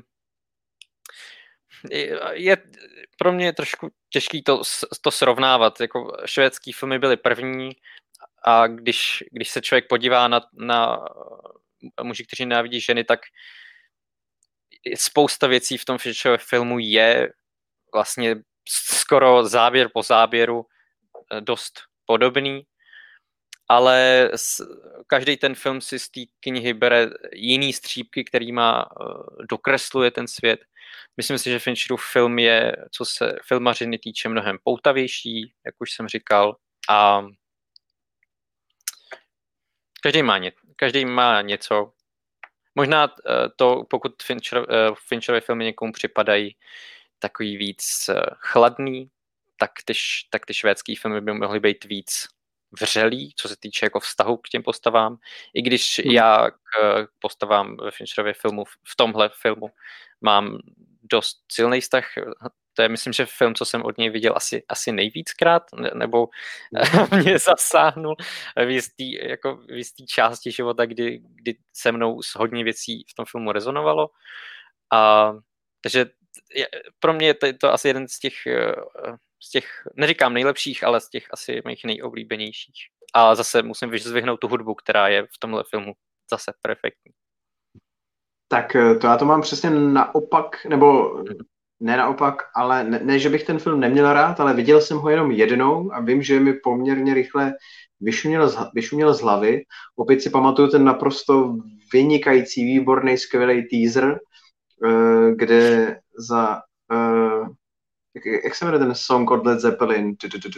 je pro mě trošku těžký to, to srovnávat. Jako švédský filmy byly první a když, když se člověk podívá na, na muži, kteří nenávidí ženy, tak spousta věcí v tom Fincherově filmu je vlastně skoro záběr po záběru dost podobný, ale každý ten film si z té knihy bere jiný střípky, který má, dokresluje ten svět. Myslím si, že Fincherův film je, co se filmařiny týče, mnohem poutavější, jak už jsem říkal, a každý má, ně, každý má něco. Možná to, pokud Fincher, Fincherové filmy někomu připadají takový víc chladný, tak ty, tak ty švédský filmy by mohly být víc vřelý, co se týče jako vztahu k těm postavám, i když hmm. já k postavám ve Fincherově filmu, v tomhle filmu mám dost silný vztah. To je, myslím, že film, co jsem od něj viděl asi, asi nejvíckrát, nebo mě zasáhnul v jistý, jako v jistý části života, kdy, kdy se mnou s hodně věcí v tom filmu rezonovalo. A, takže je, pro mě je to, to asi jeden z těch, z těch, neříkám nejlepších, ale z těch asi mých nejoblíbenějších. A zase musím vyzvihnout tu hudbu, která je v tomhle filmu zase perfektní. Tak to já to mám přesně naopak, nebo ne naopak, ale ne, ne, že bych ten film neměl rád, ale viděl jsem ho jenom jednou a vím, že mi poměrně rychle vyšuměl z, vyšuměl z hlavy. Opět si pamatuju ten naprosto vynikající, výborný, skvělý teaser, uh, kde za... Uh, jak, jak se jmenuje ten song od Led Zeppelin?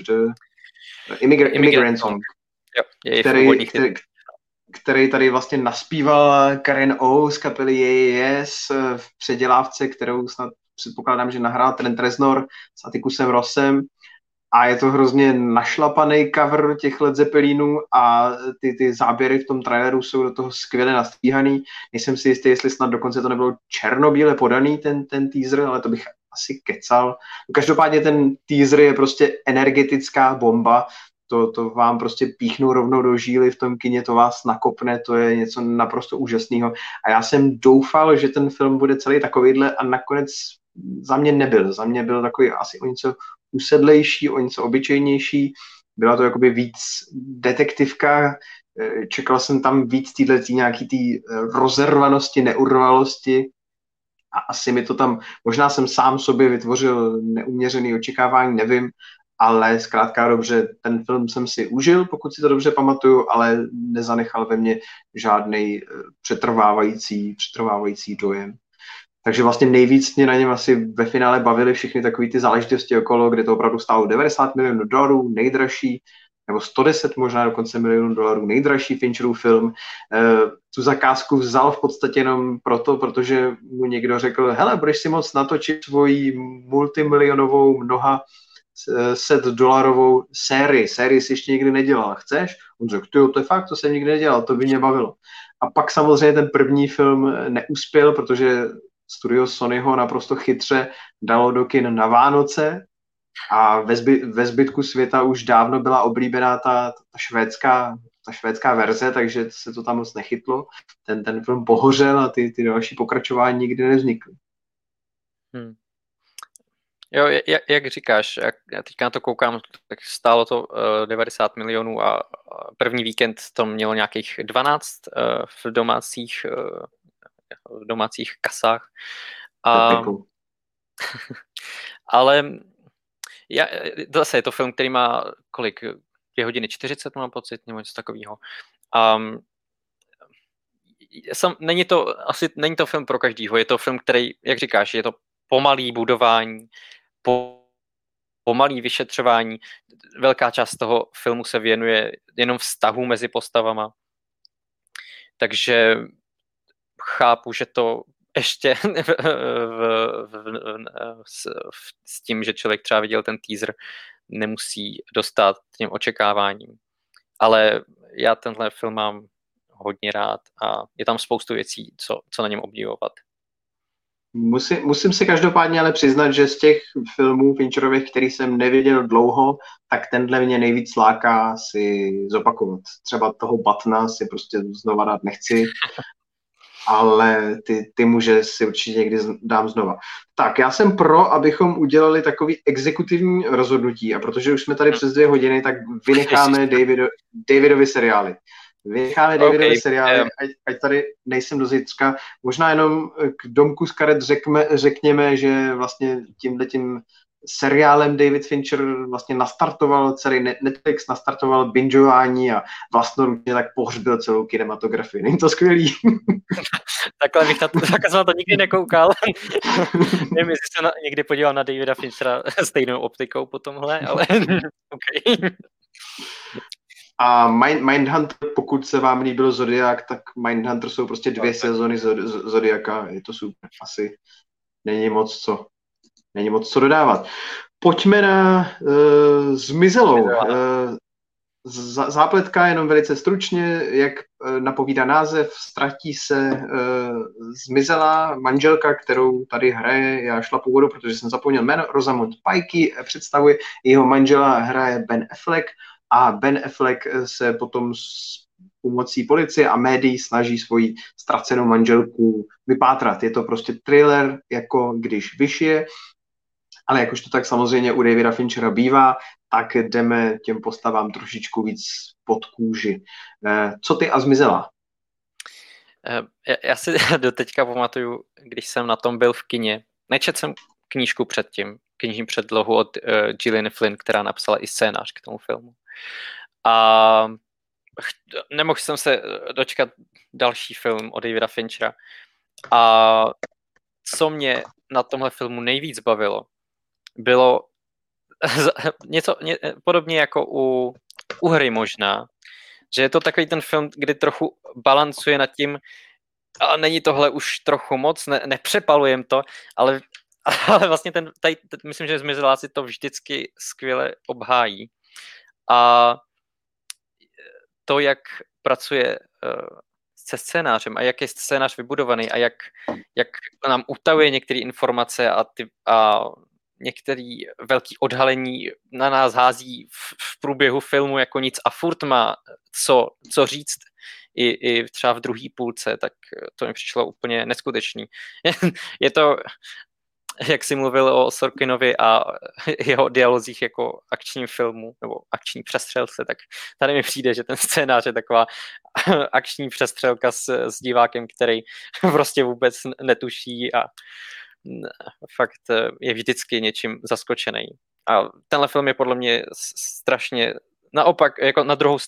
Immigrant Song. Jo, je který, který, který tady vlastně naspíval Karen O z kapely Ye Yes v předělávce, kterou snad předpokládám, že nahrál Trent Reznor s Atticusem Rossem a je to hrozně našlapaný cover těch Led Zeppelinů a ty, ty záběry v tom traileru jsou do toho skvěle nastříhaný. Nejsem si jistý, jestli snad dokonce to nebylo černobíle podaný ten, ten teaser, ale to bych asi kecal. Každopádně ten teaser je prostě energetická bomba. To, to vám prostě píchnou rovnou do žíly v tom kině, to vás nakopne, to je něco naprosto úžasného. A já jsem doufal, že ten film bude celý takovýhle a nakonec za mě nebyl. Za mě byl takový asi o něco usedlejší, o něco obyčejnější. Byla to jakoby víc detektivka, čekal jsem tam víc týhletý nějaký tý rozervanosti, neurvalosti a asi mi to tam, možná jsem sám sobě vytvořil neuměřený očekávání, nevím, ale zkrátka dobře, ten film jsem si užil, pokud si to dobře pamatuju, ale nezanechal ve mně žádnej přetrvávající, přetrvávající dojem. Takže vlastně nejvíc mě na něm asi ve finále bavily všechny takové ty záležitosti okolo, kde to opravdu stálo devadesát milionů dolarů, nejdražší, nebo sto deset možná dokonce milionů dolarů, nejdražší Fincherův film. E, tu zakázku vzal v podstatě jenom proto, protože mu někdo řekl, hele, budeš si moc natočit svoji multimilionovou mnoha set dolarovou sérii. Sérii si ještě nikdy nedělal. Chceš? On řekl, tyjo, to je fakt, to jsem nikdy nedělal, to by mě bavilo. A pak samozřejmě ten první film neuspěl, protože studio Sony ho naprosto chytře dalo do kin na Vánoce a ve, zby, ve zbytku světa už dávno byla oblíbená ta, ta, švédská, ta švédská verze, takže se to tam moc nechytlo. Ten, ten film pohořel a ty, ty další pokračování nikdy nevznikly. Hmm. Jo, jak, jak říkáš, jak já teďka na to koukám, tak stálo to uh, devadesát milionů a první víkend to mělo nějakých dvanáct uh, v domácích uh, v domácích kasách. A, ale já, zase je to film, který má kolik? dvě hodiny čtyřicet, mám pocit, nebo něco takového. Um, sam, není to, asi není to film pro každýho, je to film, který, jak říkáš, je to pomalý budování, po, pomalý vyšetřování. Velká část toho filmu se věnuje jenom vztahu mezi postavama. Takže chápu, že to ještě v, v, v, s, s tím, že člověk třeba viděl ten teaser, nemusí dostat těm očekáváním. Ale já tenhle film mám hodně rád a je tam spoustu věcí, co, co na něm obdivovat. Musím, musím si každopádně ale přiznat, že z těch filmů Fincherových, který jsem neviděl dlouho, tak tenhle mě nejvíc láká si zopakovat. Třeba toho Batna si prostě znova dát nechci, ale ty, ty muže si určitě někdy dám znova. Tak, já jsem pro, abychom udělali takový exekutivní rozhodnutí a protože už jsme tady přes dvě hodiny, tak vynecháme Davido, Davidovy seriály. Vynecháme Davidovy okay, seriály, yeah. ať, ať tady nejsem do zítřka. Možná jenom k Domku z karet řekme, řekněme, že vlastně tímhletím seriálem David Fincher vlastně nastartoval celý Netflix, nastartoval bingeování a vlastnoručně tak pohřbil celou kinematografii. Není to skvělý? Takhle bych na to, takhle jsem na to nikdy nekoukal. Nevím, jestli se na, někdy podíval na Davida Finchera stejnou optikou po tomhle, ale okay. A Mind, Mindhunter, pokud se vám líbil Zodiak, tak Mindhunter jsou prostě dvě no, sezony Zodiaka, je to super. Asi není moc co, není moc co dodávat. Pojďme na uh, Zmizelou. Uh, zápletka jenom velice stručně, jak napovídá název, ztratí se e, zmizelá manželka, kterou tady hraje, já šla původu, protože jsem zapomněl jméno, Rosamund Pike představuje, jeho manžela hraje Ben Affleck a Ben Affleck se potom s pomocí policie a médií snaží svoji ztracenou manželku vypátrat. Je to prostě thriller, jako když vyšije, ale jakož to tak samozřejmě u Davida Finchera bývá, tak jdeme těm postavám trošičku víc pod kůži. Co ty a zmizelá? Já si doteďka pamatuju, když jsem na tom byl v kině. Nečetl jsem knížku předtím, knižní předlohu od uh, Gillian Flynn, která napsala i scénář k tomu filmu. A nemohl jsem se dočkat další film od Davida Finchera. A co mě na tomhle filmu nejvíc bavilo, bylo něco ně, podobně jako u, u hry možná, že je to takový ten film, kdy trochu balancuje nad tím, a není tohle už trochu moc, ne, nepřepalujem to, ale, ale vlastně ten, tady, myslím, že Zmizeláci to vždycky skvěle obhájí. A to, jak pracuje uh, se scénářem a jak je scénář vybudovaný a jak, jak nám utajuje některé informace a, ty, a některé velké odhalení na nás hází v, v průběhu filmu jako nic a furt má co, co říct i, i třeba v druhé půlce, tak to mi přišlo úplně neskutečný. Je to, jak jsi mluvil o Sorkinovi a jeho dialozích jako akčním filmu, nebo akční přestřelce, tak tady mi přijde, že ten scénář je taková akční přestřelka s, s divákem, který prostě vůbec netuší a fakt je vždycky něčím zaskočený. A tenhle film je podle mě strašně naopak, jako na druhou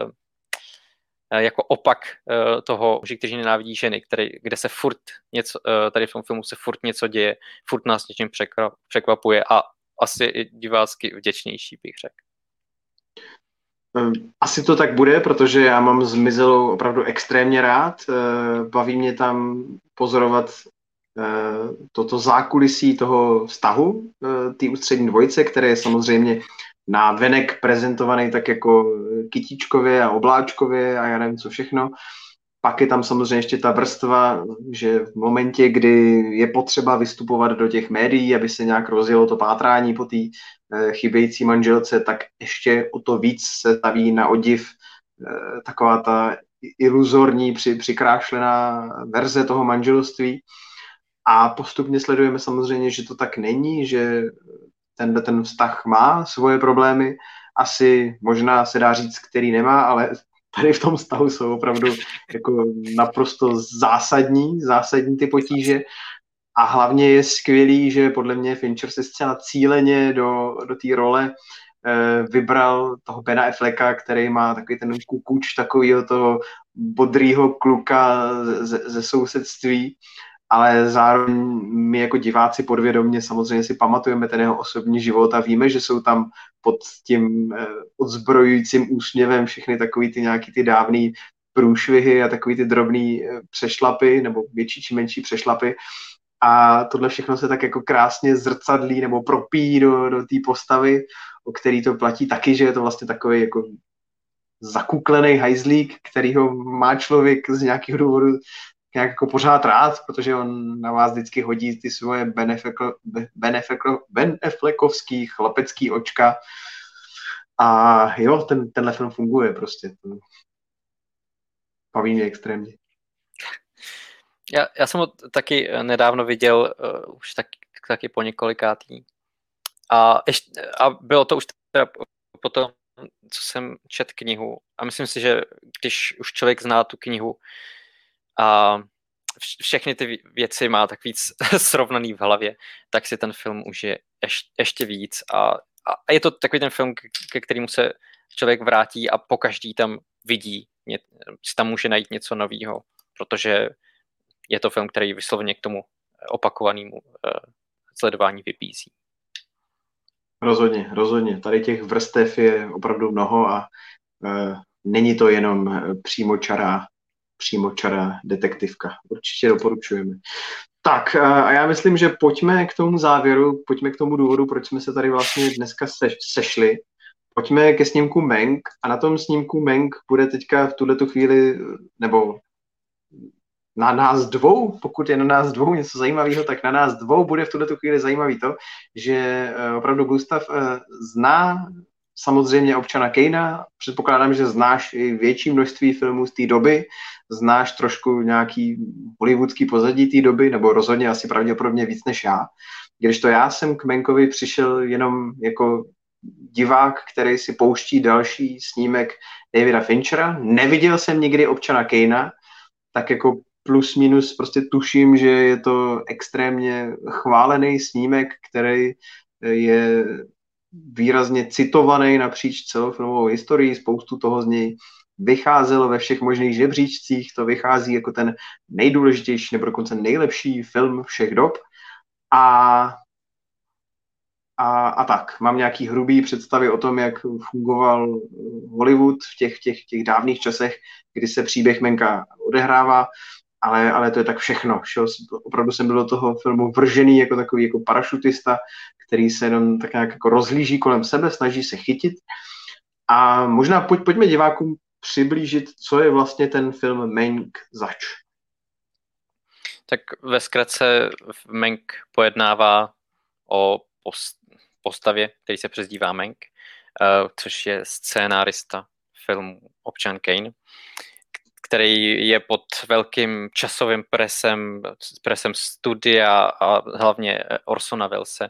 jako opak toho muži, kteří nenávidí ženy, který, kde se furt něco, tady v tom filmu se furt něco děje, furt nás něčím překvapuje a asi i divácky vděčnější, bych řekl. Asi to tak bude, protože já mám Zmizelou opravdu extrémně rád. Baví mě tam pozorovat toto zákulisí toho vztahu té ústřední dvojice, které je samozřejmě na venek prezentovaný tak jako kytíčkově a obláčkově a já nevím co všechno. Pak je tam samozřejmě ještě ta vrstva, že v momentě, kdy je potřeba vystupovat do těch médií, aby se nějak rozjelo to pátrání po té chybějící manželce, tak ještě o to víc se staví na odiv taková ta iluzorní, při, přikrášlená verze toho manželství. A postupně sledujeme samozřejmě, že to tak není, že ten, ten vztah má svoje problémy, asi možná se dá říct, který nemá, ale tady v tom vztahu jsou opravdu jako naprosto zásadní, zásadní ty potíže a hlavně je skvělý, že podle mě Fincher se zcela cíleně do, do té role eh, vybral toho Bena Afflecka, který má takový ten kukuč takovýho toho bodrýho kluka ze, ze sousedství, ale zároveň my jako diváci podvědomě samozřejmě si pamatujeme ten jeho osobní život a víme, že jsou tam pod tím eh, odzbrojujícím úsměvem všechny takový ty nějaký ty dávný průšvihy a takový ty drobný eh, přešlapy nebo větší či menší přešlapy a tohle všechno se tak jako krásně zrcadlí nebo propíjí do, do té postavy, o který to platí taky, že je to vlastně takový jako zakuklený hajzlík, kterýho má člověk z nějakého důvodu nějak jako pořád rád, protože on na vás vždycky hodí ty svoje Ben Affleckovský chlapecký očka a jo, ten, tenhle film funguje prostě. Baví mě extrémně. Já, já jsem ho taky nedávno viděl, uh, už tak, taky po několikátý. A, ještě, a bylo to už teda potom, co jsem četl knihu. A myslím si, že když už člověk zná tu knihu, a všechny ty věci má tak víc srovnaný v hlavě, tak si ten film už je ješ, ještě víc a, a je to takový ten film, ke kterému se člověk vrátí a pokaždý tam vidí, ně, si tam může najít něco nového, protože je to film, který vysloveně k tomu opakovanému uh, sledování vybízí. Rozhodně, rozhodně. Tady těch vrstev je opravdu mnoho a uh, není to jenom přímočará přímočará detektivka. Určitě doporučujeme. Tak a já myslím, že pojďme k tomu závěru, pojďme k tomu důvodu, proč jsme se tady vlastně dneska sešli, pojďme ke snímku Mank a na tom snímku Mank bude teďka v tuhletu chvíli, nebo na nás dvou, pokud je na nás dvou něco zajímavého, tak na nás dvou bude v tuhletu chvíli zajímavý to, že opravdu Gustav zná samozřejmě občana Kejna, předpokládám, že znáš i větší množství filmů z té doby, znáš trošku nějaký hollywoodský pozadí té doby, nebo rozhodně asi pravděpodobně víc než já. Když to já jsem k Mankovi přišel jenom jako divák, který si pouští další snímek Davida Finchera. Neviděl jsem nikdy občana Kejna, tak jako plus minus prostě tuším, že je to extrémně chválený snímek, který je výrazně citovaný napříč celou filmovou historii, spoustu toho z něj vycházelo ve všech možných žebříčcích, to vychází jako ten nejdůležitější nebo dokonce nejlepší film všech dob a, a, a tak. Mám nějaký hrubý představy o tom, jak fungoval Hollywood v těch, těch, těch dávných časech, kdy se příběh Manka odehrává, ale, ale to je tak všechno. Šel, opravdu jsem byl do toho filmu vržený jako takový jako parašutista, který se jenom tak nějak jako rozhlíží kolem sebe, snaží se chytit. A možná pojď, pojďme divákům přiblížit, co je vlastně ten film Mank zač. Tak ve zkratce Mank pojednává o postavě, který se přezdívá Mank, což je scénárista filmu Občan Kane, který je pod velkým časovým presem, presem studia a hlavně Orsona Wellese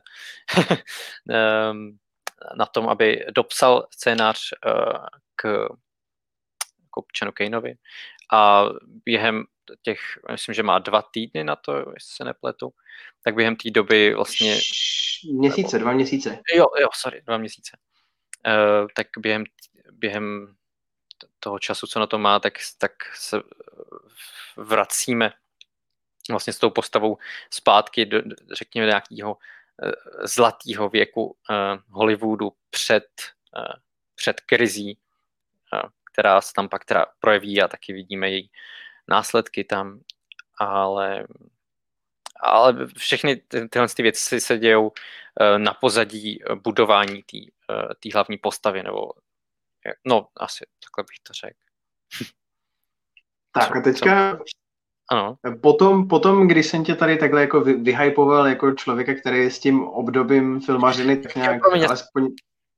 na tom, aby dopsal scénář k, k Občanu Kaneovi. A během těch, myslím, že má dva týdny na to, jestli se nepletu, tak během té doby vlastně... Měsíce, dva měsíce. Jo, jo, sorry, dva měsíce. Uh, tak během, během toho času, co na to má, tak, tak se vracíme vlastně s tou postavou zpátky do, řekněme, nějakého uh, zlatého věku uh, Hollywoodu před, uh, před krizí, uh, která se tam pak teda projeví a taky vidíme její následky tam, ale, ale všechny ty, tyhle ty věci se dějou uh, na pozadí budování té uh, hlavní postavy, nebo no, asi takhle bych to řekl. Tak a teďka, ano. Potom, potom, když jsem tě tady takhle jako vy, vyhypoval jako člověka, který je s tím obdobím filmařiny, tak nějak promiň, alespoň...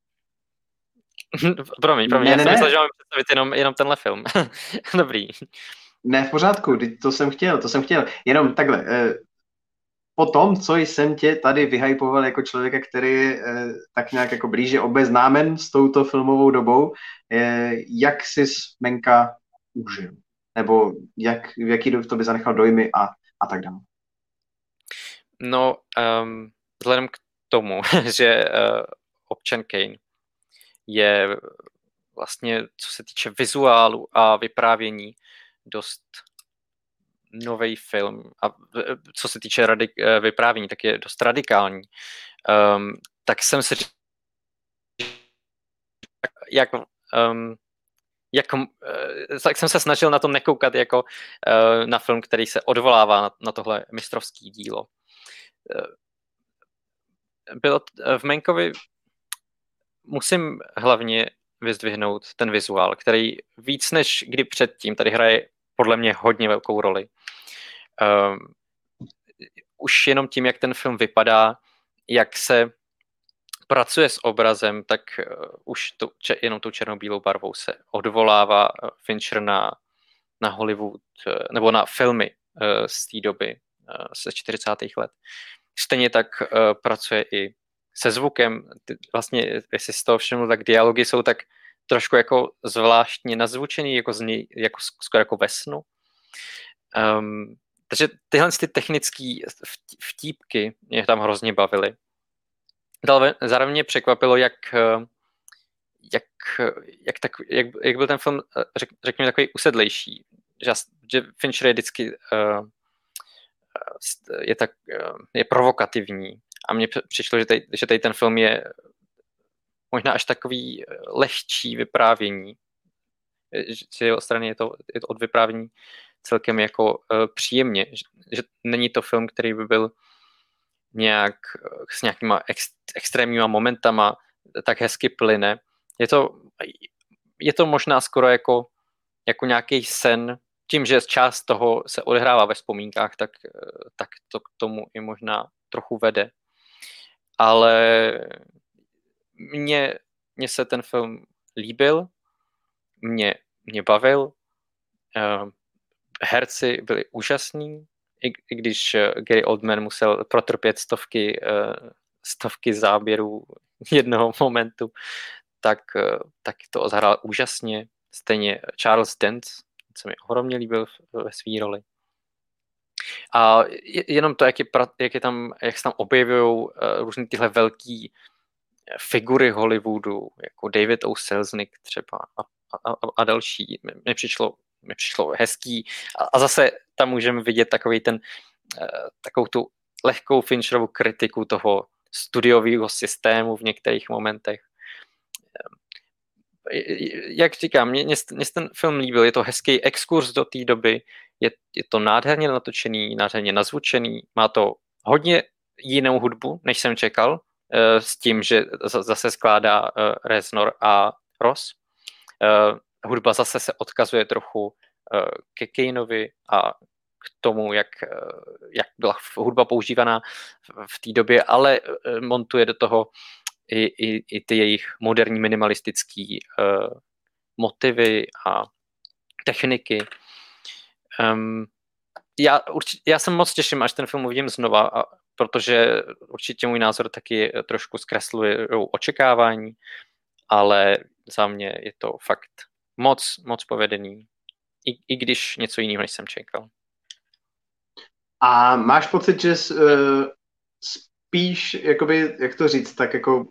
promiň, promiň, ne, já ne, jsem ne. myslel, že mám představit jenom, jenom tenhle film. Dobrý. Ne, v pořádku, to jsem chtěl, to jsem chtěl. Jenom takhle, po tom, co jsem tě tady vyhypoval jako člověka, který je tak nějak jako blíže obeznámen s touto filmovou dobou, jak jsi Manka užil? Nebo jak, jaký v tobě zanechal dojmy a, a tak dále? No, um, vzhledem k tomu, že uh, Občan Kane je vlastně, co se týče vizuálu a vyprávění, dost nový film. A co se týče radik- vyprávění, tak je dost radikální. Um, tak jsem si říkal, jak... Um, Jak, tak jsem se snažil na to nekoukat jako uh, na film, který se odvolává na, na tohle mistrovský dílo. Uh, bylo v Mankovi musím hlavně vyzdvihnout ten vizuál, který víc než kdy předtím tady hraje podle mě hodně velkou roli. Uh, už jenom tím, jak ten film vypadá, jak se pracuje s obrazem, tak uh, už to, če, jenom tou černobílou barvou se odvolává Fincher na, na Hollywood, uh, nebo na filmy uh, z té doby, uh, ze čtyřicátých let. Stejně tak uh, pracuje i se zvukem. Ty, vlastně, jestli si toho všiml, tak dialogy jsou tak trošku jako zvláštně nazvučený, jako, zní, jako skoro jako ve snu. Um, takže tyhle ty technické vtípky mě tam hrozně bavily. Zároveň mě překvapilo, jak, jak, jak, tak, jak, jak byl ten film, řek, řekněme, takový usedlejší. Že, že Fincher je vždycky uh, je, tak, uh, je provokativní. A mně přišlo, že tady, že tady ten film je možná až takový lehčí vyprávění. Že jeho strany je to, je to od vyprávění celkem jako uh, příjemně. Že, že není to film, který by byl nějak s nějakýma ex, extrémníma momentama tak hezky plyne, Je to, je to možná skoro jako, jako nějaký sen, tím, že část toho se odehrává ve vzpomínkách, tak, tak to k tomu i možná trochu vede. Ale mně, mně se ten film líbil, mě, mě bavil, uh, herci byli úžasní, i, i když Gary Oldman musel protrpět stovky, uh, stovky záběrů jednoho momentu, tak, uh, tak to zahrál úžasně. Stejně Charles Dance se mi ohromně líbil ve své roli. A jenom to, jak je, jak je tam, jak se tam objevují uh, různý tyhle velký figury Hollywoodu, jako David O. Selznick třeba a, a, a další, mi přišlo, mi přišlo hezký. A, a zase tam můžeme vidět takový ten, uh, takovou tu lehkou Fincherovu kritiku toho studiového systému v některých momentech. Jak říkám, mě, mě ten film líbil, je to hezký exkurs do té doby, je, je to nádherně natočený, nádherně nazvučený, má to hodně jinou hudbu, než jsem čekal, s tím, že zase skládá Reznor a Ross. Hudba zase se odkazuje trochu ke Kaneovi a k tomu, jak, jak byla hudba používaná v té době, ale montuje do toho I, i, i ty jejich moderní minimalistické uh, motivy a techniky. Um, já, určitě, já jsem moc těším, až ten film uvidím znova, a, protože určitě můj názor taky trošku zkresluje očekávání, ale za mě je to fakt moc, moc povedený, i, i když něco jiného, než jsem čekal. A máš pocit, že uh, spíš, jakoby, jak to říct, tak jako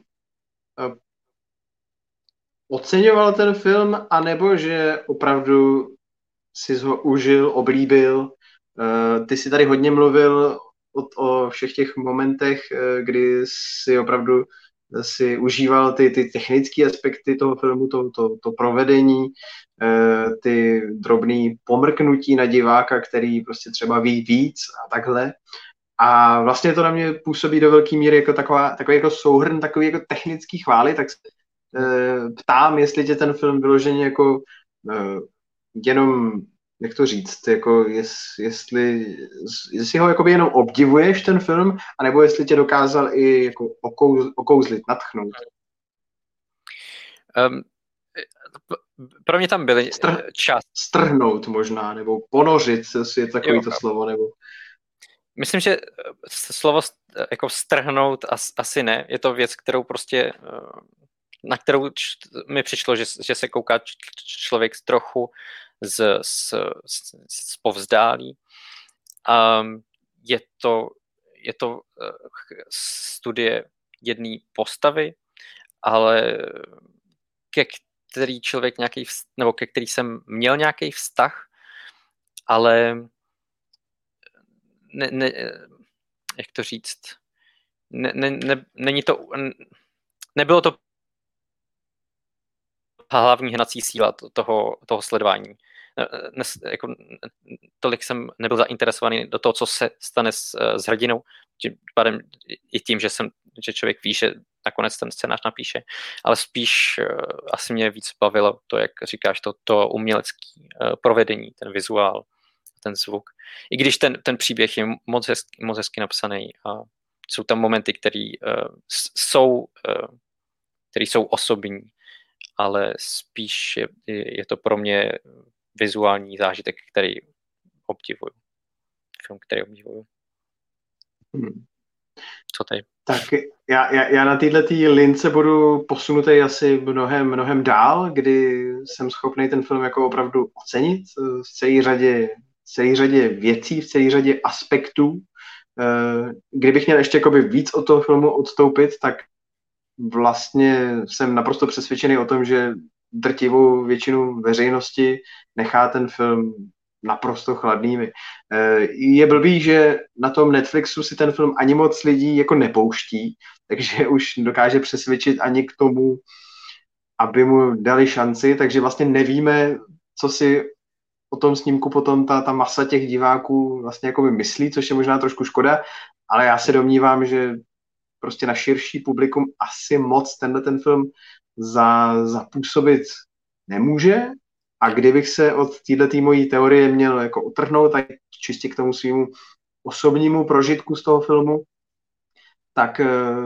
oceňoval ten film, anebo že opravdu si ho užil, oblíbil. Ty si tady hodně mluvil o, o všech těch momentech, kdy si opravdu si užíval ty, ty technické aspekty toho filmu, to, to, to provedení, ty drobné pomrknutí na diváka, který prostě třeba ví víc a takhle. A vlastně to na mě působí do velké míry jako taková, takový jako souhrn, takový jako technický chvály, tak se e, ptám, jestli tě ten film vyloženě jako e, jenom, jak to říct, jako jest, jestli, jestli ho jakoby jenom obdivuješ ten film, anebo jestli tě dokázal i jako okouz, okouzlit, natchnout. Um, pro mě tam byly Str- čas. Strhnout možná, nebo ponořit, je takový jo, to slovo, nebo... Myslím, že slovo jako strhnout asi ne. Je to věc, kterou prostě, na kterou mi přišlo, že, že se kouká člověk trochu z, z, z povzdálí. Um, je to, je to studie jedné postavy, ale ke který člověk nějaký, nebo ke který jsem měl nějaký vztah, ale Ne, ne, jak to říct, ne, ne, ne, není to, nebylo to hlavní hnací síla toho, toho sledování. Ne, jako, tolik jsem nebyl zainteresovaný do toho, co se stane s, s hrdinou, tím pádem i tím, že, jsem, že člověk ví, že nakonec ten scénář napíše, ale spíš uh, asi mě víc bavilo to, jak říkáš, to, to umělecké uh, provedení, ten vizuál, ten zvuk. I když ten, ten příběh je moc hezky, moc hezky napsaný a jsou tam momenty, které uh, jsou, uh, které jsou osobní, ale spíš je, je to pro mě vizuální zážitek, který obdivuju. Film, který obdivuju. Hmm. Co tady? Tak já, já, já na této lince budu posunutý asi mnohem, mnohem dál, kdy jsem schopný ten film jako opravdu ocenit v celé řadě v celé řadě věcí, v celé řadě aspektů. Kdybych měl ještě jakoby víc od toho filmu odstoupit, tak vlastně jsem naprosto přesvědčený o tom, že drtivou většinu veřejnosti nechá ten film naprosto chladnými. Je blbý, že na tom Netflixu si ten film ani moc lidí jako nepouští, takže už dokáže přesvědčit ani k tomu, aby mu dali šanci, takže vlastně nevíme, co si o tom snímku potom ta, ta masa těch diváků vlastně jako by myslí, což je možná trošku škoda, ale já se domnívám, že prostě na širší publikum asi moc tenhle ten film za, zapůsobit nemůže. A kdybych se od této mojí teorie měl jako utrhnout, tak čistě k tomu svýmu osobnímu prožitku z toho filmu, tak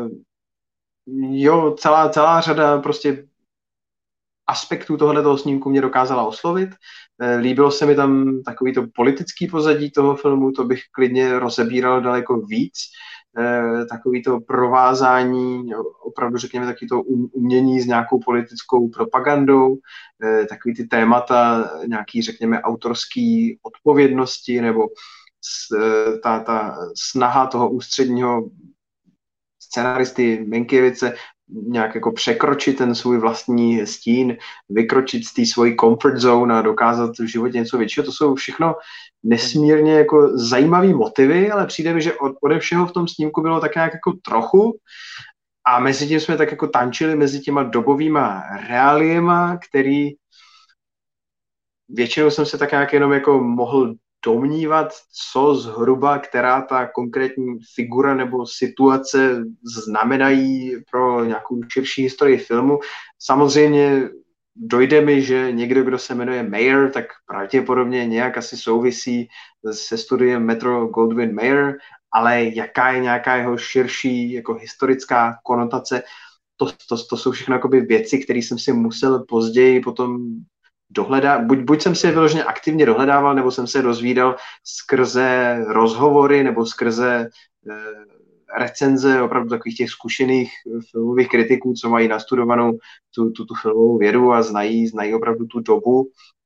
jo, celá, celá řada prostě aspektů tohoto snímku mě dokázala oslovit. Líbilo se mi tam takový to politický pozadí toho filmu, to bych klidně rozebíral daleko víc. Takový to provázání, opravdu řekněme taky to umění s nějakou politickou propagandou, takový ty témata nějaký řekněme autorský odpovědnosti nebo ta, ta snaha toho ústředního scenaristy Minkiewicze nějak jako překročit ten svůj vlastní stín, vykročit z té svojí comfort zone a dokázat v životě něco většího. To jsou všechno nesmírně jako zajímavý motivy, ale přijde mi, že od, ode všeho v tom snímku bylo tak nějak jako trochu a mezi tím jsme tak jako tančili mezi těma dobovýma reáliema, který většinou jsem se tak nějak jenom jako mohl domnívat, co zhruba, která ta konkrétní figura nebo situace znamenají pro nějakou širší historii filmu. Samozřejmě dojde mi, že někdo, kdo se jmenuje Mayer, tak pravděpodobně nějak asi souvisí se studiem Metro Goldwyn Mayer, ale jaká je nějaká jeho širší jako historická konotace, to, to, to jsou všechno jakoby věci, které jsem si musel později potom dohledá, buď, buď jsem si je vyloženě aktivně dohledával, nebo jsem se dozvídal skrze rozhovory, nebo skrze e, recenze opravdu takových těch zkušených filmových kritiků, co mají nastudovanou tu, tu, tu filmovou vědu a znají, znají opravdu tu dobu.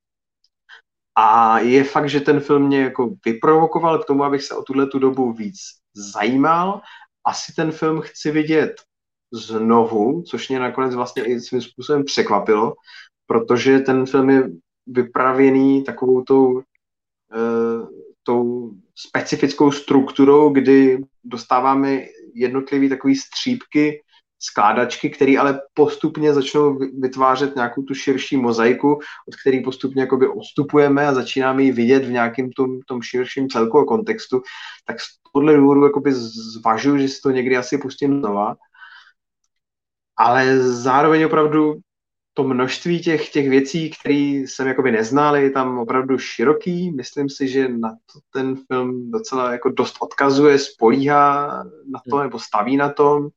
A je fakt, že ten film mě jako vyprovokoval k tomu, abych se o tuhle tu dobu víc zajímal. Asi ten film chci vidět znovu, což mě nakonec vlastně i svým způsobem překvapilo, protože ten film je vypravěný takovou tou, e, tou specifickou strukturou, kdy dostáváme jednotlivý takový střípky, skládačky, které ale postupně začnou vytvářet nějakou tu širší mozaiku, od které postupně jakoby odstupujeme a začínáme ji vidět v nějakém tom, tom širším celku a kontextu. Tak z tohohle důvodu jakoby zvažuji, že si to někdy asi pustím znova. Ale zároveň opravdu to množství těch, těch věcí, které jsem jakoby neznal, je tam opravdu široký. Myslím si, že na to ten film docela jako dost odkazuje, spolíhá na to, nebo staví na tom.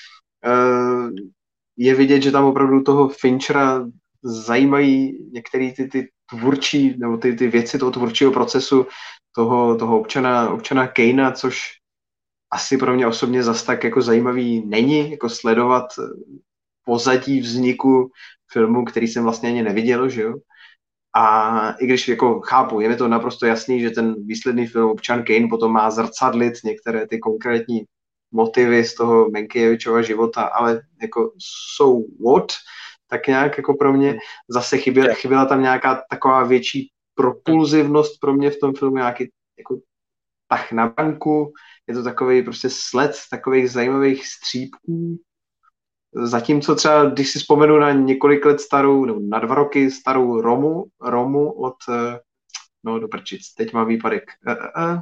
Je vidět, že tam opravdu toho Finchera zajímají některé ty, ty tvůrčí, nebo ty, ty věci toho tvůrčího procesu toho, toho občana, občana Kanea, což asi pro mě osobně zas tak jako zajímavý není, jako sledovat pozadí vzniku filmu, který jsem vlastně ani neviděl, že jo. A i když jako chápu, je mi to naprosto jasný, že ten výsledný film Občan Kane potom má zrcadlit některé ty konkrétní motivy z toho Minkiewiczova života, ale jako so what, tak nějak jako pro mě zase chyběla, chyběla tam nějaká taková větší propulzivnost pro mě v tom filmu, nějaký jako tah na banku, je to takový prostě sled takových zajímavých střípků. Zatímco třeba, když si vzpomenu na několik let starou, nebo na dva roky starou Romu, Romu od, no do prčic, teď mám výpadek. Uh, uh,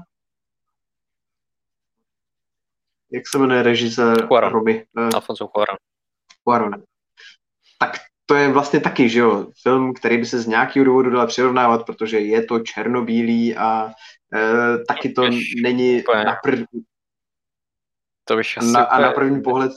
jak se jmenuje režisér Romy? Uh, Alfonso Cuarón. Cuarón. Tak to je vlastně taky, že jo, film, který by se z nějakého důvodu dal přirovnávat, protože je to černobílý a uh, taky to Jež, není na, prv... to byš asi na, a na první pohled.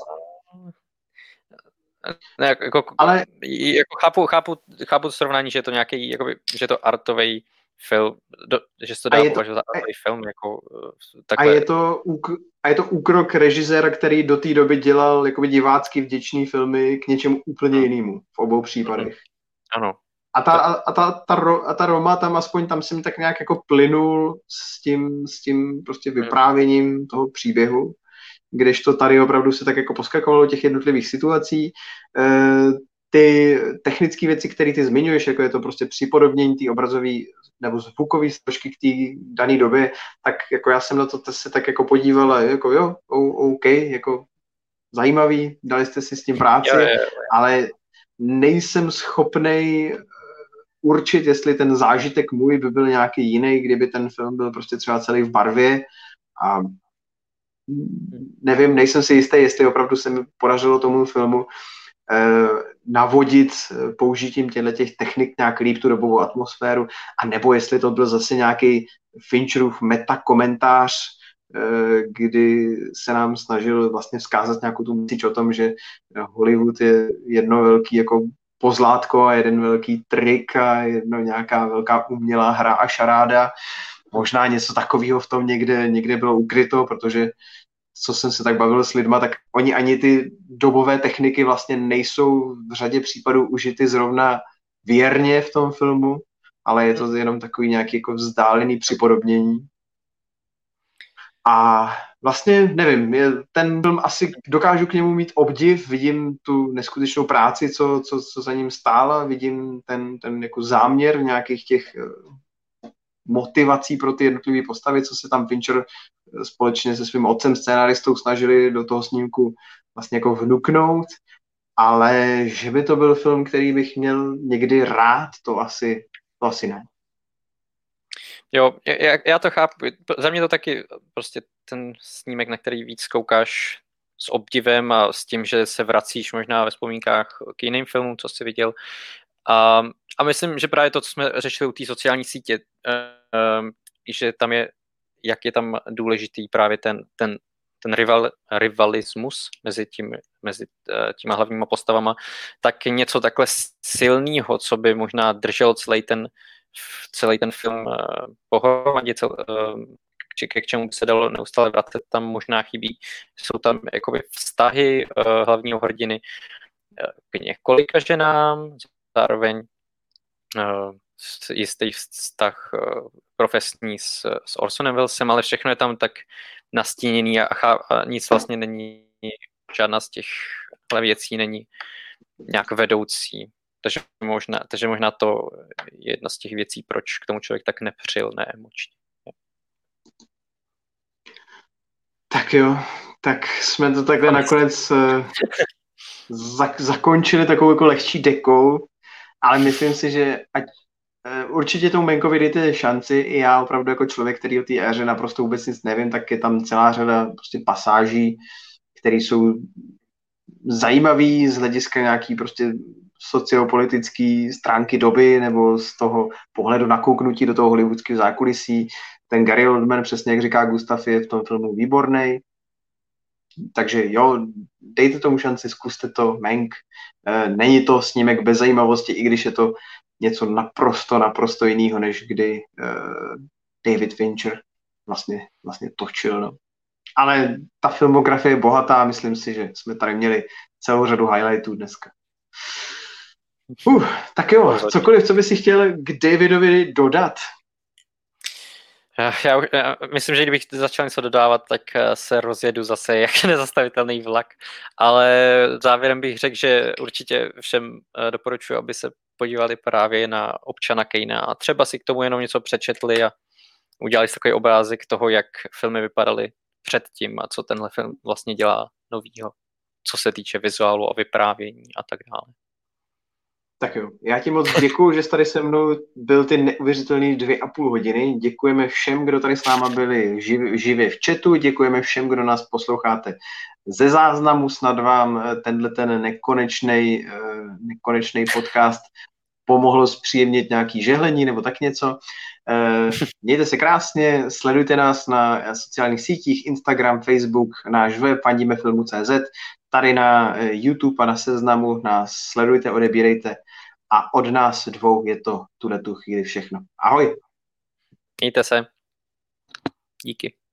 Ne, jako, ale jako chápu, chápu, chápu to srovnání, že je to nějaký, jakoby, že je to artový film, do, že se to dá považovat za artový film. Jako, takhle. A, je to, a je to úkrok režiséra, který do té doby dělal jakoby divácky vděčný filmy k něčemu úplně jinému v obou případech. Ano. A ta, a, ta, ta, a ta Roma tam aspoň tam jsem tak nějak jako plynul s tím, s tím prostě vyprávěním toho příběhu, kdežto tady opravdu se tak jako poskakovalo těch jednotlivých situací. E, ty technické věci, které ty zmiňuješ, jako je to prostě připodobnění té obrazové nebo zvukové složky k té dané době, tak jako já jsem na to se tak jako podíval a jako jo, OK, jako zajímavý, dali jste si s tím práci, jo, jo, jo. Ale nejsem schopnej určit, jestli ten zážitek můj by byl nějaký jiný, kdyby ten film byl prostě třeba celý v barvě a nevím, nejsem si jistý, jestli opravdu se mi podařilo tomu filmu navodit použitím těch technik nějak líp tu dobovou atmosféru, a nebo jestli to byl zase nějaký Fincherův metakomentář, kdy se nám snažil vlastně vzkázat nějakou tu message o tom, že Hollywood je jedno velký jako pozlátko a jeden velký trik a jedno nějaká velká umělá hra a šaráda. Možná něco takového v tom někde, někde bylo ukryto, protože co jsem se tak bavil s lidma, tak oni ani ty dobové techniky vlastně nejsou v řadě případů užity zrovna věrně v tom filmu, ale je to jenom takový nějaký jako vzdálený připodobnění. A vlastně, nevím, je, ten film asi dokážu k němu mít obdiv, vidím tu neskutečnou práci, co, co, co za ním stála, vidím ten, ten jako záměr nějakých těch motivací pro ty jednotlivé postavy, co se tam Fincher společně se svým otcem scénaristou snažili do toho snímku vlastně jako vnuknout, ale že by to byl film, který bych měl někdy rád, to asi, to asi ne. Jo, já, já to chápu. Za mě to taky prostě ten snímek, na který víc koukáš s obdivem a s tím, že se vracíš možná ve vzpomínkách k jiným filmům, co jsi viděl. A, a myslím, že právě to, co jsme řešili u té sociální sítě, um, že tam je, jak je tam důležitý právě ten, ten, ten rival, rivalismus mezi, tím, mezi těma hlavníma postavama, tak něco takhle silného, co by možná držel celý ten celý ten film uh, pohromadě, cel, uh, či ke k čemu by se dalo neustále vracet, tam možná chybí. Jsou tam jakoby vztahy uh, hlavního hrdiny uh, k několika ženám, zároveň uh, jistý vztah uh, profesní s, s Orsonem Wellesem, ale všechno je tam tak nastíněný a, a nic vlastně není, žádná z těch věcí není nějak vedoucí. Takže možná, takže možná to je jedna z těch věcí, proč k tomu člověk tak nepřilne emočně. Tak jo, tak jsme to takhle nakonec uh, zak- zakončili takovou jako lehčí dekou, ale myslím si, že ať, uh, určitě tomu Mankovi dejte šanci. I já opravdu jako člověk, který o té éře naprosto vůbec nic nevím, tak je tam celá řada prostě pasáží, které jsou zajímavý z hlediska nějaký prostě sociopolitické stránky doby nebo z toho pohledu nakouknutí do toho hollywoodského zákulisí. Ten Gary Oldman, přesně jak říká Gustav, je v tom filmu výborný. Takže jo, dejte tomu šanci, zkuste to, Mank. Není to snímek bez zajímavosti, i když je to něco naprosto, naprosto jiného, než kdy David Fincher vlastně, vlastně točil. No. Ale ta filmografie je bohatá a myslím si, že jsme tady měli celou řadu highlightů dneska. Uh, tak jo, cokoliv, co by si chtěl k Davidovi dodat? Já, já, já myslím, že kdybych začal něco dodávat, tak se rozjedu zase jak nezastavitelný vlak, ale závěrem bych řekl, že určitě všem doporučuji, aby se podívali právě na Občana Kejna a třeba si k tomu jenom něco přečetli a udělali si takový obrázek toho, jak filmy vypadaly předtím a co tenhle film vlastně dělá novýho, co se týče vizuálu a vyprávění a tak dále. Tak jo, já ti moc děkuju, že jsi tady se mnou byl ty neuvěřitelné dvě a půl hodiny. Děkujeme všem, kdo tady s náma byli živ, živě v chatu, děkujeme všem, kdo nás posloucháte ze záznamu. Snad vám tenhle ten nekonečnej, nekonečnej podcast pomohlo zpříjemnit nějaký žehlení nebo tak něco. Mějte se krásně, sledujte nás na sociálních sítích, Instagram, Facebook, náš web fandimefilmu tečka cé zet, tady na YouTube a na Seznamu nás sledujte, odebírejte a od nás dvou je to tuhle tu chvíli všechno. Ahoj! Mějte se. Díky.